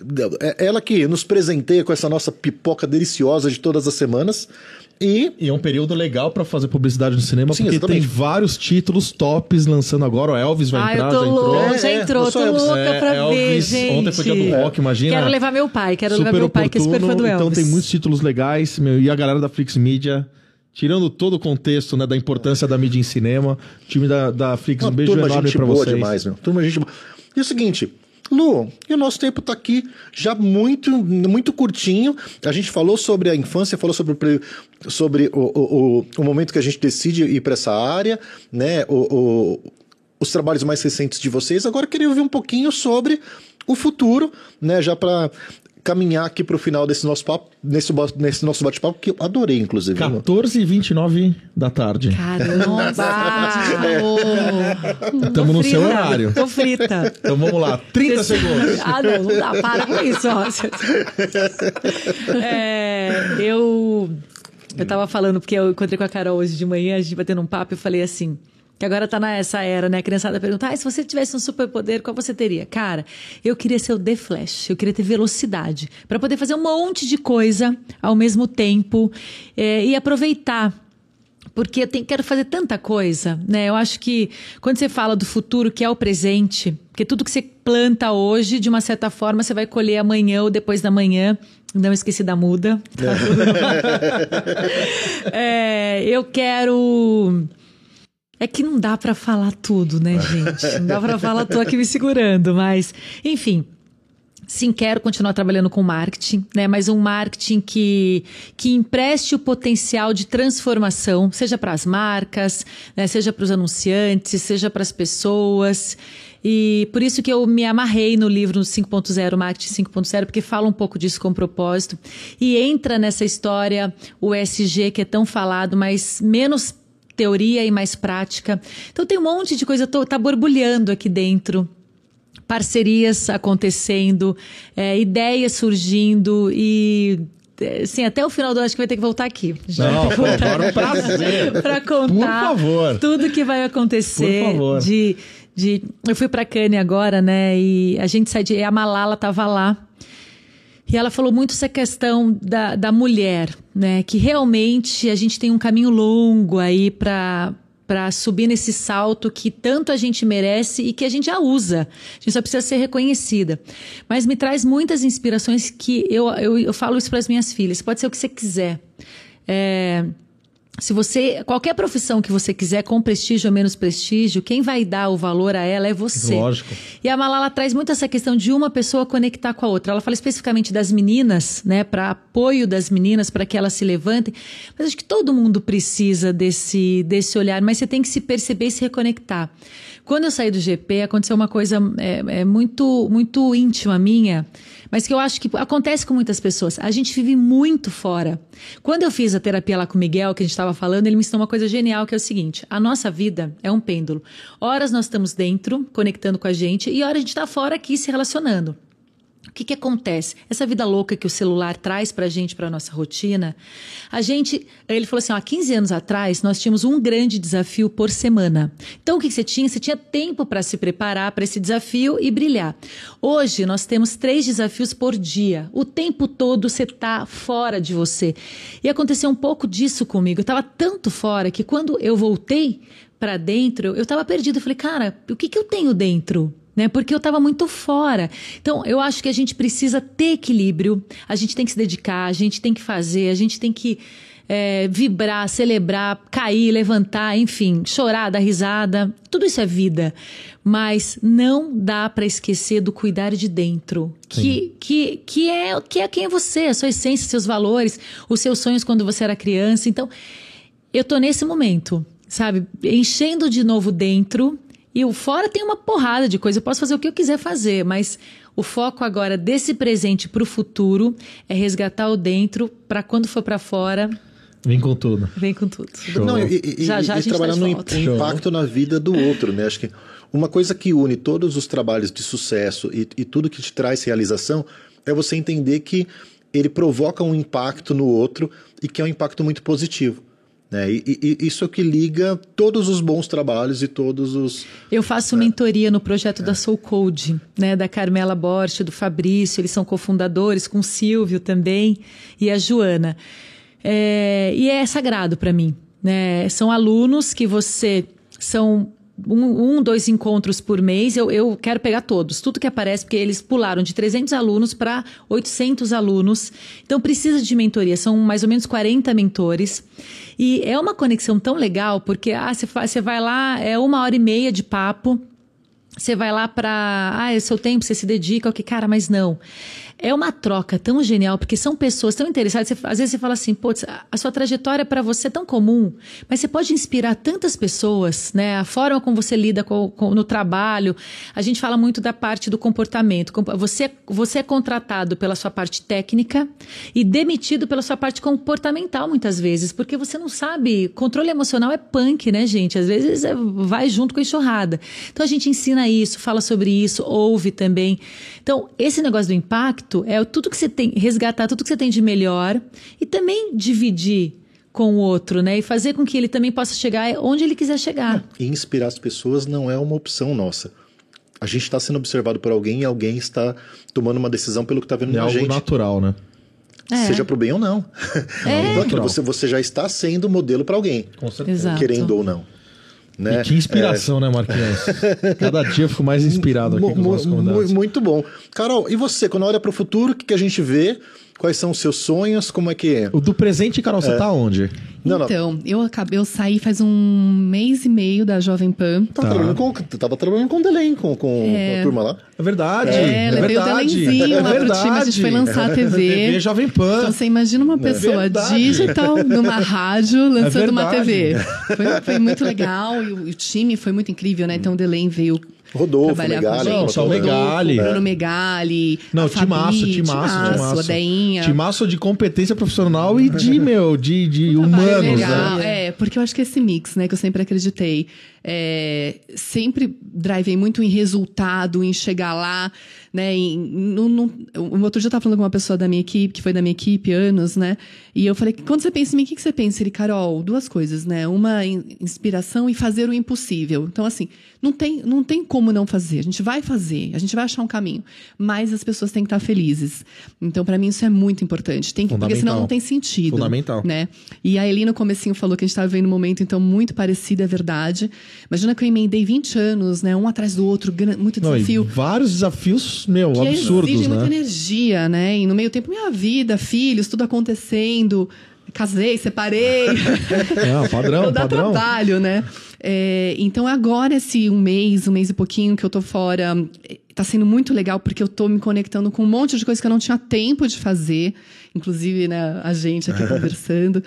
É ela que nos presenteia com essa nossa pipoca deliciosa de todas as semanas. E, e é um período legal pra fazer publicidade no cinema, Sim, porque exatamente. tem vários títulos tops lançando agora. O Elvis vai ah, entrar, eu tô já entrou. Louco, já entrou, é, tô louca é, pra Elvis, ver, gente. Ontem foi dia do rock, imagina. Quero levar meu pai, quero super levar meu pai, que é super fã do Elvis. Então tem muitos títulos legais, meu, e a galera da Flix Media... Tirando todo o contexto, né, da importância da mídia em cinema, o time da, da Flix, um beijo enorme pra vocês. Demais, meu. Turma, gente boa. E é o seguinte, Lu, e o nosso tempo tá aqui já muito, muito curtinho. A gente falou sobre a infância, falou sobre, sobre o, o, o, o momento que a gente decide ir para essa área, né, o, o, os trabalhos mais recentes de vocês. Agora eu queria ouvir um pouquinho sobre o futuro, né, já para... caminhar aqui pro final desse nosso papo, nesse, nesse nosso bate-papo, que eu adorei, inclusive. quatorze e vinte e nove da tarde. Caramba! Estamos no seu horário. Tô frita. Então vamos lá, trinta segundos. Ah, não, não dá, para com isso. Ó. É, eu... Eu tava falando, porque eu encontrei com a Carol hoje de manhã, a gente batendo um papo, eu falei assim, que agora tá nessa era, né? A criançada pergunta, ah, se você tivesse um superpoder, qual você teria? Cara, eu queria ser o The Flash, eu queria ter velocidade, para poder fazer um monte de coisa ao mesmo tempo é, e aproveitar. Porque eu tenho, quero fazer tanta coisa, né? Eu acho que quando você fala do futuro, que é o presente, porque tudo que você planta hoje, de uma certa forma, você vai colher amanhã ou depois da manhã. Não esqueci da muda. é, eu quero... É que não dá pra falar tudo, né, gente? Não dá pra falar, tô aqui me segurando, mas... Enfim... Sim, quero continuar trabalhando com marketing, né? Mas um marketing que, que empreste o potencial de transformação, seja para as marcas, né? Seja para os anunciantes, seja para as pessoas. E por isso que eu me amarrei no livro cinco ponto zero, Marketing cinco ponto zero, porque fala um pouco disso com propósito. E entra nessa história o E S G, que é tão falado, mas menos teoria e mais prática. Então tem um monte de coisa, tô, tá borbulhando aqui dentro. Parcerias acontecendo, é, ideias surgindo e... Sim, até o final do ano acho que vai ter que voltar aqui. Não, por favor, um prazer. Para contar por favor. tudo que vai acontecer. Por favor. De, de, eu fui para Cannes agora, né? E a gente sai de... A Malala estava lá. E ela falou muito essa questão da, da mulher, né? Que realmente a gente tem um caminho longo aí para... para subir nesse salto que tanto a gente merece e que a gente já usa. A gente só precisa ser reconhecida. Mas me traz muitas inspirações que eu, eu, eu falo isso para as minhas filhas. Pode ser o que você quiser. É... Se você, qualquer profissão que você quiser, com prestígio ou menos prestígio, quem vai dar o valor a ela é você. Lógico. E a Malala traz muito essa questão de uma pessoa conectar com a outra. Ela fala especificamente das meninas, né, para apoio das meninas, para que elas se levantem. Mas acho que todo mundo precisa desse, desse olhar, mas você tem que se perceber e se reconectar. Quando eu saí do G P, aconteceu uma coisa é, é, muito, muito íntima minha, mas que eu acho que acontece com muitas pessoas. A gente vive muito fora. Quando eu fiz a terapia lá com o Miguel, que a gente estava falando, ele me ensinou uma coisa genial, que é o seguinte: a nossa vida é um pêndulo. Horas nós estamos dentro, conectando com a gente, e horas a gente está fora aqui se relacionando. O que que acontece? Essa vida louca que o celular traz pra gente, pra nossa rotina, a gente... Ele falou assim, ó, há quinze anos atrás, nós tínhamos um grande desafio por semana. Então, o que que você tinha? Você tinha tempo para se preparar para esse desafio e brilhar. Hoje, nós temos três desafios por dia. O tempo todo você tá fora de você. E aconteceu um pouco disso comigo. Eu tava tanto fora que quando eu voltei pra dentro, eu tava perdida. Eu falei, cara, o que que eu tenho dentro? Né? Porque eu estava muito fora. Então, eu acho que a gente precisa ter equilíbrio, a gente tem que se dedicar, a gente tem que fazer, a gente tem que é, vibrar, celebrar, cair, levantar, enfim, chorar, dar risada. Tudo isso é vida. Mas não dá para esquecer do cuidar de dentro, que, que, que, é, que é quem é você, a sua essência, seus valores, os seus sonhos quando você era criança. Então, eu tô nesse momento, sabe? Enchendo de novo dentro. E o fora tem uma porrada de coisa, eu posso fazer o que eu quiser fazer, mas o foco agora desse presente para o futuro é resgatar o dentro para quando for para fora... Vem com tudo. Vem com tudo. Não, e, e, já, já e, a gente trabalhar tá no volta. impacto na vida do outro, né? Acho que uma coisa que une todos os trabalhos de sucesso e, e tudo que te traz realização é você entender que ele provoca um impacto no outro e que é um impacto muito positivo. É, e, e isso é o que liga todos os bons trabalhos e todos os... Eu faço é. mentoria no projeto é. da Soul Code, né, da Carmela Borch, do Fabrício, eles são cofundadores, com o Silvio também e a Joana. É, e é sagrado para mim, né? São alunos que você... São um, um, dois encontros por mês, eu, eu quero pegar todos, tudo que aparece, porque eles pularam de trezentos alunos para oitocentos alunos. Então precisa de mentoria, são mais ou menos quarenta mentores. E é uma conexão tão legal, porque ah, você, você vai lá, é uma hora e meia de papo, você vai lá para... Ah, é o seu tempo, você se dedica ao que... Cara, mas não. É uma troca tão genial, porque são pessoas tão interessadas. Você, às vezes você fala assim, putz, a sua trajetória para você é tão comum, mas você pode inspirar tantas pessoas, né? A forma como você lida com, com, no trabalho. A gente fala muito da parte do comportamento. Você, você é contratado pela sua parte técnica e demitido pela sua parte comportamental, muitas vezes, porque você não sabe. Controle emocional é punk, né, gente? Às vezes é, vai junto com a enxurrada. Então a gente ensina isso, fala sobre isso, ouve também. Então, esse negócio do impacto é tudo que você tem, resgatar tudo que você tem de melhor e também dividir com o outro, né? E fazer com que ele também possa chegar onde ele quiser chegar. E inspirar as pessoas não é uma opção nossa. A gente está sendo observado por alguém e alguém está tomando uma decisão pelo que está vendo É na algo gente. natural, né? É. Seja pro bem ou não. É. Então, aquilo, você, você já está sendo modelo para alguém, Com certeza. Exato. querendo ou não. Né? E que inspiração, né, Marquinhos? Cada dia eu fico mais inspirado aqui Mu- com os nossos mu- convidados. Muito bom. Carol, e você, quando olha para o futuro, o que, que a gente vê? Quais são os seus sonhos? Como é que é? O do presente, Carol, você tá onde? Não, não. Então, eu acabei, eu saí faz um mês e meio da Jovem Pan. Tava, Tá. trabalhando com, tava trabalhando com o Delém, com, com, com a turma lá. É verdade. É, é levei o verdade. Delenzinho é lá pro verdade. time, a gente foi lançar a T V. T V Jovem Pan. Então você imagina uma pessoa verdade. digital numa rádio lançando uma T V. verdade. Foi, foi muito legal e o, e o time foi muito incrível, né? Então o Delen veio Rodolfo, trabalhar com a Megali. gente. Não, só o Rodolfo, Megali. Bruno Megali. Não, a timaço, Fabi, timaço, timaço. a Deinha. Timaço de competência profissional e de, meu, de, de Trabalho humanos, legal. né? É, porque eu acho que esse mix, né, que eu sempre acreditei, é, sempre drivei muito em resultado, em chegar lá, né, em, no, no, um outro dia eu tava falando com uma pessoa da minha equipe, que foi da minha equipe, anos, né, e eu falei, quando você pensa em mim, o que, que você pensa? Ele, Carol, duas coisas, né, uma inspiração e fazer o impossível. Então, assim, não tem, não tem como não fazer, a gente vai fazer, a gente vai achar um caminho, mas as pessoas têm que estar felizes. Então, pra mim, isso é muito importante, tem que, porque senão Fundamental. não tem sentido. Fundamental. Né? E a Eli no comecinho falou que a gente estava vivendo um momento, então, muito parecido, é verdade. Imagina que eu emendei vinte anos, né? Um atrás do outro, gran- muito Não, e desafio. vários desafios, meu, que absurdos, exige né? muita energia, né? E no meio tempo, minha vida, filhos, tudo acontecendo. Casei, separei. Não, padrão, Então dá padrão. trabalho, né? É, então agora esse um mês, um mês e pouquinho que eu tô fora, tá sendo muito legal porque eu tô me conectando com um monte de coisa que eu não tinha tempo de fazer, inclusive, né, a gente aqui conversando,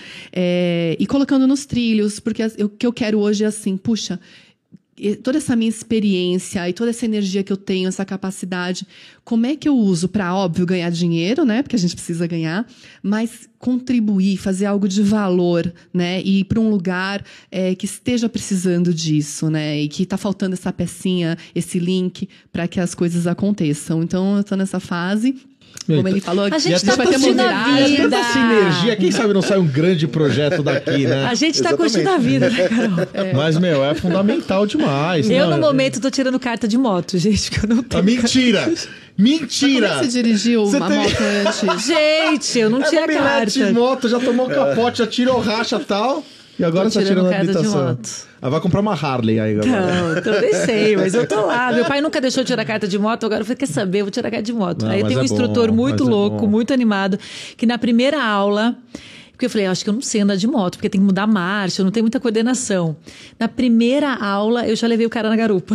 é, e colocando nos trilhos, porque o que eu quero hoje é assim, puxa, toda essa minha experiência e toda essa energia que eu tenho, essa capacidade, como é que eu uso para, óbvio, ganhar dinheiro, né? Porque a gente precisa ganhar, mas contribuir, fazer algo de valor, né? E ir para um lugar é, que esteja precisando disso, né? E que está faltando essa pecinha, esse link para que as coisas aconteçam. Então, eu estou nessa fase. Como ele falou, A gente tá vai ter curtindo a mobilidade. vida. Tanta sinergia, quem sabe não sai um grande projeto daqui, né? A gente tá Exatamente. curtindo a vida, né, Carol? Mas, meu, é fundamental demais. Eu, não, no é- momento, tô tirando carta de moto, gente, que eu não Ah, tenho. mentira! Como Mentira! é que você dirigiu Você uma tem- moto antes? Gente, eu não É tinha mobilete de carta. moto, já tomou capote, já tirou racha e tal. E agora Tô tá tirando tirando a carta de habilitação. moto. Ah, vai comprar uma Harley aí agora. Não, então eu nem sei, mas eu tô lá. Meu pai nunca deixou eu tirar carta de moto, agora eu falei, quer saber, eu vou tirar carta de moto. Não, Aí eu mas tenho um é bom, instrutor muito mas é louco, bom. muito animado, que na primeira aula... Porque eu falei, acho que eu não sei andar de moto, porque tem que mudar a marcha, eu não tenho muita coordenação. Na primeira aula, eu já levei o cara na garupa.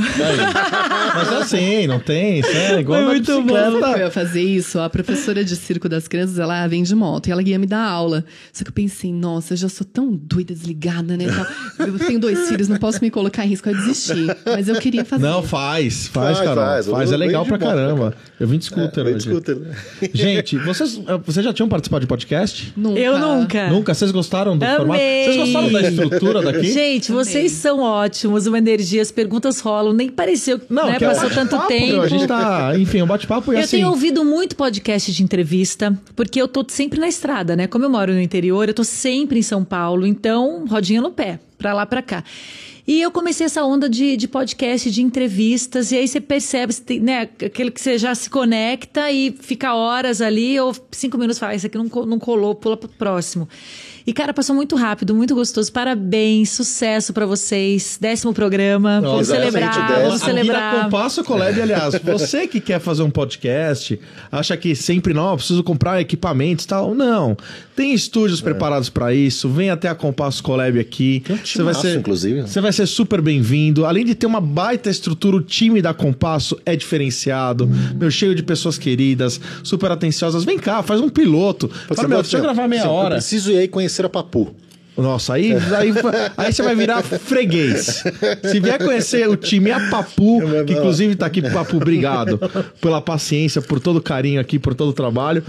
Mas assim, não tem, isso é igual Foi andar de muito bom. bicicleta. Eu ia fazer isso, a professora de circo das crianças, ela vem de moto e ela ia me dar aula. Só que eu pensei, nossa, eu já sou tão doida, desligada, né? Então, eu tenho dois filhos, não posso me colocar em risco, eu desisti. Mas eu queria fazer. Não, faz, faz, Faz, Carol. faz. Faz, Eu é legal venho pra de moto, caramba. Eu vim de scooter Bem hoje. scooter, né? Gente, vocês, vocês já tinham participado de podcast? Nunca. Eu nunca. Nunca? Vocês gostaram do Amei. formato? Vocês gostaram da estrutura daqui? Gente, vocês são ótimos, uma energia, as perguntas rolam, nem pareceu Não, né, que é um passou tanto bate-papo, tempo. meu, a gente tá, enfim, um bate-papo e Eu assim... tenho ouvido muito podcast de entrevista, porque eu tô sempre na estrada, né? Como eu moro no interior, eu tô sempre em São Paulo, então, rodinha no pé, pra lá, pra cá. E eu comecei essa onda de, de podcast, de entrevistas, e aí você percebe, você tem, né? Aquele que você já se conecta e fica horas ali, ou cinco minutos fala, isso aqui não, co- não colou, pula pro próximo. E, cara, passou muito rápido, muito gostoso. Parabéns, sucesso pra vocês. Décimo programa. Não, Vamos exatamente, celebrar, o décimo. vamos Aqui na celebrar. Compasso Collab, aliás, você que quer fazer um podcast, acha que sempre, não, eu preciso comprar equipamentos e tal. Não. Tem estúdios preparados pra isso. Vem até a Compasso Collab aqui. Tem um Você vai timaço, ser, inclusive. Você vai ser super bem-vindo. Além de ter uma baita estrutura, o time da Compasso é diferenciado. Meu, cheio de pessoas queridas, super atenciosas. Vem cá, faz um piloto. Fala, meu, deixa eu gravar meia Sim, eu hora. preciso ir aí conhecer a Papu. Nossa, aí, aí, aí você vai virar freguês. Se vier conhecer o time a Papu, que inclusive tá aqui, Papu, obrigado pela paciência, por todo o carinho aqui, por todo o trabalho.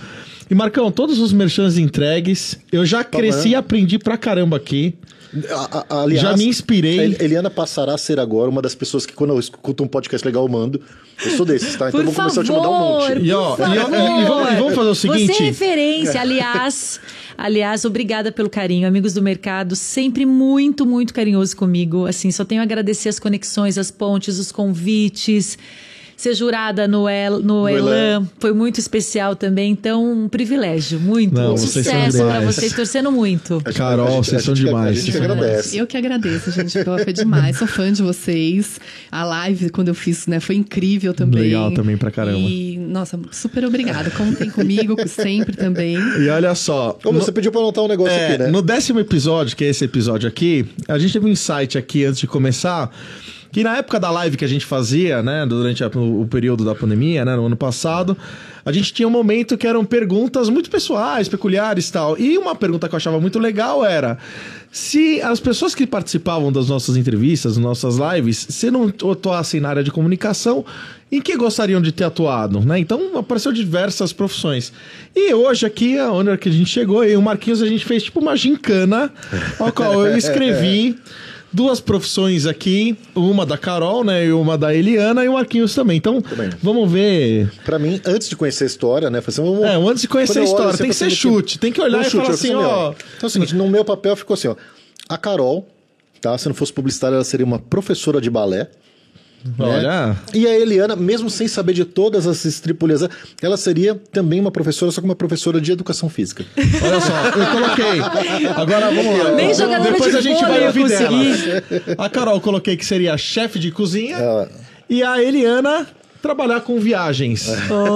E Marcão, todos os merchans entregues, eu já cresci e aprendi pra caramba aqui. A, a, aliás, já me inspirei. A Eliana passará a ser agora uma das pessoas que, quando eu escuto um podcast legal, eu mando. Eu sou desses, tá? Então Por eu vou começar favor, a te mandar um monte. E, ó, e, ó, e, vamos, e vamos fazer o seguinte... Você é referência, aliás... Aliás, obrigada pelo carinho. Amigos do mercado, sempre muito, muito carinhoso comigo. Assim, só tenho a agradecer as conexões, as pontes, os convites... Ser jurada no, El, no, no Elan, Elan foi muito especial também. Então, um privilégio. Muito. Não, sucesso para vocês, torcendo muito. Carol, gente, vocês são demais. A gente agradece. Eu que agradeço, gente. Foi demais. Sou fã de vocês. A live, quando eu fiz, né, foi incrível também. Legal também pra caramba. E, nossa, super obrigada. Contem comigo sempre também. E olha só... Ô, você no, pediu pra anotar um negócio é, aqui, né? No décimo episódio, que é esse episódio aqui, a gente teve um insight aqui antes de começar... Que na época da live que a gente fazia, né, durante a, o, o período da pandemia, né, no ano passado, a gente tinha um momento que eram perguntas muito pessoais, peculiares e tal. E uma pergunta que eu achava muito legal era se as pessoas que participavam das nossas entrevistas, das nossas lives, se não atuassem na área de comunicação, em que gostariam de ter atuado, né? Então apareceu diversas profissões. E hoje aqui, onde que a gente chegou, eu e o Marquinhos, a gente fez tipo uma gincana, ao qual eu escrevi... Duas profissões aqui, uma da Carol, né, e uma da Eliana, e o Marquinhos também. Então, também. Vamos ver... Pra mim, antes de conhecer a história, né, assim, vamos... É, antes de conhecer a história, olho, tem que ser chute. Que... Tem que olhar um e chute, falar assim, ó... Então é o seguinte, no meu papel ficou assim, ó. A Carol, tá, se não fosse publicitária, ela seria uma professora de balé. Olha. Né? E a Eliana, mesmo sem saber de todas as estripulias, ela seria também uma professora, só que uma professora de educação física. Olha só, eu coloquei. Agora vamos lá. Nem jogadora Depois de a gente vôlei vai ouvir eu consegui. dela. A Carol, eu coloquei que seria chefe de cozinha. Ela... E a Eliana, trabalhar com viagens.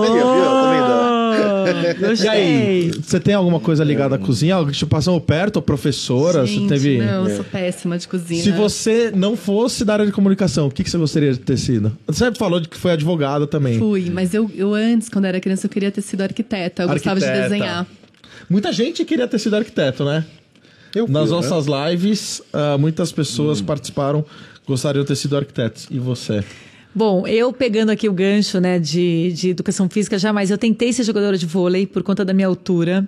Oh, e aí, você tem alguma coisa ligada à cozinha? Algo que te passou perto, professora? Gente, você teve... não, eu sou péssima de cozinha. Se você não fosse da área de comunicação, o que, que você gostaria de ter sido? Você falou de que foi advogada também. Fui, mas eu, eu antes, quando era criança, eu queria ter sido arquiteta. Eu Arquiteta. gostava de desenhar. Muita gente queria ter sido arquiteto, né? Eu Nas fui, nossas né? lives, uh, muitas pessoas hum. participaram, gostariam de ter sido arquitetos. E você? Bom, eu pegando aqui o gancho, né, de, de educação física, jamais. Eu tentei ser jogadora de vôlei por conta da minha altura,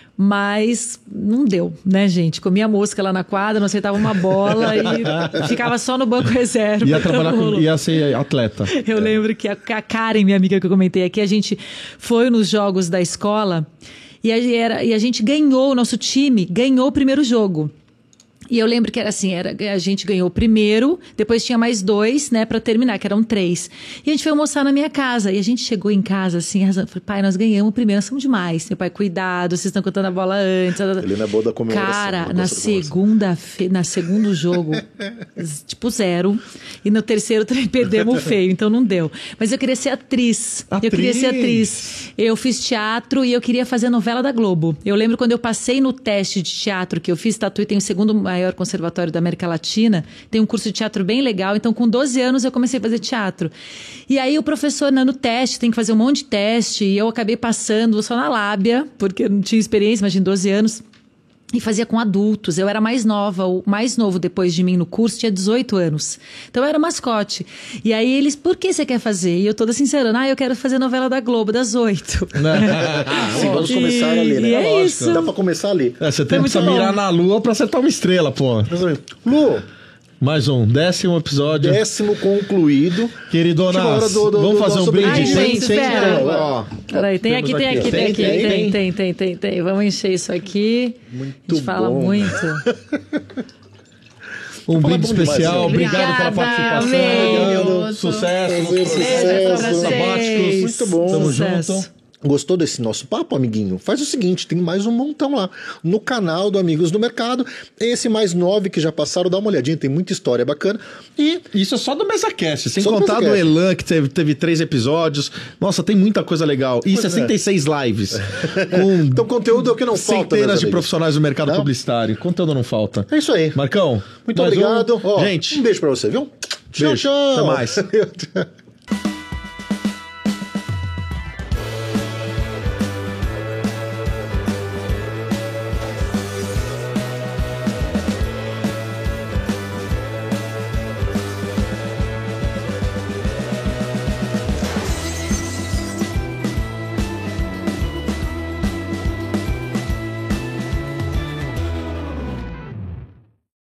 mas não deu, né, gente? Comia mosca lá na quadra, não acertava uma bola e ficava só no banco reserva. Ia trabalhar com, ia ser atleta. Eu é. lembro que a, a Karen, minha amiga que eu comentei aqui, a gente foi nos jogos da escola e a, era, e a gente ganhou, o nosso time ganhou o primeiro jogo. E eu lembro que era assim, era, a gente ganhou o primeiro, depois tinha mais dois, né, pra terminar, que eram três. E a gente foi almoçar na minha casa, e a gente chegou em casa assim, eu falei, pai, nós ganhamos o primeiro, nós somos demais. Meu pai, cuidado, vocês estão contando a bola antes. Ele não é boa da comemoração. Cara, na segunda, fe... na segundo jogo, tipo zero, e no terceiro também perdemos feio, então não deu. Mas eu queria ser atriz, atriz. eu queria ser atriz. Eu fiz teatro e eu queria fazer novela da Globo. Eu lembro quando eu passei no teste de teatro que eu fiz, Tatuí tem o segundo maior conservatório da América Latina, tem um curso de teatro bem legal, então com doze anos eu comecei a fazer teatro. E aí o professor, no teste, tem que fazer um monte de teste, e eu acabei passando só na lábia, porque eu não tinha experiência, mas tinha doze anos, e fazia com adultos. Eu era mais nova, o mais novo depois de mim no curso tinha dezoito anos. Então eu era mascote. E aí eles, por que você quer fazer? E eu toda sincerona, ah, eu quero fazer novela da Globo das oito. Sim, vamos começar ali, né? E é isso. Dá pra começar ali. É, você tem que mirar na lua pra acertar uma estrela, pô. Lu! Mais um, décimo episódio. Décimo concluído. Queridonas, do, do, vamos do fazer um brinde? Ai, gente, tem, espera. Ó, Peraí, tem aqui, tem aqui, tem aqui, tem, tem, tem, tem, tem, tem. Vamos encher isso aqui. Muito A gente fala bom. muito. Um brinde especial, obrigado pela participação. Amém. Sucesso. Beijo pra vocês. Sabáticos. Muito bom. Tamo Sucesso. junto. Gostou desse nosso papo, amiguinho? Faz o seguinte, tem mais um montão lá no canal do Amigos do Mercado. Esse mais nove que já passaram, dá uma olhadinha, tem muita história bacana. E isso é só do MesaCast, sem Só do contar do MesaCast. Elan, que teve, teve três episódios. Nossa, tem muita coisa legal. E Pois é. sessenta e seis lives. Com então conteúdo é o que não falta, centenas meus de amigos. profissionais do mercado Não? publicitário. Conteúdo não falta. É isso aí. Marcão, Muito mais um. obrigado. Ó, Gente, um beijo pra você, viu? Tchau, beijo. tchau. Até mais.